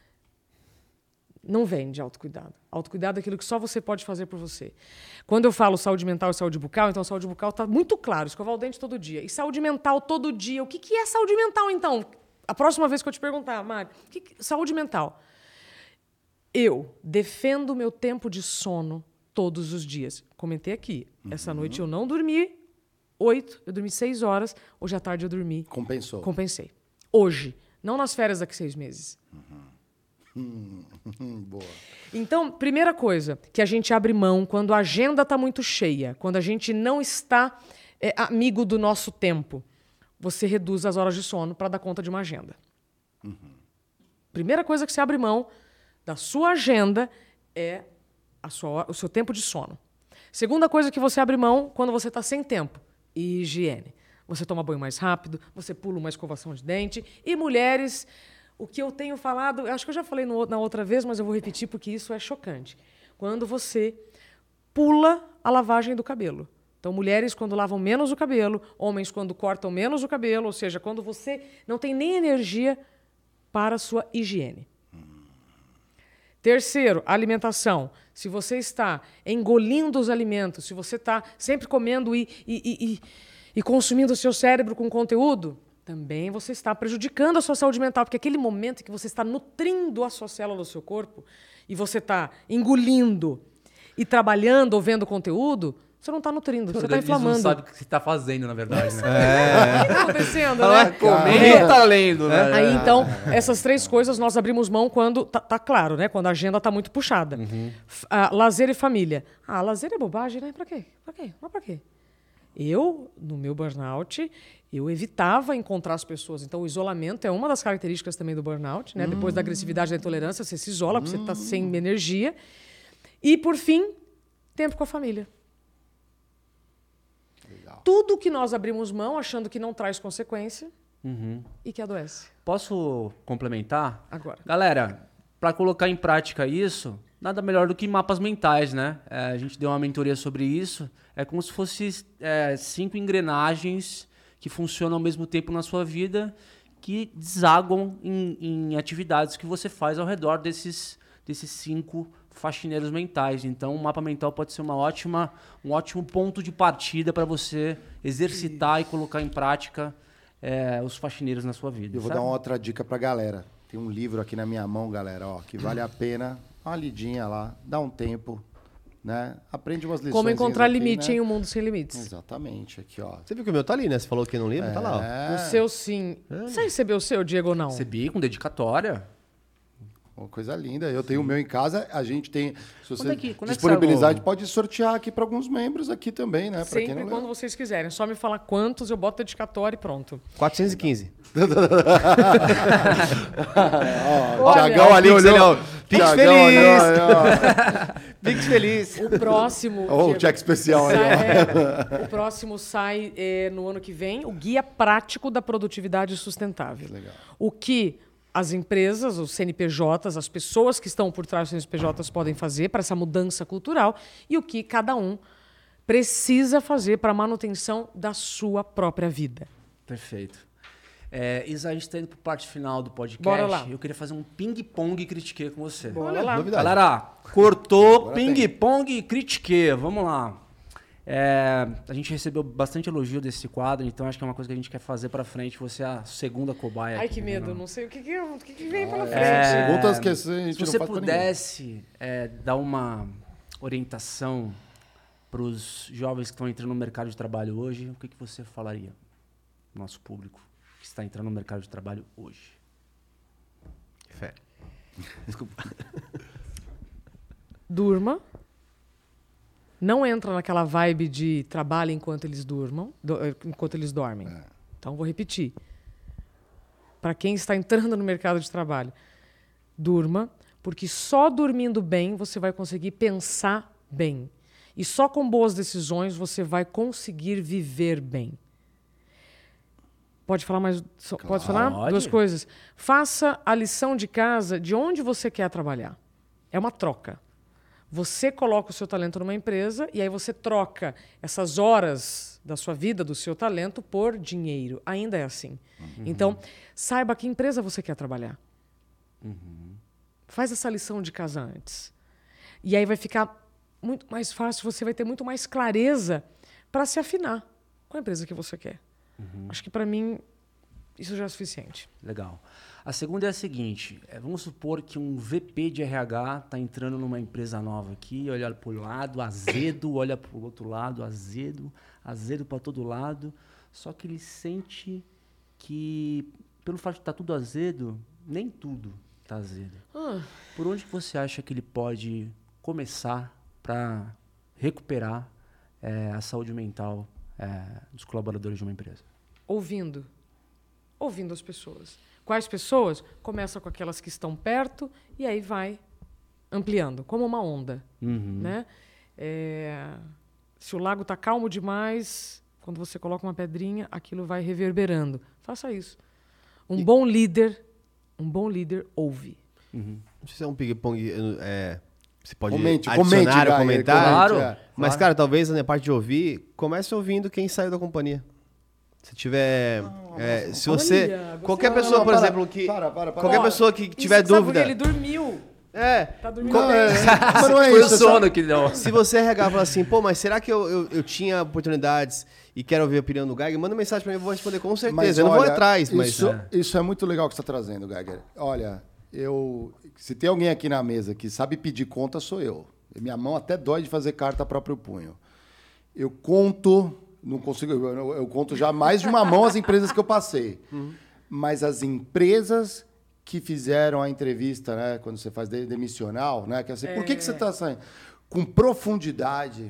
Não vende autocuidado. Autocuidado é aquilo que só você pode fazer por você. Quando eu falo saúde mental e saúde bucal, então saúde bucal está muito claro. Escovar o dente todo dia. E saúde mental todo dia. O que, que é saúde mental, então? A próxima vez que eu te perguntar, Mari, que que... saúde mental. Eu defendo o meu tempo de sono todos os dias. Comentei aqui. Uhum. Essa noite eu não dormi oito, eu dormi seis horas. Hoje à tarde eu dormi.
Compensou.
Compensei. Hoje. Não nas férias daqui a seis meses.
Uhum. Boa.
Então, primeira coisa que a gente abre mão quando a agenda está muito cheia, quando a gente não está é, amigo do nosso tempo, você reduz as horas de sono para dar conta de uma agenda. Uhum. Primeira coisa que você abre mão da sua agenda é a sua, o seu tempo de sono. Segunda coisa que você abre mão quando você está sem tempo, higiene. Você toma banho mais rápido, você pula uma escovação de dente. E mulheres... O que eu tenho falado, acho que eu já falei no, na outra vez, mas eu vou repetir porque isso é chocante. Quando você pula a lavagem do cabelo. Então, mulheres quando lavam menos o cabelo, homens quando cortam menos o cabelo, ou seja, quando você não tem nem energia para a sua higiene. Terceiro, alimentação. Se você está engolindo os alimentos, se você está sempre comendo e, e, e, e, e consumindo o seu cérebro com conteúdo, também você está prejudicando a sua saúde mental, porque aquele momento em que você está nutrindo a sua célula do seu corpo e você está engolindo e trabalhando ou vendo conteúdo, você não está nutrindo, você está inflamando.
Você não sabe o que você está fazendo, na verdade, né?
É. O que está acontecendo, né?
É comendo e tá lendo, né?
Aí, então, essas três coisas nós abrimos mão quando... Tá, tá claro, né? Quando a agenda está muito puxada. Uhum. Ah, lazer e família. Ah, lazer é bobagem, né? Pra quê? Pra quê? Mas pra quê? Eu, no meu burnout, eu evitava encontrar as pessoas. Então, o isolamento é uma das características também do burnout, né? Hum. Depois da agressividade e da intolerância, você se isola, hum. porque você está sem energia. E, por fim, tempo com a família. Legal. Tudo que nós abrimos mão, achando que não traz consequência uhum. e que adoece.
Posso complementar?
Agora.
Galera, para colocar em prática isso, nada melhor do que mapas mentais, né? É, a gente deu uma mentoria sobre isso. É como se fosse é, cinco engrenagens que funcionam ao mesmo tempo na sua vida, que desaguam em, em atividades que você faz ao redor desses, desses cinco faxineiros mentais. Então, o mapa mental pode ser uma ótima, um ótimo ponto de partida para você exercitar e colocar em prática é, os faxineiros na sua vida.
Eu vou
sabe?
dar uma outra dica para a galera. Tem um livro aqui na minha mão, galera, ó, que vale a pena. Uma lidinha lá, dá um tempo, né? Aprende umas lições.
Como encontrar
aqui,
limite
né?
em um mundo sem limites.
Exatamente, aqui, ó.
Você viu que o meu tá ali, né? Você falou que não lembra,
é.
tá lá, ó.
O seu sim. É. Você recebeu o seu, Diego, ou não?
Recebi com dedicatória.
Uma coisa linda. Eu tenho o meu em casa, a gente tem... Se você
é que,
disponibilizar,
é
a gente pode sortear aqui para alguns membros aqui também, né? Pra
Sempre
quem não
quando
lembra.
vocês quiserem. Só me falar quantos, eu boto dedicatória e pronto.
quatrocentos e quinze.
Ó, o Thiagão ali olhou.
Pix feliz. Fique feliz.
O próximo...
Ou o
que-
cheque especial aí,
sai-
ó.
é, o próximo sai é, no ano que vem, o Guia Prático da Produtividade Sustentável.
Legal.
O que as empresas, os C N P Js, as pessoas que estão por trás dos C N P Js podem fazer para essa mudança cultural e o que cada um precisa fazer para a manutenção da sua própria vida.
Perfeito. É, Isa, a gente está indo para a parte final do podcast.
Bora lá.
Eu queria fazer um ping-pong critiquei com você.
Bora lá.
Novidade.
Galera, cortou
Agora
ping-pong critiquei. Vamos lá. É, a gente recebeu bastante elogio desse quadro, então acho que é uma coisa que a gente quer fazer para frente. Você é a segunda cobaia.
Ai,
aqui,
que medo,
né?
não sei o que, que, o que, que vem pela frente.
É,
Perguntas que a gente
Se
não
você
faz pra ninguém.
pudesse é, dar uma orientação para os jovens que estão entrando no mercado de trabalho hoje, o que, que você falaria? Nosso público que está entrando no mercado de trabalho hoje.
Fé.
Desculpa.
Durma. Não entra naquela vibe de trabalho enquanto eles durmam, do- eh, enquanto eles dormem. Então vou repetir. Para quem está entrando no mercado de trabalho, durma, porque só dormindo bem você vai conseguir pensar bem. E só com boas decisões você vai conseguir viver bem. Pode falar mais? só- Pode falar?
Pode.
Duas coisas. Faça a lição de casa de onde você quer trabalhar. É uma troca. Você coloca o seu talento numa empresa e aí você troca essas horas da sua vida, do seu talento, por dinheiro. Ainda é assim. Então, saiba que empresa você quer trabalhar. Faz essa lição de casa antes. E aí vai ficar muito mais fácil, você vai ter muito mais clareza para se afinar com a empresa que você quer. Acho que para mim isso já é suficiente.
Legal. A segunda é a seguinte, é, vamos supor que um V P de R H está entrando numa empresa nova aqui, olha para o lado, azedo, olha para o outro lado, azedo, azedo para todo lado, só que ele sente que, pelo fato de estar tudo azedo, nem tudo está azedo.
Ah,
Por onde que você acha que ele pode começar para recuperar é, a saúde mental é, dos colaboradores de uma empresa?
ouvindo. Ouvindo as pessoas. Quais pessoas? Começa com aquelas que estão perto e aí vai ampliando, como uma onda.
Uhum.
Né? É, se o lago está calmo demais, quando você coloca uma pedrinha, aquilo vai reverberando. Faça isso. Um bom líder, um bom líder ouve.
Uhum.
Não sei se é um ping-pong. É, você pode
Comente,
adicionar
comente,
o
Gaia,
comentário.
Claro.
é.
Mas, cara, talvez na parte de ouvir, comece ouvindo quem saiu da companhia. Se tiver. é, se você.
Olha,
qualquer
Não,
pessoa,
não,
por
para,
exemplo, que.
para, para, para.
Qualquer
Ó,
pessoa que tiver
isso, sabe
dúvida.
porque ele dormiu.
É.
Tá dormindo
Não,
bem.
é, mas não é
Foi
isso.
o
é só-
sono que deu.
Se você R H e falar assim, pô, mas será que eu, eu, eu tinha oportunidades e quero ouvir a opinião do Geiger? Manda mensagem pra mim, eu vou responder com certeza.
Mas,
eu não vou
olha,
atrás, mas.
Isso
É.
isso é muito legal que você está trazendo, Geiger. Olha, eu, se tem alguém aqui na mesa que sabe pedir conta, sou eu. Minha mão até dói de fazer carta a próprio punho. Eu conto, não consigo, eu, eu conto já mais de uma mão as empresas que eu passei. Mas as empresas que fizeram a entrevista, né, quando você faz de- demissional, né, que é assim, por que, que você está saindo? Com profundidade.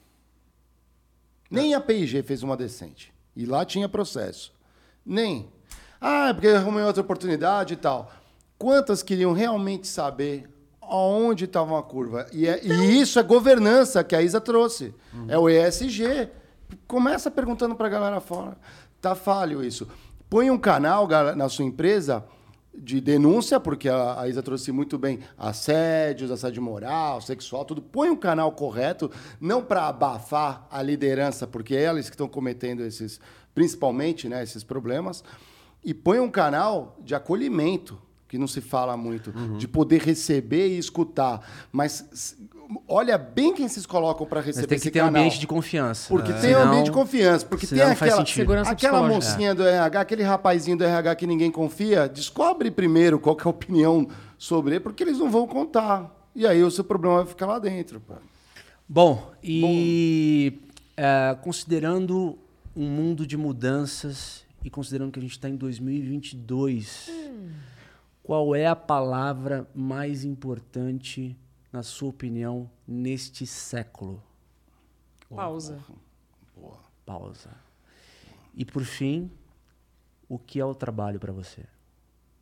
Nem a P I G fez uma decente. E lá tinha processo. Nem. Ah, é porque eu arrumei outra oportunidade e tal. Quantas queriam realmente saber aonde estava a curva? E, é- e isso é governança que a Isa trouxe. É o E S G. Começa perguntando para a galera fora. Tá falho isso. Põe um canal gal- na sua empresa de denúncia, porque a, a Isa trouxe muito bem assédios, assédio moral, sexual, tudo. Põe um canal correto, não para abafar a liderança, porque é elas que estão cometendo esses, principalmente, né, esses problemas, e põe um canal de acolhimento, que não se fala muito, de poder receber e escutar. Mas s- olha bem quem vocês colocam para
Mas
é
receber
tem que
esse
ter um
canal.
ambiente de confiança.
Porque
É.
tem um
Senão-
ambiente de confiança. Porque tem
senão não faz
aquela,
sentido.
Segurança
aquela
psicológica.
mocinha do R H, aquele rapazinho do R H que ninguém confia, descobre primeiro qual que é a opinião sobre ele, porque eles não vão contar. E aí o seu problema vai ficar lá dentro. Pô.
Bom, e é, considerando um mundo de mudanças e considerando que a gente está em dois mil e vinte e dois, qual é a palavra mais importante, na sua opinião, neste século?
Pausa.
Pausa. E por fim, o que é o trabalho para você?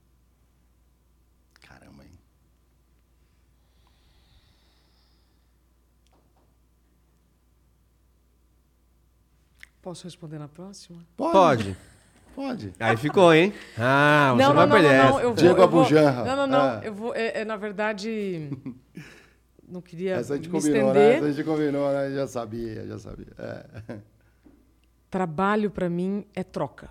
Caramba, hein?
Posso responder na próxima?
Pode.
Pode.
Aí ficou, hein? Ah, você
Não,
vai
não,
perder
não, não,
essa.
não, eu vou,
Diego
eu vou-
Abujanra.
Não, não, não.
É.
Eu vou. É, é, na verdade, não queria
Essa a gente
me
combinou, né?
estender.
Essa a gente combinou, né? Já sabia, já sabia. É.
Trabalho pra mim é troca.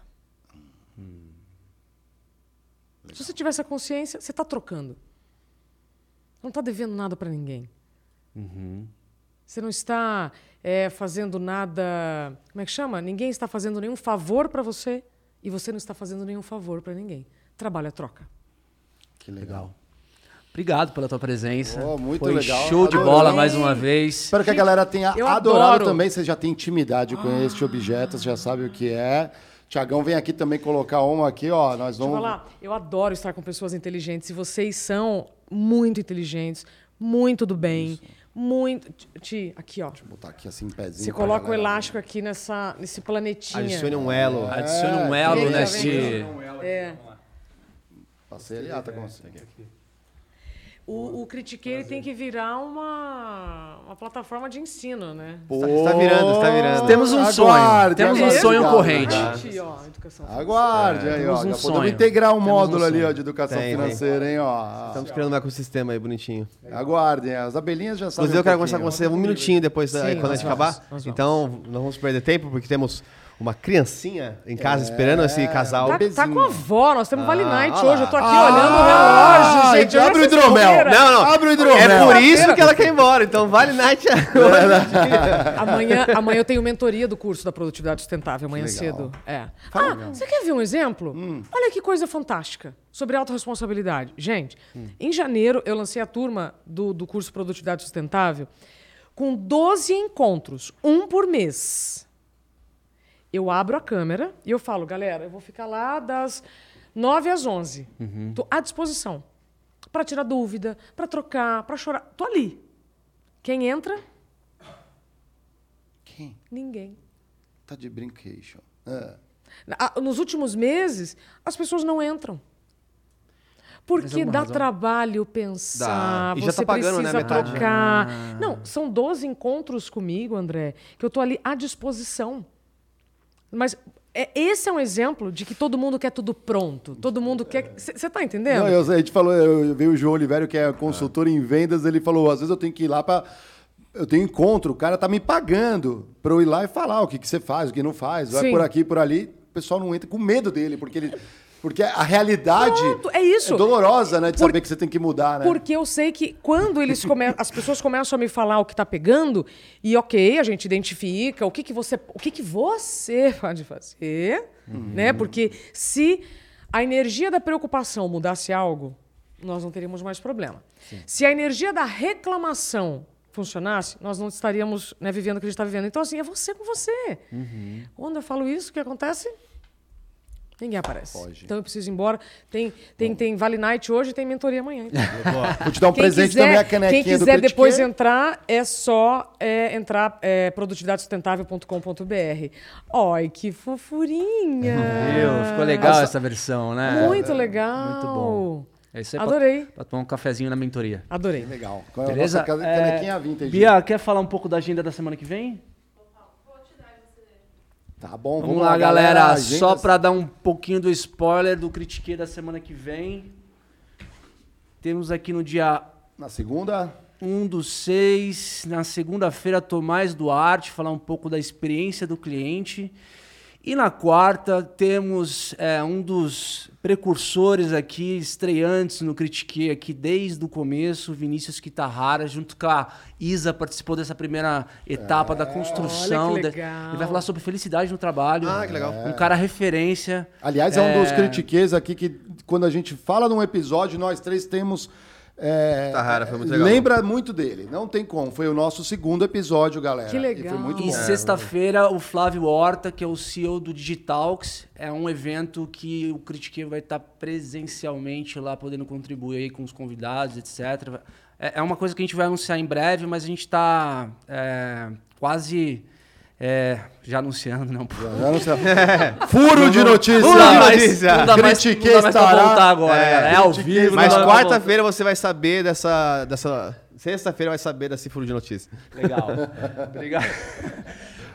Se você tiver essa consciência, você tá trocando. Não tá devendo nada pra ninguém. Você não está é, fazendo nada. Como é que chama? Ninguém está fazendo nenhum favor pra você e você não está fazendo nenhum favor pra ninguém. Trabalho é troca.
Que legal.
Obrigado pela tua presença.
Oh, muito
Foi
legal.
show de
Adorei.
bola mais uma vez.
Espero que a galera tenha
eu
adorado
adoro.
também. Você já tem intimidade com este objeto, você já sabe o que é. Tiagão vem aqui também colocar uma aqui, ó. Nós
Deixa eu
vamos.
falar, eu adoro estar com pessoas inteligentes e vocês são muito inteligentes, muito do bem, muito. Ti, aqui, ó.
Vou botar aqui assim em pezinho.
Você
pra
coloca o
galera.
elástico aqui nessa, nesse planetinha.
Adicione um elo.
Adicione um elo
Vem,
nesse.
vem. É.
Passei ali, ah, tá com você.
O, o Critiquei ele tem que virar uma, uma plataforma de ensino, né?
Pô,
Está virando, está virando.
Temos um sonho.
aguarde,
Temos um
aguarde.
sonho
Obrigado,
corrente.
obrigado.
Gente, ó, educação.
Aguarde aí, ó.
temos um
Já
sonho.
podemos integrar um
Temos
módulo
um
ali,
sonho.
ó, de educação
Tem, tem.
financeira, hein, ó.
Estamos criando um ecossistema aí bonitinho.
Aguardem, as abelhinhas já sabem.
Inclusive, eu
um
quero conversar com
pouquinho.
você um minutinho depois, da-
Sim,
quando a
nós
gente
vamos,
acabar.
nós vamos.
Então, não vamos perder tempo, porque temos uma criancinha em casa esperando esse casal.
Tá, tá com a avó, nós temos Vale Night
olha
hoje. Eu tô aqui
Ah,
olhando o relógio, gente.
abre o
Olha essa
hidromel.
bobeira.
Não, não.
Abre o hidromel.
É por isso que ela quer ir embora. Então, vale night.
Amanhã, amanhã eu tenho mentoria do curso da produtividade sustentável, amanhã
legal.
cedo. É. Ah, você quer ver um exemplo? Olha que coisa fantástica sobre autorresponsabilidade. Gente, em janeiro eu lancei a turma do, do curso Produtividade Sustentável com doze encontros, um por mês. Eu abro a câmera e eu falo, galera, eu vou ficar lá das nove às onze. Tô à disposição. Para tirar dúvida, para trocar, para chorar. Tô ali. Quem entra?
Quem?
Ninguém.
Tá de brincation. É.
Ah, Nos últimos meses, as pessoas não entram. Porque
alguma
dá
razão.
trabalho pensar,
Dá. E já
você
tá pagando, né,
precisa
metade, né?
trocar. Não, são doze encontros comigo, André, que eu tô ali à disposição. Mas é, esse é um exemplo de que todo mundo quer tudo pronto. Todo mundo quer... Você tá entendendo?
Não, eu, a gente falou, eu veio o João Oliveira, que é consultor em vendas, ele falou, às vezes eu tenho que ir lá para eu tenho encontro, o cara tá me pagando para eu ir lá e falar o que, que você faz, o que não faz, vai
Sim.
por aqui, por ali, o pessoal não entra com medo dele, porque ele... Porque a realidade
Pronto, é isso.
dolorosa, né? De
Por-
saber que você tem que mudar, né?
Porque eu sei que quando eles come... as pessoas começam a me falar o que está pegando, e ok, a gente identifica o que, que você o que, que você pode fazer, né? Porque se a energia da preocupação mudasse algo, nós não teríamos mais problema. Se a energia da reclamação funcionasse, nós não estaríamos, né, vivendo o que a gente está vivendo. Então, assim, é você com você. Quando eu falo isso, o que acontece? Ninguém aparece.
Foge.
Então eu preciso ir embora. Tem, tem, tem Vale Night hoje e tem mentoria amanhã. Então.
Vou te dar um
Quem
presente
quiser-
também, a canequinha
Quem
do
quiser
Critique.
depois entrar, é só é, entrar é, produtividade sustentável ponto com ponto b r. Ai, que fofurinha!
Viu? Ficou legal essa versão, né?
Muito legal.
Muito bom. É isso aí.
Adorei.
Pra, pra tomar um cafezinho na mentoria.
Adorei.
Legal. Qual é a
Beleza?
nossa
É,
canequinha vintage?
Bia, quer falar um pouco da agenda da semana que vem?
Tá bom,
Vamos, lá, galera.
galera. Agenda-
Só pra dar um pouquinho do spoiler do Critiquei da semana que vem. Temos aqui no dia
Na segunda...
um do seis, na segunda-feira, Tomás Duarte, falar um pouco da experiência do cliente. E na quarta, temos é, um dos precursores aqui, estreantes no Critiquei aqui desde o começo, Vinícius Kitarrara, junto com a Isa, participou dessa primeira etapa da construção.
olha que
da-
legal.
Ele vai falar sobre felicidade no trabalho.
Ah, que legal.
Um cara referência.
Aliás, é, um dos critiquês aqui que, quando a gente fala num episódio, nós três temos... É,
Kitarrara, foi muito legal.
lembra muito dele, não tem como. Foi o nosso segundo episódio, galera.
Que legal.
E foi muito
E
bom.
sexta-feira, o Flávio Horta, que é o C E O do Digitalks, é um evento que o Critiquei vai estar presencialmente lá, podendo contribuir aí com os convidados, etcétera. É é uma coisa que a gente vai anunciar em breve, mas a gente está quase é, já anunciando, não.
Já não sei. Furo de notícia!
Não dá mais,
notícia.
não dá mais,
Critiquei
não dá mais pra
estará-
voltar agora,
É,
galera. É ao
critiquei
vivo.
Mas
não dá pra
quarta-feira você vai saber dessa. dessa... Sexta-feira vai saber desse furo de notícia.
voltar. Legal. Obrigado.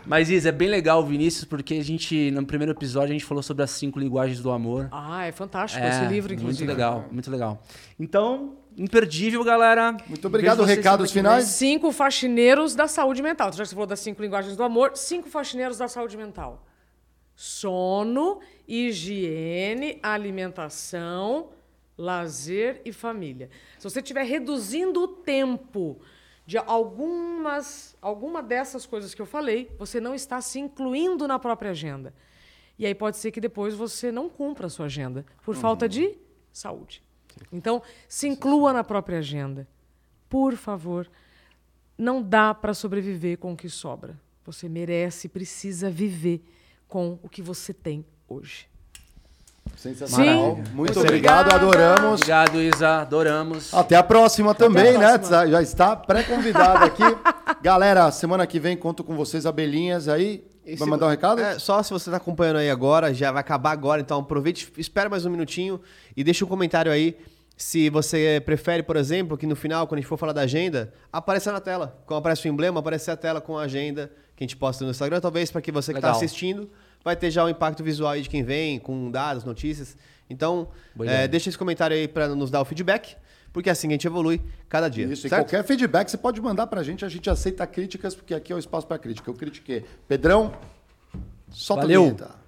Mas, Isa, é bem legal, Vinícius, porque a gente, no primeiro episódio, a gente falou sobre as cinco linguagens do amor.
Ah, é fantástico
É,
esse livro, inclusive.
Muito legal, muito legal. Então, imperdível, galera.
Muito obrigado.
Vejo vocês
Recados
semana que vem.
finais?
Cinco faxineiros da saúde mental. Já que você falou das cinco linguagens do amor, cinco faxineiros da saúde mental. Sono, higiene, alimentação, lazer e família. Se você estiver reduzindo o tempo de algumas, alguma dessas coisas que eu falei, você não está se incluindo na própria agenda. E aí pode ser que depois você não cumpra a sua agenda por uhum. falta de saúde. Então, se inclua na própria agenda. Por favor, não dá para sobreviver com o que sobra. Você merece, precisa viver com o que você tem hoje.
Sensacional.
Sim.
Muito obrigado, adoramos.
Obrigado, Isa, adoramos.
Até a próxima também,
a
né?
próxima.
Já está pré-convidado aqui. Galera, semana que vem conto com vocês, abelhinhas aí.
E
Vai
se-
mandar um recado?
É, só se você está acompanhando aí agora, já vai acabar agora, então aproveite, espera mais um minutinho e deixa um comentário aí se você prefere, por exemplo, que no final, quando a gente for falar da agenda, apareça na tela. Quando aparece o emblema, aparecer a tela com a agenda que a gente posta no Instagram, talvez para que você que está
Legal.
assistindo vai ter já o impacto visual aí de quem vem, com dados, notícias. Então,
Boa
é,
ideia.
deixa esse comentário aí para nos dar o feedback, porque é assim que a gente evolui cada dia.
Isso, e
certo?
qualquer feedback você pode mandar pra gente, a gente aceita críticas, porque aqui é o espaço para crítica. Eu critiquei. Pedrão, solta
Valeu.
a vinheta.